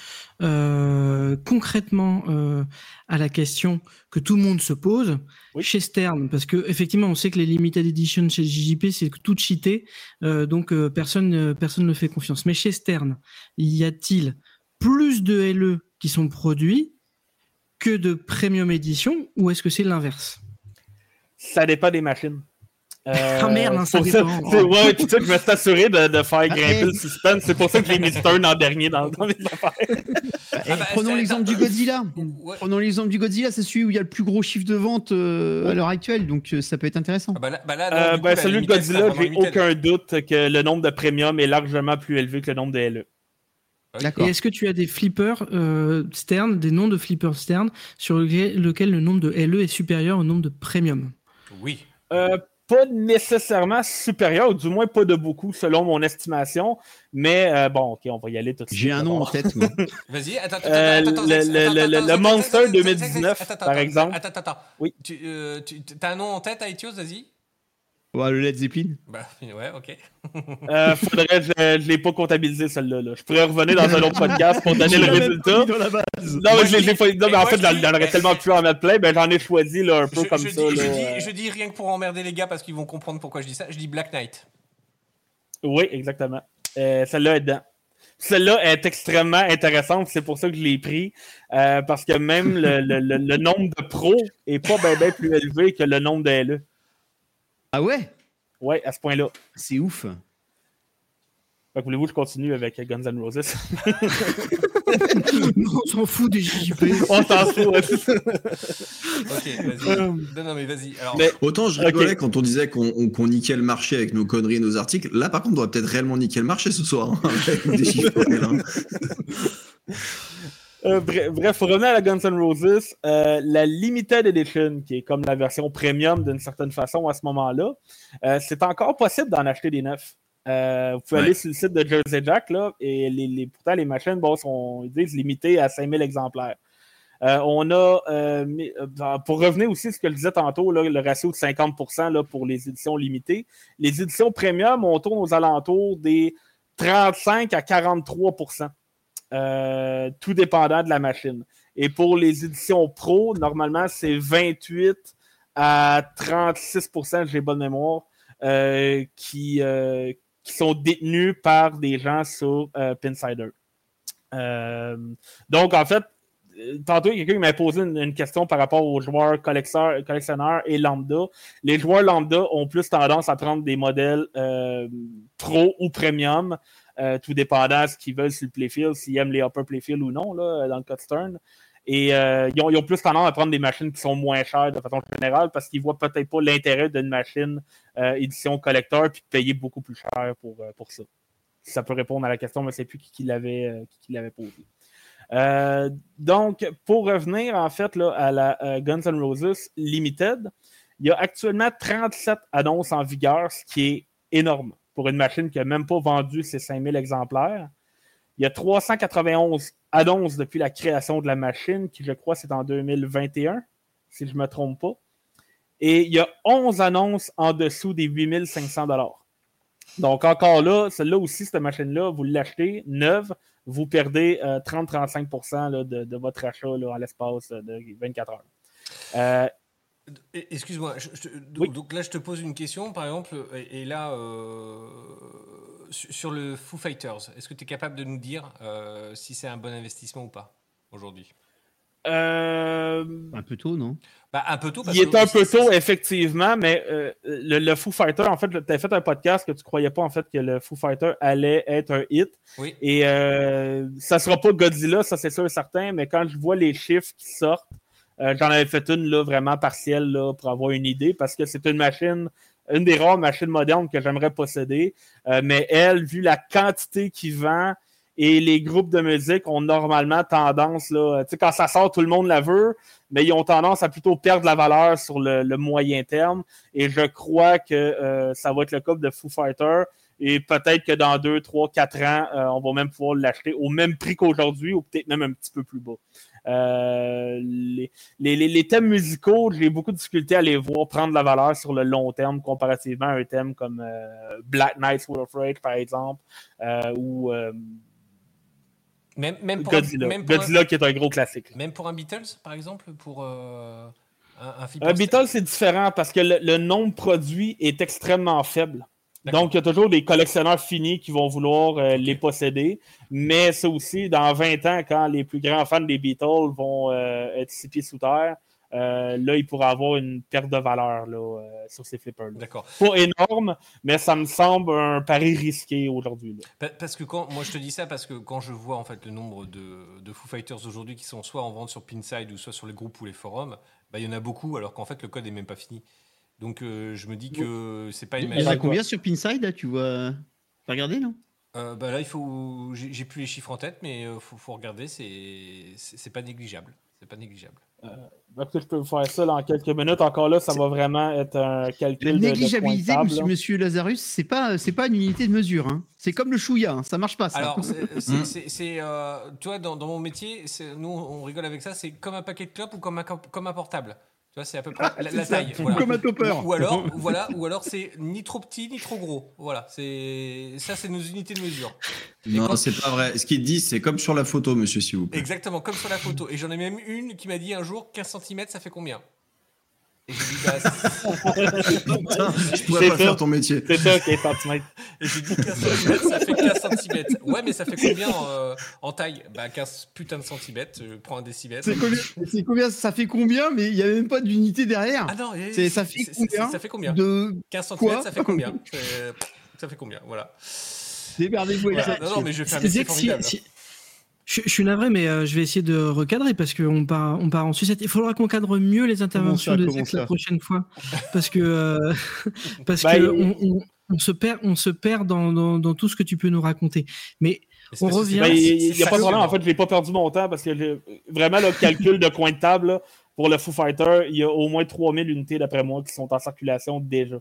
euh, concrètement euh, à la question que tout le monde se pose Oui. chez Stern, parce que effectivement, on sait que les limited edition chez J J P, c'est tout cheaté, euh, donc euh, personne, euh, personne ne fait confiance. Mais chez Stern, y a-t-il plus de L E qui sont produits que de premium édition, ou est-ce que c'est l'inverse? Ça dépend des machines. Euh, Ah merde, hein, ça pour ça, dépend. c'est, ouais, c'est ça que je me suis assuré de, de faire grimper hey. le suspense. C'est pour ça que j'ai mis Stern en dernier dans, dans mes affaires. Bah, eh, Ah bah, prenons c'est- l'exemple du Godzilla. Ouais. Prenons l'exemple du Godzilla, c'est celui où il y a le plus gros chiffre de vente euh, à l'heure actuelle, donc euh, ça peut être intéressant. Ah bah là, bah là, non, Euh, du ben, coup, la celui de limited Godzilla, sera vraiment j'ai limited. aucun doute que le nombre de premium est largement plus élevé que le nombre de L E. Ok. D'accord. Et est-ce que tu as des flippers euh, Stern, des noms de flippers Stern, sur lequel, lequel le nombre de L E est supérieur au nombre de premium? Oui. Euh, pas nécessairement supérieur, ou du moins pas de beaucoup, selon mon estimation. Mais euh, bon, ok, on va y aller tout de suite. J'ai un nom en d'abord. tête, moi. Vas-y, attends, attends, Euh, attends, attends, le- Zex, le- attends, le- attends, le Zex, Monster Zex, Zex, deux mille dix-neuf, Zex, attends, par attends, exemple. Attends, attends, attends. Oui. Tu, euh, tu as un nom en tête, Aetios, vas-y. Ouais, le Led Zeppelin. Bah, ouais, ok. Euh, faudrait, je, je l'ai pas comptabilisé celle-là. Là. Je pourrais revenir dans un autre podcast pour donner le résultat. Dans la base. Non, mais je l'ai- je l'ai pas. Non, mais en Moi, fait, je j'en dis- j'en aurais tellement pu en mettre plein, ben j'en ai choisi là, un peu Je, comme je ça. dis, là, je, dis, euh. je dis rien que pour emmerder les gars parce qu'ils vont comprendre pourquoi je dis ça. Je dis Black Knight. Oui, exactement. Euh, celle-là est dedans. Celle-là est extrêmement intéressante, c'est pour ça que je l'ai pris, euh, parce que même le, le, le, le nombre de pros est pas bien ben plus élevé que le nombre de L E. Ah ouais? Oui, à ce point-là. C'est ouf. Fait que voulez-vous que je continue avec Guns N' Roses? On s'en fout des J J P. On s'en fout. Ouais, c'est ça. Ok, vas-y. non, non, mais vas-y. Alors, Mais- Autant je Ok. rigolais quand on disait qu'on on- qu'on niquait le marché avec nos conneries et nos articles. Là, par contre, on doit peut-être réellement niquer le marché ce soir. Hein, avec des chiffres réels, hein. Euh, bref, bref, pour revenir à la Guns N' Roses, euh, la Limited Edition, qui est comme la version premium d'une certaine façon à ce moment-là, euh, c'est encore possible d'en acheter des neufs. Euh, vous pouvez Ouais. aller sur le site de Jersey Jack, là, et les, les, pourtant les machines bon, sont ils disent limitées à cinq mille exemplaires. Euh, on a, euh, mis- euh, pour revenir aussi à ce que je disais tantôt, là, le ratio de cinquante pour cent là, pour les éditions limitées, les éditions premium, on tourne aux alentours des trente-cinq à quarante-trois pour cent. Euh, tout dépendant de la machine. Et pour les éditions pro, normalement, c'est vingt-huit à trente-six pour cent, j'ai bonne mémoire, euh, qui, euh, qui sont détenus par des gens sur euh, Pinsider. Euh, donc, en fait, euh, tantôt, il y a quelqu'un qui m'a posé une, une question par rapport aux joueurs collecteurs, collectionneurs et lambda. Les joueurs lambda ont plus tendance à prendre des modèles euh, pro ou premium, euh, tout dépendant de ce qu'ils veulent sur le playfield, s'ils aiment les upper playfield ou non, là, dans le cut stern. Et euh, ils, ont, ils ont plus tendance à prendre des machines qui sont moins chères de façon générale parce qu'ils voient peut-être pas l'intérêt d'une machine euh, édition collector puis de payer beaucoup plus cher pour, euh, pour ça. Si ça peut répondre à la question, mais c'est plus qui, qui l'avait euh, qui, qui l'avait posé. Euh, donc, pour revenir en fait là, à la euh, Guns N' Roses Limited, il y a actuellement trente-sept annonces en vigueur, ce qui est énorme pour une machine qui n'a même pas vendu ses cinq mille exemplaires. Il y a trois cent quatre-vingt-onze annonces depuis la création de la machine, qui je crois c'est en deux mille vingt et un, si je ne me trompe pas. Et il y a onze annonces en dessous des huit mille cinq cents dollars. Donc encore là, celle-là aussi, cette machine-là, vous l'achetez neuve, vous perdez euh, trente à trente-cinq pour cent là, de, de votre achat là, en l'espace de vingt-quatre heures. Euh, excuse-moi, je, je, donc, oui. donc là je te pose une question, par exemple, et, et là, euh, sur, sur le Foo Fighters, est-ce que tu es capable de nous dire euh, si c'est un bon investissement ou pas aujourd'hui? Euh... Un peu tôt, non? Bah, un peu tôt. Parce Il est que un peu c'est- tôt, c'est- effectivement, mais euh, le, le Foo Fighter, en fait, tu as fait un podcast que tu croyais pas en fait que le Foo Fighter allait être un hit. Oui. Et euh, ça sera pas Godzilla, ça c'est sûr et certain, mais quand je vois les chiffres qui sortent, euh, j'en avais fait une là, vraiment partielle là, pour avoir une idée, parce que c'est une machine, une des rares machines modernes que j'aimerais posséder. Euh, mais elle, vu la quantité qu'il vend Et les groupes de musique ont normalement tendance, là, tu sais, quand ça sort, tout le monde la veut, mais ils ont tendance à plutôt perdre la valeur sur le, le moyen terme. Et je crois que euh, ça va être le cas de Foo Fighters. Et peut-être que dans deux, trois, quatre ans, euh, on va même pouvoir l'acheter au même prix qu'aujourd'hui ou peut-être même un petit peu plus bas. Euh, les, les, les thèmes musicaux, j'ai beaucoup de difficulté à les voir prendre la valeur sur le long terme comparativement à un thème comme euh, Black Knight, Sword of Rage, par exemple, euh, ou euh, Même, même pour Godzilla, un, même pour Godzilla un, qui est un gros classique. même pour un Beatles, par exemple, pour euh, un, un film. Un Beatles, c'est différent parce que le, le nombre produit est extrêmement faible. D'accord. Donc, il y a toujours des collectionneurs finis qui vont vouloir euh, les posséder. Mais ça aussi, dans vingt ans, quand les plus grands fans des Beatles vont euh, être six pieds sous terre, euh, là, il pourra avoir une perte de valeur là, euh, sur ces flippers. D'accord. Pas énorme, mais ça me semble un pari risqué aujourd'hui. Là. Pa- Parce que quand, moi je te dis ça parce que quand je vois en fait le nombre de, de Foo Fighters aujourd'hui qui sont soit en vente sur Pinside ou soit sur les groupes ou les forums, bah, il y en a beaucoup alors qu'en fait le code est même pas fini. Donc euh, je me dis que c'est pas une Il y en a machine. combien sur Pinside là, tu vois? T'as regardé, non? Euh, bah là il faut, j'ai, j'ai plus les chiffres en tête, mais euh, faut, faut regarder, c'est, c'est, c'est pas négligeable, c'est pas négligeable. Donc, je peux vous faire ça là, en quelques minutes. Encore là, ça va vraiment être un calcul de, de Négligeabilité, points de monsieur, table, là. monsieur Lazarus, c'est pas, c'est pas une unité de mesure. Hein. C'est comme le chouïa, hein. Ça marche pas. Ça. Alors, c'est, c'est, c'est, c'est, euh, tu vois, dans, dans mon métier, c'est, nous, on rigole avec ça, c'est comme un paquet de clopes ou comme un, comme un portable. Tu vois, c'est à peu près la, la taille. Ou Voilà. comme un topper. Ou, ou alors, voilà, ou alors c'est ni trop petit ni trop gros. Voilà, c'est ça, c'est nos unités de mesure. Et Non, quand- c'est pas vrai. Ce qu'il dit, c'est comme sur la photo, monsieur, s'il vous plaît. Exactement, comme sur la photo. Et j'en ai même une qui m'a dit un jour quinze centimètres, ça fait combien? Et j'ai dit, bah, c'est- Putain, je pourrais C'est pas ça. faire ton métier. C'est ça, quinze centimètres. et j'ai dit quinze centimètres, ça fait quinze centimètres. Ouais, mais ça fait combien euh, en taille? Bah, quinze putain de centimètres. Je prends un décimètre. C'est combien, c'est combien, ça fait combien? Mais il y a même pas d'unité derrière. Ah non, et- C'est- ça fait c'est- combien c'est- Ça fait combien De quinze centimètres, Quoi ça fait combien C'est- Ça fait combien? Voilà. démerdez-vous avec Voilà. ça. Non, non, mais je vais faire un C'est métier que si- formidable. si- je, je suis navré, mais euh, je vais essayer de recadrer parce qu'on part, on part en sucette. Il faudra qu'on cadre mieux les interventions ça, de comment sexe ça la prochaine fois. Parce que, euh, parce Bah, que il- on, on- on se perd, on se perd dans, dans, dans tout ce que tu peux nous raconter. Mais Mais c'est on parce que revient- c'est- Ben, c'est- il n'y a c'est pas de problème. En passionnant. fait, je n'ai pas perdu mon temps parce que j'ai- vraiment, le calcul de coin de table là, pour le Foo Fighter, il y a au moins trois mille unités, d'après moi, qui sont en circulation déjà.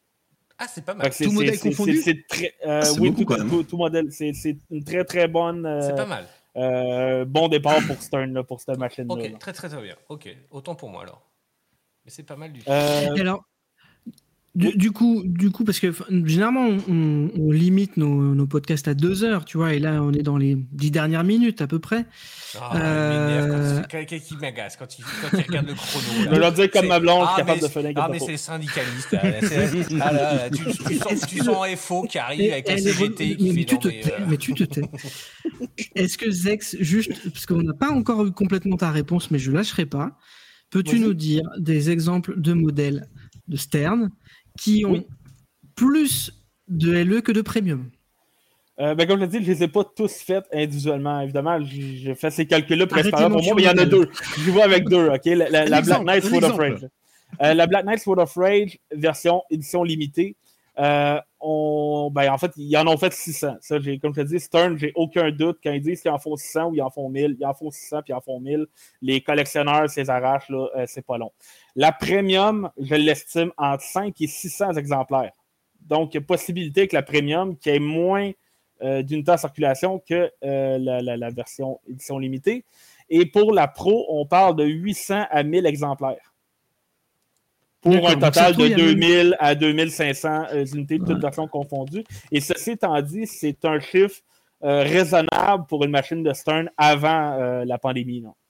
Ah, c'est pas Fait mal. que c'est- Tout c'est- modèle c'est- confondu? c'est- c'est très- euh, Ah, c'est oui, beaucoup, tout, quand même. tout- tout modèle. C'est c'est une très, très bonne. euh, C'est pas mal. euh, bon départ pour Stern, là, pour cette machine-là. Ok, là. très très très bien. Ok, autant pour moi alors. Mais c'est pas mal du tout. Euh, Et alors, du, du coup, du coup, parce que enfin, généralement, on, on- on limite nos, nos podcasts à deux heures, tu vois, et là, on est dans les dix dernières minutes à peu près. Ah, euh, il m'énerve quand il- quelqu'un qui m'agace quand il, quand il regarde le chrono. je vais Là. leur dire comme C'est- ma blonde, Ah, capable mais de faire c'est- un Ah, mais c'est les syndicalistes. Là. C'est- ah, là, là, tu, tu sens, tu sens F O qui arrive avec la Elle est C G re- T mais, qui mais fait tu non, te mais, tais, euh, mais tu te tais. Est-ce que Zex, juste, parce qu'on n'a pas encore eu complètement ta réponse, mais je lâcherai pas, peux-tu Vas-y. nous dire des exemples de modèles de Stern qui ont Oui. plus de L E que de Premium? Euh, ben, comme je l'ai dit, je les ai pas tous faits individuellement. Évidemment, j'ai j'ai fait ces calculs-là Arrêtez principalement pour moi, mais il y en a mention deux. Je vois avec deux, OK? La, la- Un la Black exemple, Knight un Sword of exemple. Rage. Euh, la Black Knight Sword of Rage, version édition limitée. Euh, on, ben, en fait, ils en ont fait six cents. Ça, j'ai, comme je te dis, Stern, j'ai aucun doute. Quand ils disent qu'ils en font six cents ou ils en font mille, ils en font six cents puis ils en font mille. Les collectionneurs, ces arrachent, là, euh, c'est pas long. La Premium, je l'estime entre cinq et six cents exemplaires. Donc, il y a possibilité que la Premium, qui ait moins euh, d'unités en circulation que euh, la, la- la version édition limitée. Et pour la Pro, on parle de huit cents à mille exemplaires. Pour D'accord, un donc total surtout, de il y a même- deux mille à deux mille cinq cents euh, unités, toutes Ouais. versions confondues. Et ceci étant dit, c'est un chiffre euh, raisonnable pour une machine de Stern avant euh, la pandémie. Non?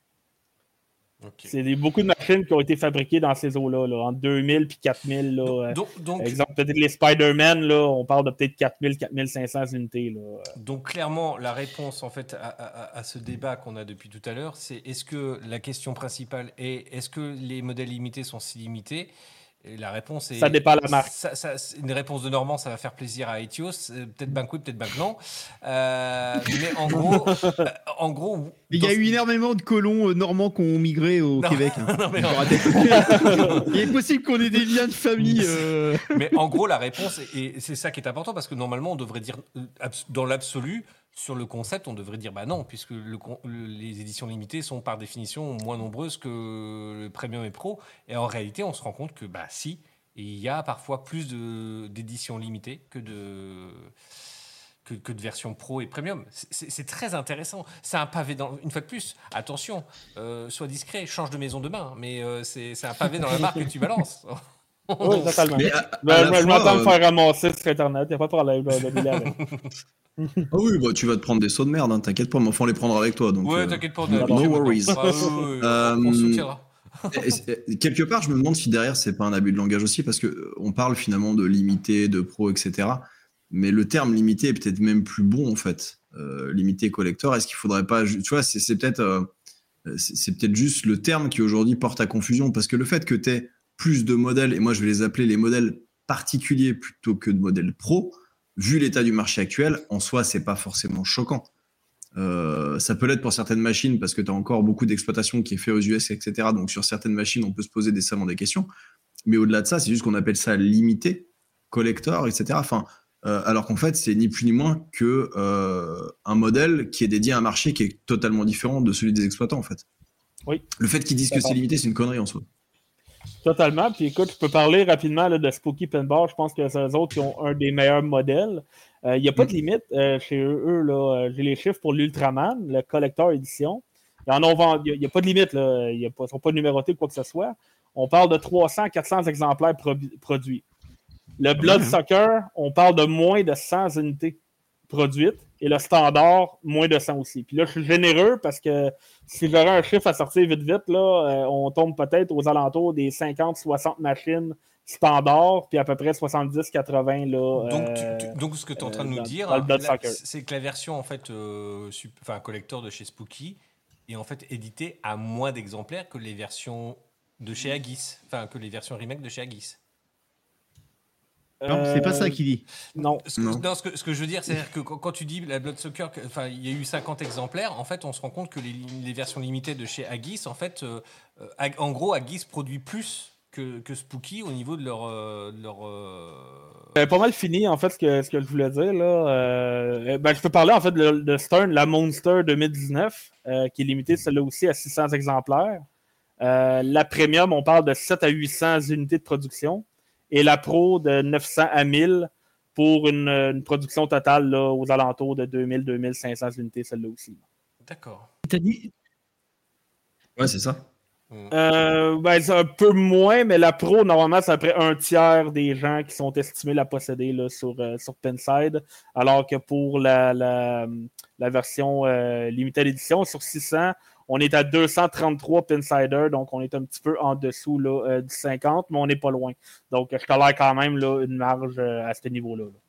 ok. C'est des- beaucoup de machines qui ont été fabriquées dans ces eaux-là, là, entre deux mille et quatre mille. Là, euh, Donc, donc, par exemple, peut-être les Spider-Man, là, on parle de peut-être quatre mille, quatre mille cinq cents unités. Là. donc, clairement, la réponse en fait à, à- à ce débat qu'on a depuis tout à l'heure, c'est est-ce que la question principale est est-ce que les modèles limités sont si limités? Et la réponse est. Ça dépend de la marque. Ça- ça- c'est une réponse de Normand, ça va faire plaisir à Etios. euh, Peut-être ben oui, peut-être ben non. Euh, mais en gros, euh, en gros. Il y a dans- eu énormément de colons euh, normands qui ont migré au Non. Québec. hein. Non, mais non. Il est possible qu'on ait des liens de famille. euh, Mais en gros, la réponse, et c'est ça qui est important, parce que normalement, on devrait dire, euh, abs- dans l'absolu, sur le concept, on devrait dire bah non, puisque le, con- le- les éditions limitées sont par définition moins nombreuses que le Premium et Pro. Et en réalité, on se rend compte que bah si, il y a parfois plus de, d'éditions limitées que de, que, que de versions Pro et Premium. C'est, c'est- c'est très intéressant. C'est un pavé dans... Une fois de plus, attention, euh, sois discret, change de maison demain, mais euh, c'est, c'est un pavé dans la mare que tu balances. Oui, totalement. Mais à- Ben, à je la je fois, m'attends à me euh, faire ramasser sur Internet, il n'y a pas de problème. Là, de dealer avec. Ah oui, bah, tu vas te prendre des sauts de merde, hein, t'inquiète pas, mais enfin on les prendra avec toi. Donc, Ouais, euh, t'inquiète pas, on no, est no habitué worries. maintenant. Ah, oui, oui, oui, Euh, on se soutiendra. Et- et- quelque part, je me demande si derrière c'est pas un abus de langage aussi, parce que euh, on parle finalement de limité, de pro, et cetera. Mais le terme limité est peut-être même plus bon en fait. Euh, limité collector, est-ce qu'il faudrait pas, ju- tu vois, c'est, c'est peut-être, euh, c'est, c'est peut-être juste le terme qui aujourd'hui porte à confusion, parce que le fait que tu aies plus de modèles, et moi je vais les appeler les modèles particuliers plutôt que de modèles pro, vu l'état du marché actuel, en soi c'est pas forcément choquant. Euh, ça peut l'être pour certaines machines parce que tu as encore beaucoup d'exploitation qui est fait aux U S, et cetera. Donc sur certaines machines, on peut se poser décemment des questions. Mais au-delà de ça, c'est juste qu'on appelle ça limité, collector, et cetera. Enfin, euh, alors qu'en fait, c'est ni plus ni moins que euh, un modèle qui est dédié à un marché qui est totalement différent de celui des exploitants, en fait. Oui. Le fait qu'ils disent que c'est limité, c'est une connerie en soi. Totalement. Puis écoute, je peux parler rapidement là, de Spooky Pinball. Je pense que c'est eux autres qui ont un des meilleurs modèles. Il euh, n'y a pas de limite euh, chez eux. eux là, euh, j'ai les chiffres pour l'Ultraman, le Collector Edition. Il n'y a, a pas de limite. Là. Ils ne sont pas numérotés ou quoi que ce soit. On parle de trois cents à quatre cents exemplaires pro- produits. Le Bloodsucker, on parle de moins de cent unités produites. Et le standard, moins de cent aussi. Puis là, je suis généreux parce que si j'aurais un chiffre à sortir vite vite, là, euh, on tombe peut-être aux alentours des cinquante à soixante machines standard, puis à peu près soixante-dix à quatre-vingts. Là, Donc, euh, tu- tu- donc ce que tu es en train de euh, nous dans- dire, dans le hein, Blood là, Soccer. c'est que la version en fait, euh, sup- enfin, collector de chez Spooky est en fait éditée à moins d'exemplaires que les versions de chez Agis, enfin que les versions remake de chez Agis. Non, c'est pas ça Euh, qu'il dit. Non. Ce que, Non. non, ce que, ce que je veux dire, c'est que quand, quand tu dis la Bloodsucker, que- enfin, il y a eu cinquante exemplaires, en fait, on se rend compte que les, les versions limitées de chez Agis, en fait, euh, euh, Ag- en gros, Agis produit plus que, que Spooky au niveau de leur. euh, de leur euh, J'avais pas mal fini, en fait, ce que, ce que je voulais dire. Là. Euh, ben, je peux parler, en fait, de, de Stern, la Monster deux mille dix-neuf, euh, qui est limitée, celle-là aussi, à six cents exemplaires. Euh, la Premium, on parle de sept à huit cents unités de production. Et la Pro, de neuf cents à mille pour une, une production totale là, aux alentours de deux mille à deux mille cinq cents unités, celle-là aussi. D'accord. T'as dit, Ouais, c'est ça. Euh, ben, c'est un peu moins, mais la Pro, normalement, c'est à peu près un tiers des gens qui sont estimés la posséder là, sur, euh, sur Pinside, alors que pour la, la, la version euh, Limited Edition, sur six cents, on est à deux cent trente-trois Pinsider, donc on est un petit peu en dessous là, euh, du cinquante, mais on n'est pas loin. Donc, je tolère quand même là, une marge euh, à ce niveau-là. là.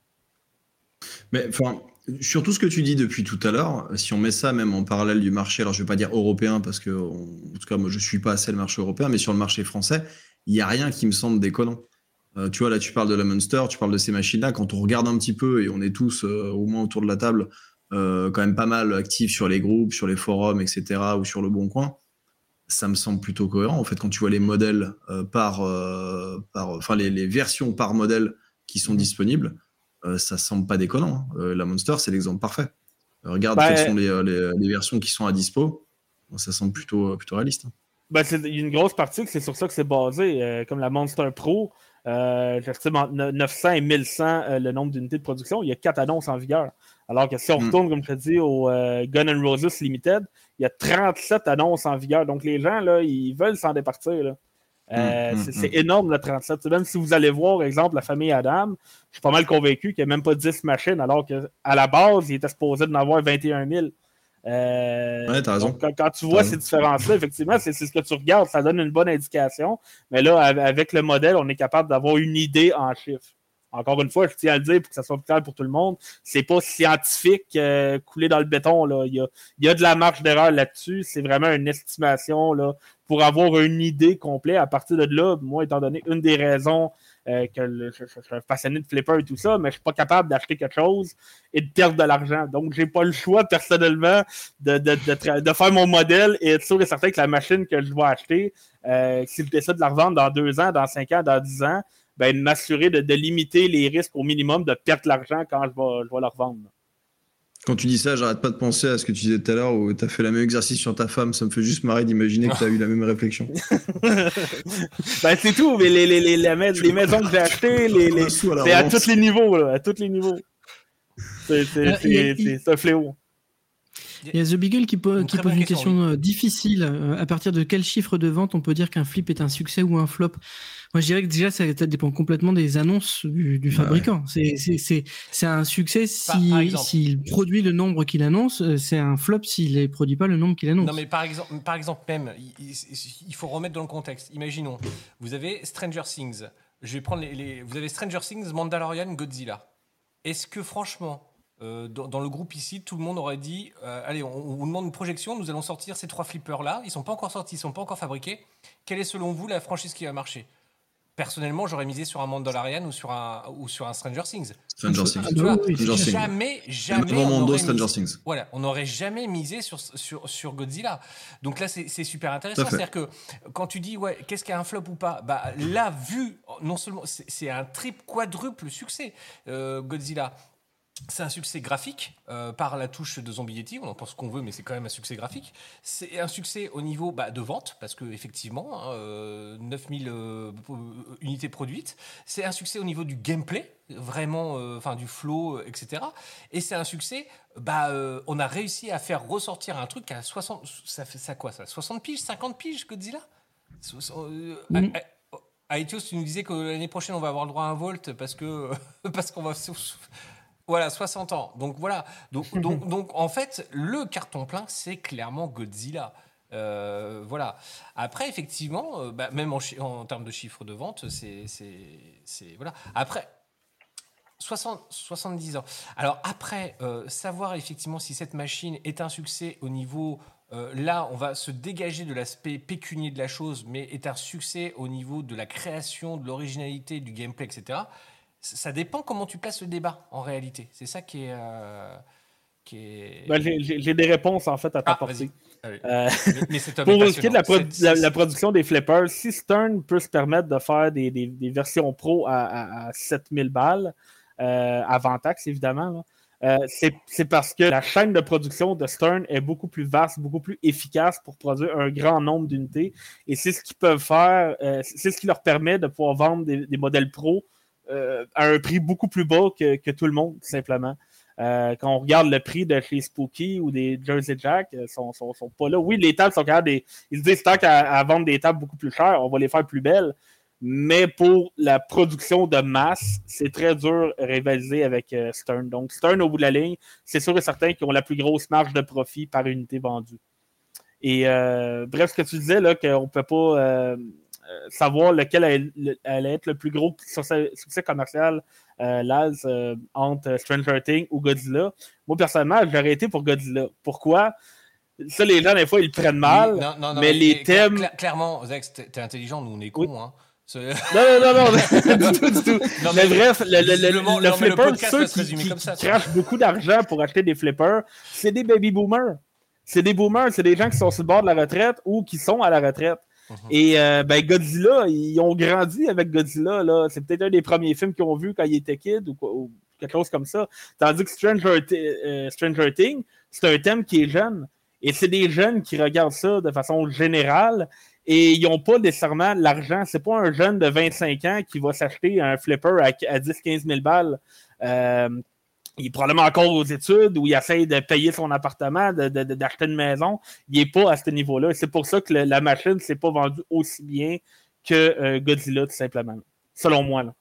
Mais enfin, sur tout ce que tu dis depuis tout à l'heure, si on met ça même en parallèle du marché, alors je vais pas dire européen parce que, on- en tout cas, moi je suis pas assez le marché européen, mais sur le marché français, il y a rien qui me semble déconnant. Euh, tu vois, là, tu parles de la Monster, tu parles de ces machines-là. Quand on regarde un petit peu, et on est tous, euh, au moins autour de la table, euh, quand même pas mal actifs sur les groupes, sur les forums, et cetera, ou sur le Bon Coin, ça me semble plutôt cohérent. En fait, quand tu vois les modèles euh, par, euh, par, enfin les, les versions par modèle qui sont disponibles, euh, ça semble pas déconnant. hein. Euh, la Monster, c'est l'exemple parfait. Euh, regarde Ben, quelles sont les, euh, les, les versions qui sont à dispo. Bon, ça semble plutôt, plutôt réaliste. hein. Ben, c'est, il y a une grosse partie que c'est sur ça que c'est basé, euh, comme la Monster Pro. Euh, j'estime entre neuf cents et mille cent euh, le nombre d'unités de production. Il y a quatre annonces en vigueur. Alors que si on Mm. retourne, comme je te dis, au euh, Gun N' Roses Limited, il y a trente-sept annonces en vigueur. Donc les gens, là, ils veulent s'en départir. Là. Euh, Mm, mm, c'est, c'est mm. énorme, le trente-sept. Même si vous allez voir, par exemple, la famille Adam, je suis pas mal convaincu qu'il n'y a même pas dix machines, alors qu'à la base, il était supposé d'en avoir vingt et un mille. Euh, Ouais, t'as raison. donc, quand, quand tu vois T'as ces raison. différences-là, effectivement, c'est, c'est ce que tu regardes, ça donne une bonne indication. Mais là, av- avec le modèle, on est capable d'avoir une idée en chiffres. Encore une fois, je tiens à le dire pour que ça soit clair pour tout le monde, c'est pas scientifique euh, coulé dans le béton. Là. Il, y a, il y a de la marge d'erreur là-dessus. C'est vraiment une estimation là, pour avoir une idée complète. À partir de là, moi, étant donné une des raisons euh, que le- je, je- je suis un passionné de flipper et tout ça, mais je suis pas capable d'acheter quelque chose et de perdre de l'argent. Donc, j'ai pas le choix personnellement de, de, de, tra- de faire mon modèle et être sûr et certain que la machine que je vais acheter, euh, si je décide de la revendre dans deux ans, dans cinq ans, dans dix ans, ben, de m'assurer de, de limiter les risques au minimum de perdre l'argent quand je vais, je vais la revendre. Quand tu dis ça, j'arrête pas de penser à ce que tu disais tout à l'heure où tu as fait le même exercice sur ta femme. Ça me fait juste marrer d'imaginer que tu as eu la même réflexion. Ben, c'est tout, mais les, les, les, les, mais- les maisons que j'ai achetées, les, les, Sous à la c'est à relance. tous les niveaux, là, à tous les niveaux. C'est, c'est, Euh, il y a- c'est, c'est, c'est un fléau. Il y a The Beagle qui, po- Une qui très pose bonne une question, question euh, difficile. Euh, À partir de quel chiffre de vente on peut dire qu'un flip est un succès ou un flop? Moi, je dirais que déjà, ça, ça dépend complètement des annonces du, du Ouais. fabricant. C'est, c'est, c'est, c'est un succès Par- si, par exemple. s'il produit le nombre qu'il annonce. euh, C'est un flop s'il ne produit pas le nombre qu'il annonce. Non, mais par exemple, par exemple même, il, il- il faut remettre dans le contexte. Imaginons, vous avez Stranger Things. Je vais prendre les, les- vous avez Stranger Things, Mandalorian, Godzilla. Est-ce que franchement, euh, dans, dans le groupe ici, tout le monde aurait dit, euh, allez, on, on vous demande une projection, nous allons sortir ces trois flippers là. Ils sont pas encore sortis, ils sont pas encore fabriqués. Quelle est selon vous la franchise qui va marcher? Personnellement, j'aurais misé sur un Mandalorian ou sur un ou sur un Stranger Things. Stranger Ah, Things. Tu vois, oui, oui, Stranger Things. jamais, jamais. Avant on Mando, aurait Stranger misé- Things. Voilà, on n'aurait jamais misé sur, sur, sur Godzilla. Donc là, c'est c'est super intéressant. Tout à fait. C'est-à-dire que quand tu dis, ouais, qu'est-ce qu'il y a un flop ou pas, bah là, vu, non seulement, c'est c'est un triple, quadruple succès, euh, Godzilla. C'est un succès graphique euh, par la touche de Zombie Yeti, on en pense qu'on veut, mais c'est quand même un succès graphique. C'est un succès au niveau bah, de vente, parce que effectivement, hein, euh, neuf mille euh, unités produites. C'est un succès au niveau du gameplay, vraiment, enfin du flow, euh, et cetera. Et c'est un succès, bah, euh, on a réussi à faire ressortir un truc à soixante, ça fait ça quoi ça, soixante piges, cinquante piges Godzilla. So- so- euh, Mhm. à- à- Aetios, tu nous disais que l'année prochaine on va avoir le droit à un Volt parce que parce qu'on va voilà, soixante ans. Donc voilà. Donc, donc, donc en fait, le carton plein, c'est clairement Godzilla. Euh, voilà. Après, effectivement, euh, bah, même en, chi- en termes de chiffre de vente, c'est, c'est, c'est voilà. Après, soixante, soixante-dix ans. Alors après, euh, savoir effectivement si cette machine est un succès au niveau euh, là, on va se dégager de l'aspect pécunier de la chose, mais est un succès au niveau de la création, de l'originalité, du gameplay, et cetera. Ça dépend comment tu places le débat en réalité. C'est ça qui est. euh, qui est... Ben, j'ai, j'ai, j'ai des réponses, en fait, à Ah, t'apporter. vas-y. Allez. Euh, Mais, mais cet homme Pour est ce qui est de la, passionnant. produ- C'est- la, c'est- la production des flippers, si Stern peut se permettre de faire des, des, des versions pro à, à, à sept mille balles, euh, avant taxe évidemment, là, euh, c'est, c'est parce que la chaîne de production de Stern est beaucoup plus vaste, beaucoup plus efficace pour produire un grand nombre d'unités. Et c'est ce qu'ils peuvent faire, euh, c'est ce qui leur permet de pouvoir vendre des, des modèles pro euh, à un prix beaucoup plus bas que, que tout le monde, tout simplement. Euh, quand on regarde le prix de chez Spooky ou des Jersey Jack, ils sont, sont, sont pas là. Oui, les tables sont capables des. Ils se disent tant qu'à à vendre des tables beaucoup plus chères, on va les faire plus belles. Mais pour la production de masse, c'est très dur à rivaliser avec euh, Stern. Donc, Stern, au bout de la ligne, c'est sûr et certain qu'ils ont la plus grosse marge de profit par unité vendue. Et euh, bref, ce que tu disais, là, qu'on ne peut pas euh, savoir lequel allait, allait être le plus gros succès, succès commercial, euh, Laz, euh, entre Stranger Things ou Godzilla. Moi, personnellement, j'aurais été pour Godzilla. Pourquoi? Ça, les gens, des fois, ils le prennent mal. Oui, non, non, non, mais les cla- thèmes... cla- clairement, Zex, t'es, t'es intelligent, nous on est cons. Oui. Hein. C'est- Non, non, non, non, du tout, du tout. Non, mais, mais bref, le, le, le, visiblement, le non, mais le flipper, podcast ceux va se qui, résumer qui, comme ça, qui toi. crachent beaucoup d'argent pour acheter des flippers, c'est des baby boomers. C'est des boomers, c'est des gens qui sont sur le bord de la retraite ou qui sont à la retraite. Mhm. Et euh, ben Godzilla, ils ont grandi avec Godzilla. Là. C'est peut-être un des premiers films qu'ils ont vu quand ils étaient kids ou, quoi- ou quelque chose comme ça. Tandis que Stranger, Thi- euh, Stranger Things, c'est un thème qui est jeune. Et c'est des jeunes qui regardent ça de façon générale et ils n'ont pas nécessairement l'argent. C'est pas un jeune de vingt-cinq ans qui va s'acheter un flipper à, à dix à quinze mille balles. Euh, il est probablement encore aux études ou il essaye de payer son appartement, de, de, de, d'acheter une maison. Il n'est pas à ce niveau-là. C'est pour ça que le, la machine ne s'est pas vendue aussi bien que euh, Godzilla, tout simplement. Selon moi. Là.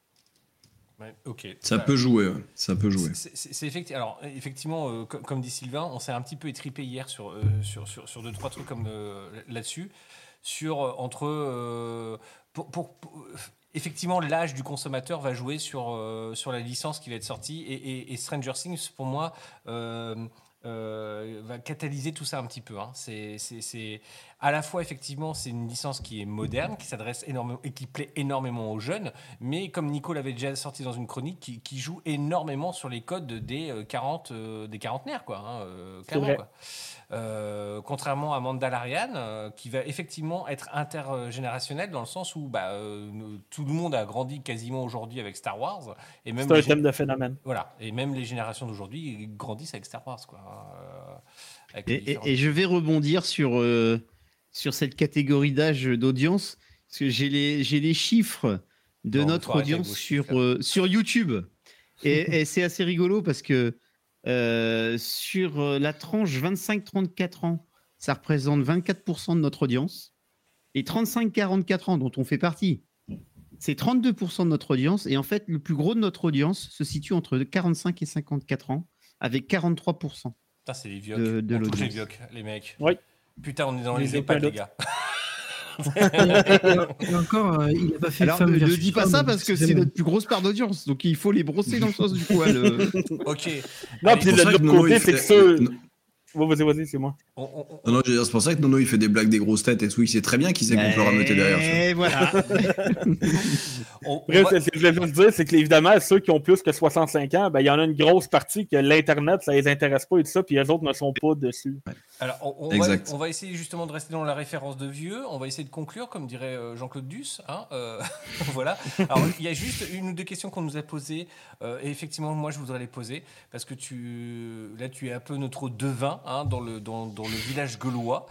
Ouais, ok. Ça Bah, peut jouer, ouais. Ça peut jouer. C'est, c'est- c'est effecti- Alors, effectivement, euh, co- comme dit Sylvain, on s'est un petit peu étripé hier sur, euh, sur, sur, sur deux, trois trucs comme euh, là-dessus. Sur, euh, entre. euh, pour, pour- pour- effectivement, l'âge du consommateur va jouer sur, euh, sur la licence qui va être sortie. Et, et- et Stranger Things, pour moi, euh, euh, va catalyser tout ça un petit peu. Hein. C'est, c'est, c'est à la fois effectivement c'est une licence qui est moderne, qui s'adresse énormément et qui plaît énormément aux jeunes, mais comme Nico l'avait déjà sorti dans une chronique, qui, qui joue énormément sur les codes des euh, quarante, euh, des quarantenaires quoi. Hein, euh, clairement, vrai. quoi. Euh, contrairement à Mandalorian, euh, qui va effectivement être intergénérationnel dans le sens où bah, euh, nous- tout le monde a grandi quasiment aujourd'hui avec Star Wars et même C'est un les, thème de phénomène. voilà, et même les générations d'aujourd'hui grandissent avec Star Wars quoi. Euh, avec les Et, et- différents- et je vais rebondir sur, euh, sur cette catégorie d'âge d'audience, parce que j'ai les, j'ai les chiffres de Bon, notre faut arrêter audience avec vos sur, chiffres, là. euh, sur YouTube. Et, et c'est assez rigolo parce que euh, sur euh, la tranche vingt-cinq trente-quatre ans, ça représente vingt-quatre pour cent de notre audience. Et trente-cinq quarante-quatre ans, dont on fait partie, c'est trente-deux pour cent de notre audience. Et en fait, le plus gros de notre audience se situe entre quarante-cinq et cinquante-quatre ans, avec quarante-trois pour cent. Putain, c'est les vieux. de- de On touche les l'audience. vieux, les mecs. Oui. Putain, on est dans Les les vieux EHPAD, les pilotes. gars. Et, et encore, euh, il n'a pas fait Alors, femme ne, ne versus dis pas homme, ça parce que c'est excusez-moi. notre plus grosse part d'audience. Donc, il faut les brosser dans le sens du poil. euh. Ok. Non, Allez, puis pour de ça l'autre que Nono, côté, il c'est que fait- ceux. Non, Ouais, vas-y, vas-y, c'est moi. on- on- on- non, non, je veux dire, c'est pour ça que Nono il fait des blagues des grosses têtes et tout. Il sait très bien qui c'est qu'on peut rameuter derrière. tu vois. Et voilà. on- on Bref, va- ce que je voulais juste dire, c'est que évidemment, ceux qui ont plus que soixante-cinq ans, ben, il y en a une grosse partie que l'Internet, ça les intéresse pas et tout ça, puis les autres ne sont pas dessus. Alors, on, on va, Exact. on va essayer justement de rester dans la référence de vieux. On va essayer de conclure, comme dirait euh, Jean-Claude Duss. Hein, euh, voilà. Alors, il y a juste une ou deux questions qu'on nous a posées. euh, et effectivement, moi, je voudrais les poser. Parce que tu, là, tu es un peu notre devin hein, dans, le, dans, dans le village gaulois.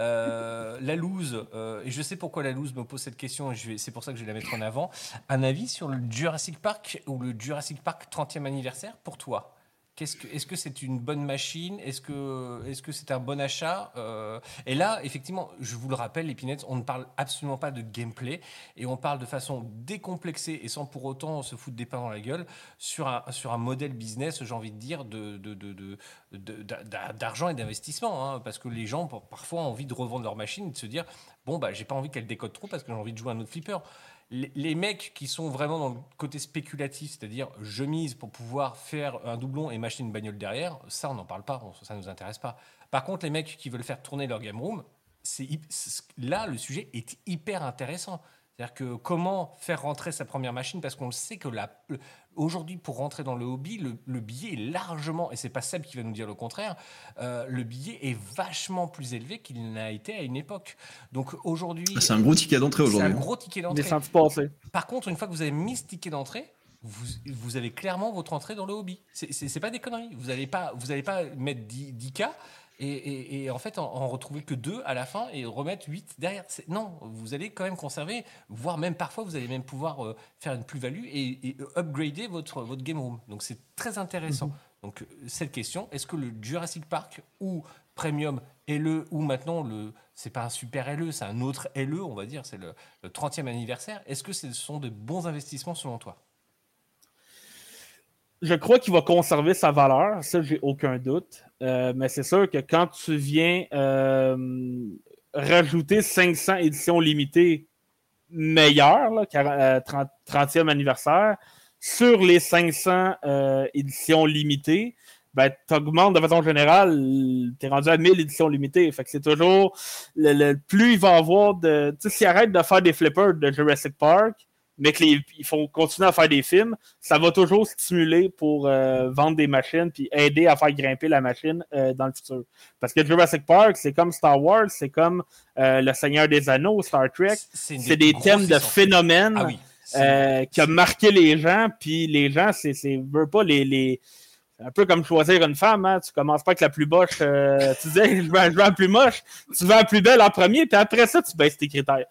Euh, la loose, euh, et je sais pourquoi la loose me pose cette question, et je vais- c'est pour ça que je vais la mettre en avant. Un avis sur le Jurassic Park ou le Jurassic Park trentième anniversaire pour toi? Qu'est-ce que, est-ce que c'est une bonne machine? Est-ce que, est-ce que c'est un bon achat? Euh, Et là, effectivement, je vous le rappelle, les Peanuts, on ne parle absolument pas de gameplay et on parle de façon décomplexée et sans pour autant se foutre des pains dans la gueule sur un, sur un modèle business, j'ai envie de dire, de, de, de, de- de- d'a- d'argent et d'investissement. Hein, parce que les gens, par- parfois, ont envie de revendre leur machine et de se dire bon, bah, j'ai pas envie qu'elle décode trop parce que j'ai envie de jouer à un autre flipper. Les, les mecs qui sont vraiment dans le côté spéculatif, c'est-à-dire je mise pour pouvoir faire un doublon et m'acheter une bagnole derrière, ça on n'en parle pas, on- ça ne nous intéresse pas. Par contre, les mecs qui veulent faire tourner leur game room, c'est, hy- c'est- là le sujet est hyper intéressant. C'est-à-dire que comment faire rentrer sa première machine, parce qu'on le sait que la, le- aujourd'hui pour rentrer dans le hobby, le, le billet est largement, et c'est pas Seb qui va nous dire le contraire, euh, le billet est vachement plus élevé qu'il n'a été à une époque. Donc aujourd'hui, C'est un gros ticket d'entrée c'est aujourd'hui. un hein. gros ticket Des d'entrée. senti passés. Par contre, une fois que vous avez mis ce ticket d'entrée, vous, vous avez clairement votre entrée dans le hobby. C'est, c'est, c'est pas des conneries. Vous n'allez pas, vous allez pas mettre dix, dix K et, et, et en fait en, en retrouver que deux à la fin et remettre huit derrière. C'est, non, vous allez quand même conserver, voire même parfois vous allez même pouvoir euh, faire une plus-value et, et upgrader votre, votre game room. Donc c'est très intéressant. Mm-hmm. Donc cette question, est-ce que le Jurassic Park ou Premium L E ou maintenant le, c'est pas un super L E, c'est un autre L E, on va dire, c'est le, le trentième anniversaire. Est-ce que ce sont de bons investissements selon toi? Je crois qu'il va conserver sa valeur, ça, j'ai aucun doute. Euh, mais c'est sûr que quand tu viens euh, rajouter cinq cents éditions limitées meilleures, là, euh, trentième anniversaire, sur les cinq cents euh, éditions limitées, ben, tu augmentes de façon générale, tu es rendu à mille éditions limitées. Fait que c'est toujours, le, le, plus il va avoir de... Tu sais, s'ils arrêtent de faire des flippers de Jurassic Park, mais qu'ils font continuer à faire des films, ça va toujours stimuler pour euh, vendre des machines puis aider à faire grimper la machine euh, dans le futur. Parce que Jurassic Park, c'est comme Star Wars, c'est comme euh, Le Seigneur des Anneaux, Star Trek. C'est, c'est des, des thèmes de phénomènes ah oui, euh, qui a marqué les gens, puis les gens, c'est, c'est veut pas les... les un peu comme choisir une femme, hein? Tu commences pas avec la plus moche. Euh, tu dis, je veux, je veux la plus moche, tu veux la plus belle en premier, puis après ça, tu baisses tes critères.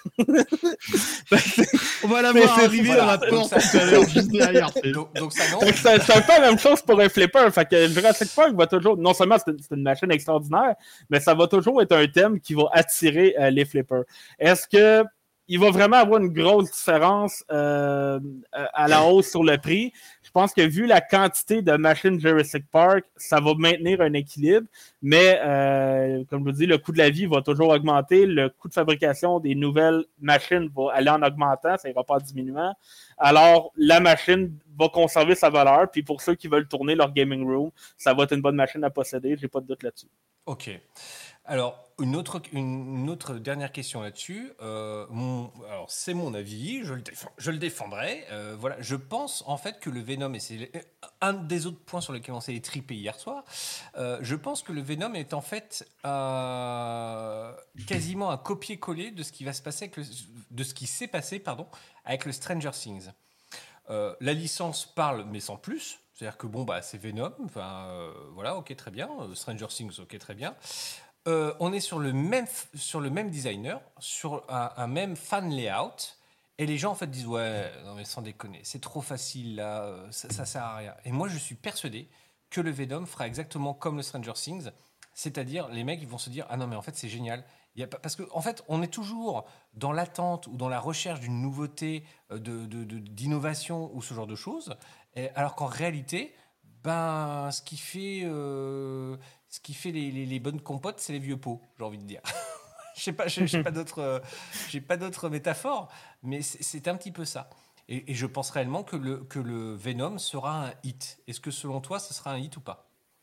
On va la voir arriver voilà, dans la porte tout à l'heure, juste derrière. Donc, donc ça, non. C'est, c'est un peu la même chose pour un flipper. Fait que Jurassic Park va toujours, non seulement c'est une, c'est une machine extraordinaire, mais ça va toujours être un thème qui va attirer euh, les flippers. Est-ce que il va vraiment avoir une grosse différence euh, à la hausse sur le prix? Je pense que vu la quantité de machines Jurassic Park, ça va maintenir un équilibre, mais euh, comme je vous dis, le coût de la vie va toujours augmenter, le coût de fabrication des nouvelles machines va aller en augmentant, ça ira pas en diminuant. Alors, la machine va conserver sa valeur, puis pour ceux qui veulent tourner leur gaming room, ça va être une bonne machine à posséder, j'ai pas de doute là-dessus. Ok. Alors, une autre, une, une autre dernière question là-dessus. Euh, mon, alors, c'est mon avis, je le, défends, je le défendrai. Euh, voilà, je pense en fait que le Venom, et c'est un des autres points sur lesquels on s'est tripé hier soir, euh, je pense que le Venom est en fait euh, quasiment un copier-coller de ce qui va se passer avec le, de ce qui s'est passé, pardon, avec le Stranger Things. Euh, la licence parle, mais sans plus. C'est-à-dire que bon, bah, c'est Venom. Enfin, euh, voilà, ok, très bien. Stranger Things, ok, très bien. Euh, on est sur le même, sur le même designer, sur un, un même fan layout, et les gens en fait disent ouais, non mais sans déconner, c'est trop facile là, ça, ça sert à rien. Et moi je suis persuadé que le Venom fera exactement comme le Stranger Things, c'est-à-dire les mecs ils vont se dire ah non mais en fait c'est génial. Il y a pas, parce qu'en en fait on est toujours dans l'attente ou dans la recherche d'une nouveauté, de, de, de, d'innovation ou ce genre de choses, et, alors qu'en réalité, ben ce qui fait euh, Ce qui fait les, les, les bonnes compotes, c'est les vieux pots, j'ai envie de dire. Je sais pas, j'ai pas d'autres, euh, j'ai pas d'autres métaphores, mais c'est, c'est un petit peu ça. Et, et je pense réellement que le, que le Venom sera un hit. Est-ce que selon toi, ce sera un hit ou pas?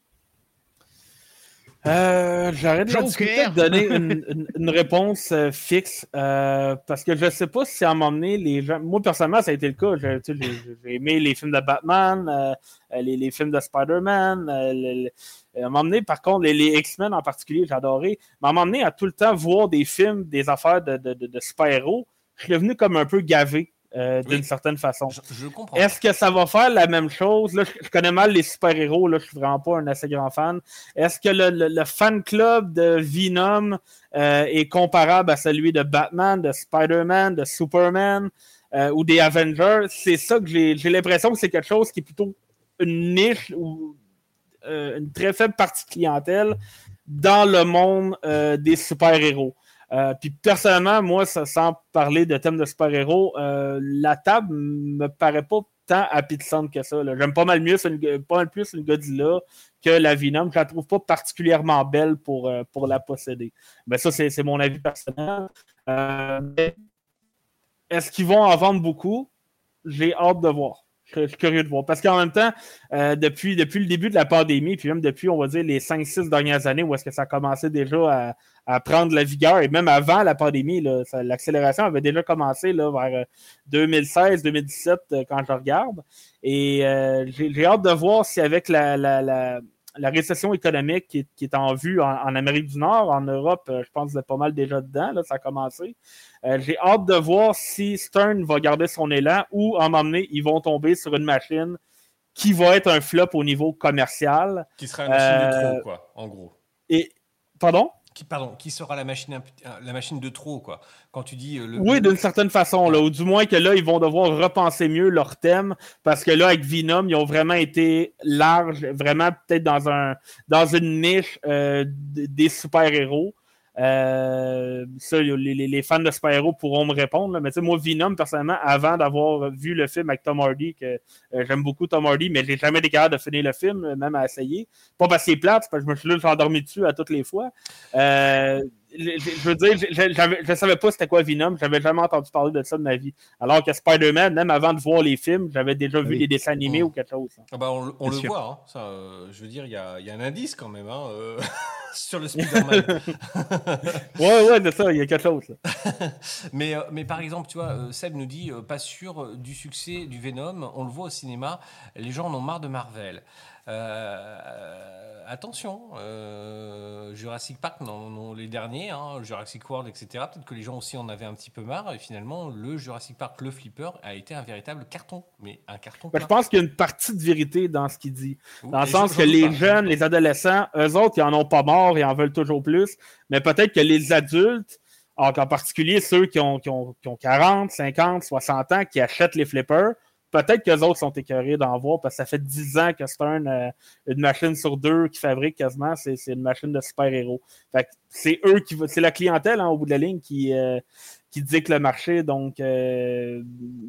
Euh, j'arrête de discuter de donner une, une, une réponse euh, fixe euh, parce que je sais pas si à un moment donné, les gens. Moi, personnellement, ça a été le cas. J'ai, tu sais, j'ai, j'ai aimé les films de Batman, euh, les, les films de Spider-Man. Euh, les, les... À un moment donné, par contre, les, les X-Men en particulier, j'ai adoré. Mais à un moment donné, à tout le temps voir des films, des affaires de, de, de, de super-héros, je suis devenu comme un peu gavé. Euh, d'une oui. certaine façon. Je, je comprends. Est-ce que ça va faire la même chose? Là, je, je connais mal les super-héros, là, je suis vraiment pas un assez grand fan. Est-ce que le, le, le fan club de Venom euh, est comparable à celui de Batman, de Spider-Man, de Superman euh, ou des Avengers? C'est ça que j'ai, j'ai l'impression que c'est quelque chose qui est plutôt une niche ou euh, une très faible partie de clientèle dans le monde euh, des super-héros. Euh, puis personnellement, moi, ça, sans parler de thème de super-héros, euh, la table me paraît pas tant appétissante que ça. Là. J'aime pas mal mieux, c'est une, pas mal plus une Godzilla que la Venom. Je la trouve pas particulièrement belle pour, euh, pour la posséder. Ben ça, c'est, c'est mon avis personnel. Euh, est-ce qu'ils vont en vendre beaucoup? J'ai hâte de voir. Je suis curieux de voir. Parce qu'en même temps, euh, depuis, depuis le début de la pandémie, puis même depuis, on va dire, les cinq six dernières années où est-ce que ça a commencé déjà à, à prendre la vigueur, et même avant la pandémie, là, ça, l'accélération avait déjà commencé là, vers deux mille seize deux mille dix-sept euh, quand je regarde. Et euh, j'ai, j'ai hâte de voir si avec la, la, la, la récession économique qui est, qui est en vue en, en Amérique du Nord, en Europe, euh, je pense que vous êtes pas mal déjà dedans, là, ça a commencé. Euh, j'ai hâte de voir si Stern va garder son élan ou, à un moment donné, ils vont tomber sur une machine qui va être un flop au niveau commercial. Qui sera une machine euh, de trop, quoi, en gros. Et, pardon? Qui, pardon, qui sera la machine, la machine de trop, quoi. Quand tu dis... Euh, le... Oui, d'une certaine façon, là, ou du moins que là, ils vont devoir repenser mieux leur thème, parce que là, avec Venom, ils ont vraiment été larges, vraiment peut-être dans, un, dans une niche euh, des super-héros. Euh, ça, les, les fans de super-héros pourront me répondre, là. Mais tu sais, moi, Venom, personnellement, avant d'avoir vu le film avec Tom Hardy, que euh, j'aime beaucoup Tom Hardy, mais j'ai jamais été capable de finir le film, même à essayer. Pas parce qu'il est plate, parce que je me suis là, j'ai endormi dessus à toutes les fois. Euh, je, je veux dire, je ne savais pas c'était quoi Venom, j'avais jamais entendu parler de ça de ma vie. Alors que Spider-Man, même avant de voir les films, j'avais déjà vu oui. des dessins animés mmh. ou quelque chose. Ah bah on on le sûr. voit, hein. Ça, euh, je veux dire, il y a, y a un indice quand même hein, euh, sur le Spider-Man. ouais, ouais, c'est ça, il y a quelque chose. mais, euh, mais par exemple, tu vois, euh, Seb nous dit, euh, pas sûr du succès du Venom, on le voit au cinéma, les gens en ont marre de Marvel. Euh, attention, euh, Jurassic Park, non, non, les derniers, hein, Jurassic World, et cetera. Peut-être que les gens aussi en avaient un petit peu marre. Et finalement, le Jurassic Park, le flipper, a été un véritable carton. Mais un carton ben, je pense qu'il y a une partie de vérité dans ce qu'il dit. Dans le sens que les jeunes, les adolescents, eux autres, ils en ont pas marre, ils en veulent toujours plus. Mais peut-être que les adultes, en particulier ceux qui ont, qui ont, qui ont quarante, cinquante, soixante ans, qui achètent les flippers, peut-être qu'eux autres sont écœurés d'en voir parce que ça fait dix ans que Stern, euh, une machine sur deux qui fabrique quasiment, c'est, c'est une machine de super-héros. Fait que c'est eux qui c'est la clientèle hein, au bout de la ligne qui, euh, qui dicte le marché. Donc, euh,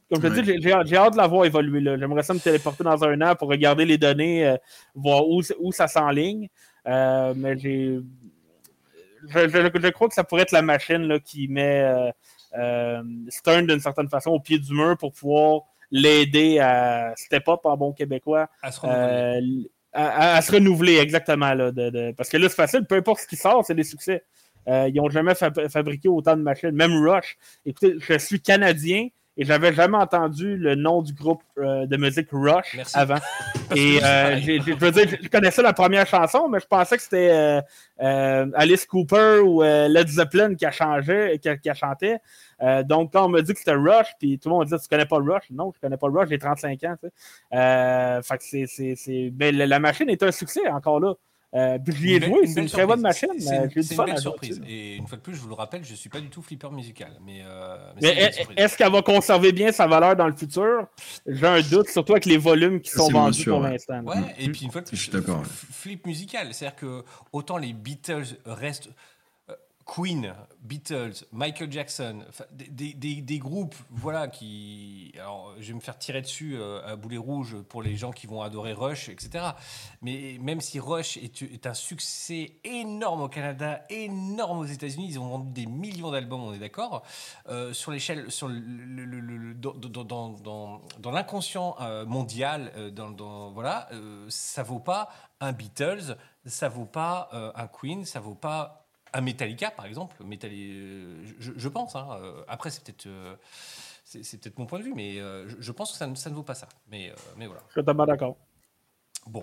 comme je te Ouais. dis, j'ai- j'ai hâte- j'ai hâte de la voir évoluer. Là. J'aimerais ça me téléporter dans un an pour regarder les données, euh, voir où, où ça s'enligne. Euh, mais j'ai. Je, je- je crois que ça pourrait être la machine là, qui met euh, euh, Stern d'une certaine façon au pied du mur pour pouvoir l'aider à step up en bon québécois. À se renouveler. Euh, à, à- à se renouveler, exactement. Là, de, de- parce que là, c'est facile, peu importe ce qui sort, c'est des succès. Euh, ils n'ont jamais fab- fabriqué autant de machines. Même Rush. Écoutez, je suis Canadien et j'avais jamais entendu le nom du groupe euh, de musique Rush Merci. avant. Et c'est euh, pareil. j'ai- j'ai- je veux dire, je connaissais la première chanson, mais je pensais que c'était euh, euh, Alice Cooper ou euh, Led Zeppelin qui a changé, qui a, qui a chanté. Euh, donc, quand on m'a dit que c'était Rush, puis tout le monde m'a dit tu connais pas Rush? Non, je connais pas Rush, j'ai trente-cinq ans. Tu sais. euh, fait que c'est, c'est, c'est... Mais la, la machine est un succès encore là. Euh, puis je l'y ai Une belle- joué, une c'est belle une très bonne surprise. machine. C'est euh, une, J'ai du c'est une fun belle à jouer surprise. dessus. Et une fois de plus, je vous le rappelle, je suis pas du tout flipper musical. Mais, euh, mais Mais c'est une belle est- surprise. est-ce qu'elle va conserver bien sa valeur dans le futur? J'ai un doute, surtout avec les volumes qui Ça, sont c'est moins vendus sûr, pour ouais. l'instant. là. Ouais, et puis une fois de plus, Je suis d'accord, f- ouais. f- flip musical. C'est-à-dire que autant les Beatles restent. euh, Queen, Beatles, Michael Jackson, enfin, des, des- des- des groupes, voilà, qui. Alors, je vais me faire tirer dessus euh, à boulet rouge pour les gens qui vont adorer Rush, et cetera. Mais même si Rush est, est un succès énorme au Canada, énorme aux États-Unis, ils ont vendu des millions d'albums, on est d'accord. Euh, sur l'échelle, sur le, le- le- le- le- dans, dans- dans- dans- dans l'inconscient euh, mondial, euh, dans, dans- voilà, euh, ça vaut pas un Beatles, ça vaut pas euh, un Queen, ça vaut pas un Metallica, par exemple. Metalli- euh, je, je pense. Hein, euh, après, c'est peut-être, euh, c'est, c'est peut-être mon point de vue, mais euh, je, je pense que ça, ne- ça ne vaut pas ça. Mais, euh, mais voilà. Je suis totalement d'accord. Bon.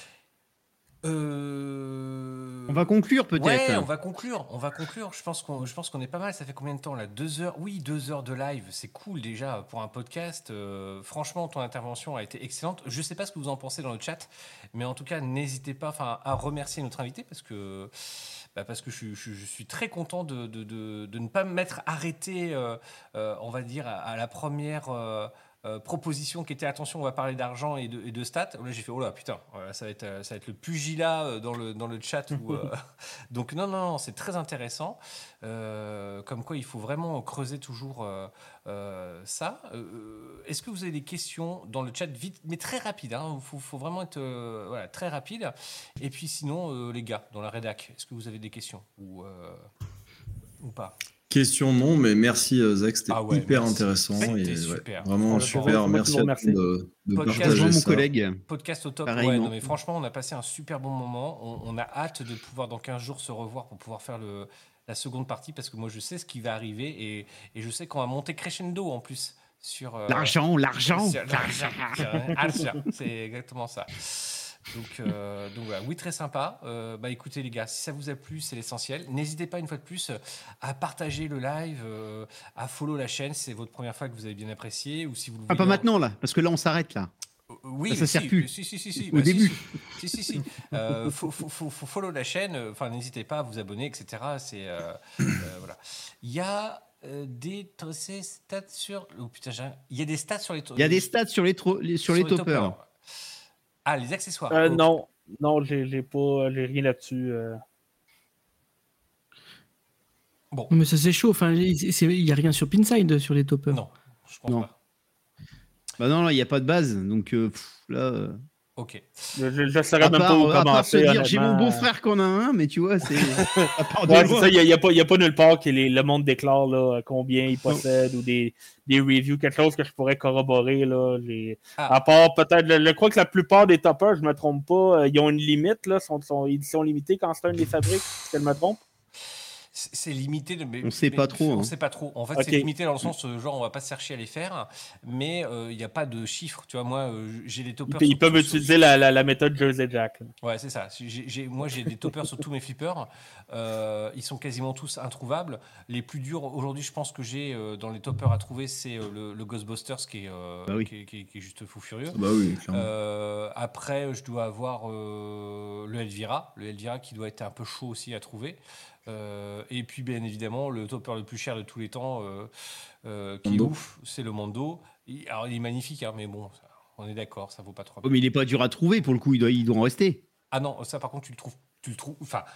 Euh... On va conclure peut-être. Ouais, on va conclure. On va conclure. Je pense qu'on, je pense qu'on est pas mal. Ça fait combien de temps là? Deux heures. Oui, deux heures de live. C'est cool déjà pour un podcast. Euh, franchement, ton intervention a été excellente. Je sais pas ce que vous en pensez dans le chat, mais en tout cas, n'hésitez pas, enfin, à remercier notre invité parce que, bah, parce que je, je- je suis très content de, de, de, de ne pas m'être arrêté, euh, euh, on va dire, à, à la première. euh, euh, proposition qui était attention, on va parler d'argent et de, et de stats. Là, j'ai fait oh là putain, voilà, ça va être euh, ça va être le pugilat euh, dans le dans le chat. Où, euh, donc non non, non c'est très intéressant. Euh, comme quoi, il faut vraiment creuser toujours euh, euh, ça. Euh, est-ce que vous avez des questions dans le chat vite, mais très rapide. Il hein, faut, faut vraiment être euh, voilà, très rapide. Et puis sinon, euh, les gars, dans la rédac, est-ce que vous avez des questions ou euh, ou pas? Question non, mais merci euh, Zach, c'était Ah ouais, hyper merci. intéressant. C'était Et, ouais, super. vraiment Franchement, super, c'est moi qui merci vous à remercie. toi de, de Podcast. partager Franchement, mon ça. collègue. Podcast au top. Pareillement. Ouais, non, mais franchement, on a passé un super bon moment. On, on a hâte de pouvoir dans quinze jours se revoir pour pouvoir faire le, la seconde partie parce que moi je sais ce qui va arriver et, et je sais qu'on va monter crescendo en plus sur euh, L'argent, l'argent. sur l'argent. C'est- l'argent. C'est exactement ça. Donc, euh, donc voilà, oui, très sympa. Euh, bah écoutez les gars, si ça vous a plu, c'est l'essentiel. N'hésitez pas une fois de plus à partager le live, euh, à follow la chaîne si c'est votre première fois que vous avez bien apprécié ou si vous le Ah, pas voyez en- maintenant là, parce que là on s'arrête là. Euh, Oui, Ça, ça si, sert plus. Si, si, si, si. Au Bah, début. Si, si, si. si. Euh, faut, faut, faut, faut follow la chaîne. Enfin, n'hésitez pas à vous abonner, et cetera. C'est euh, euh, voilà. Il y a euh, des t- ces stats sur. Oh putain, j'ai un- il y a des stats sur les. Il y a des stats sur les, tro- les- sur les toppers. Ah, les accessoires. Euh, Oh. non, non, j'ai, j'ai pas, j'ai rien là-dessus. euh. Bon, Mais ça c'est chaud. Enfin, il n'y a rien sur Pinside sur les toppers. non, je pense Non. pas. Bah non, là il n'y a pas de base, donc euh, pff, là. euh, Ok. Je, je, je saurais À même part, pas où à part se commencer. dire, j'ai mon honnêtement. beau-frère qu'on a un, mais tu vois, c'est. à part de Ouais, c'est loin. ça, il n'y a, a, pas- y a pas nulle part que les- le monde déclare là, combien il possède ou des, des reviews, quelque chose que je pourrais corroborer. Là, les... Ah. À part peut-être, je, je crois que la plupart des toppers, je ne me trompe pas, euh, ils ont une limite, là, sont, sont édition limitée quand c'est un des fabriques, si je me trompe. C'est c'est limité. de- mais- On sait mais- pas trop, On hein. sait pas trop. En fait, Ok. c'est limité dans le sens, euh, genre, on va pas se chercher à les faire, mais euh, il n'y a pas de chiffres. Tu vois, moi, euh, j'ai des Ils, toppers. ils sur- peuvent sur- utiliser la, la, la méthode Jersey Jack. là. Ouais, c'est ça. J'ai- j'ai- moi, j'ai des toppers sur tous mes flippers. Euh, ils sont quasiment tous introuvables. Les plus durs, aujourd'hui, je pense que j'ai euh, dans les toppers à trouver, c'est euh, le, le Ghostbusters qui est, euh, Bah oui. qui, est, qui est- qui est juste fou furieux. Bah oui, clairement. Euh, après, je dois avoir euh, le Elvira. Le Elvira qui doit être un peu chaud aussi à trouver. Euh, et puis, bien évidemment, le topper le plus cher de tous les temps, euh, euh, qui Mondo. est ouf, c'est le Mondo. Il- alors, il est magnifique, hein, mais bon, ça- on est d'accord, ça vaut pas trop. Oh, mais il est pas dur à trouver pour le coup, il doit, il doit en rester. Ah non, ça par contre, tu le trouves. Tu le trouves. Enfin,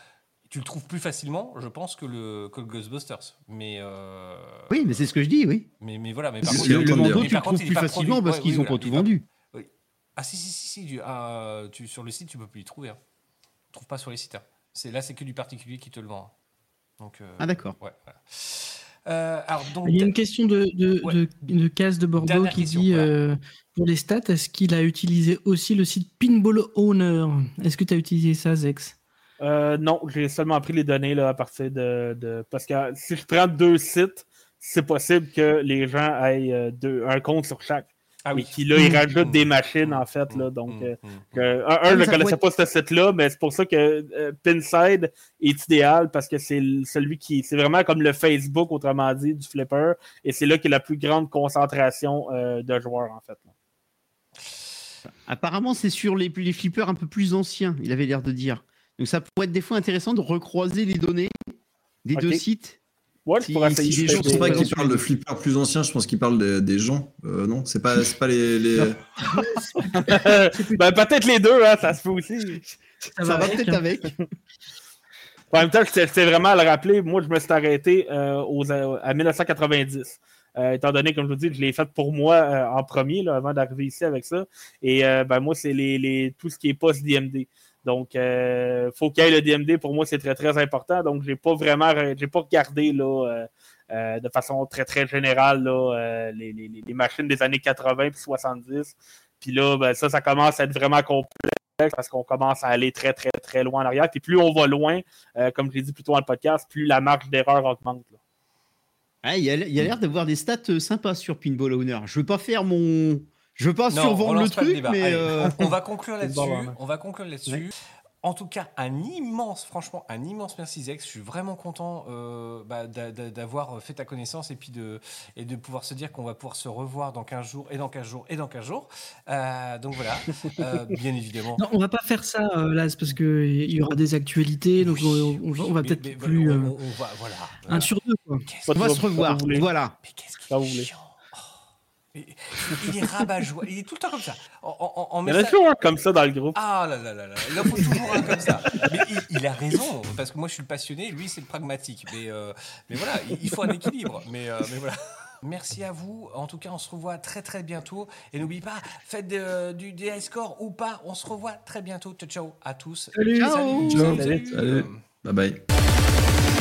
Tu le trouves plus facilement, je pense, que le, que le Ghostbusters. Mais, euh, Oui, mais c'est ce que je dis, oui. mais, mais voilà. Mais C'est par ce contre, qu'il est en Le, train le de dire. Mando, mais tu le par contre, trouves il est plus pas facilement produit. parce Ouais, qu'ils oui, ont voilà, pas tout il est pas- vendu. Oui. Ah si, si, si, si. Du, ah, tu, sur le site, tu peux plus y trouver. Hein. Tu trouves pas sur les sites. Hein. C'est, là, c'est que du particulier qui te le vend. Donc, euh, Ah, d'accord. ouais, voilà. Euh, alors, donc, Il y a une question de, de, Ouais. de, de Casse de Bordeaux Dernière qui question, dit voilà. euh, pour les stats, est-ce qu'il a utilisé aussi le site Pinball Owner? Est-ce que tu as utilisé ça, Zex? Euh, non, j'ai seulement pris les données là, à partir de, de. Parce que si je prends deux sites, c'est possible que les gens aient euh, deux, un compte sur chaque. ah Et oui. qui là, ils Mmh. rajoutent des Mmh. machines, Mmh. en fait. Là, Mmh. donc, Mmh. euh, Mmh. que- un, un, Ah, je mais ne ça connaissais pourrait pas ce site-là, mais c'est pour ça que euh, Pinside est idéal parce que c'est le- celui qui. C'est vraiment comme le Facebook, autrement dit, du flipper. Et c'est là qu'il y a la plus grande concentration euh, de joueurs, en fait. Là. Apparemment, c'est sur les, les flippers un peu plus anciens, il avait l'air de dire. Donc ça pourrait être des fois intéressant de recroiser les données des Ok. deux sites. Ouais, je Si- pourrais si essayer. les je gens fais Je sont pense des- pas présents qu'il sur parle les de deux. flippers plus anciens, je pense qu'il parle des, des gens. Euh, non, c'est pas, c'est pas les. les... Non. ben, peut-être les deux, hein, ça se fait aussi. Ça va avec, peut-être hein. avec. En même temps, je sais vraiment à le rappeler, moi, je me suis arrêté euh, aux, à dix-neuf cent quatre-vingt-dix. Euh, étant donné, comme je vous dis, je l'ai fait pour moi euh, en premier, là, avant d'arriver ici avec ça. Et euh, ben, moi, c'est les, les, tout ce qui est post-D M D. Donc, il euh, faut qu'il y ait le D M D. Pour moi, c'est très, très important. Donc, j'ai pas vraiment j'ai pas regardé là, euh, euh, de façon très, très générale là, euh, les, les, les machines des années quatre-vingts puis soixante-dix. Puis là, ben, ça, ça commence à être vraiment complexe parce qu'on commence à aller très, très, très loin en arrière. Puis plus on va loin, euh, comme je l'ai dit plus tôt dans le podcast, plus la marge d'erreur augmente. Là. Ah, il y a, il y a l'air d'avoir des stats euh, sympas sur Pinball Owner. Je veux pas faire mon... Je veux pas Non, survendre le relance pas le truc, débat. mais... Allez, euh, on, on va conclure là-dessus. Bon, ouais. On va conclure là-dessus. En tout cas, un immense, franchement, un immense merci Zex. Je suis vraiment content euh, bah, d'a- d'a- d'avoir fait ta connaissance et puis de, et de pouvoir se dire qu'on va pouvoir se revoir dans quinze jours et dans quinze jours et dans quinze jours. Euh, donc voilà, euh, bien évidemment. Non, on va pas faire ça, euh, là, c'est parce qu'il y aura des actualités, donc on, on va, on va Mais- peut-être mais plus... voilà, euh, on, on va, voilà. un voilà. sur deux, quoi. Qu'est-ce Pas on va trop- se pas revoir. vous voulez. Voilà. Mais qu'est-ce qu'il Ça, vous est voulez. chiant. Oh. Il il est rabat-joie. Il est tout le temps comme ça. En, en- en Il y en a message- toujours un comme ça dans le groupe. Ah là là là là, il en faut toujours un comme ça. Mais il, il a raison, parce que moi je suis le passionné, lui c'est le pragmatique. Mais, euh, mais voilà, il, il faut un équilibre. Mais, euh, mais voilà. Merci à vous. En tout cas, on se revoit très très bientôt. Et n'oubliez pas, faites de- du D I score ou pas, on se revoit très bientôt. Ciao ciao à tous. Salut. Ciao. Salut. Ciao. salut, salut. Salut. Bye bye.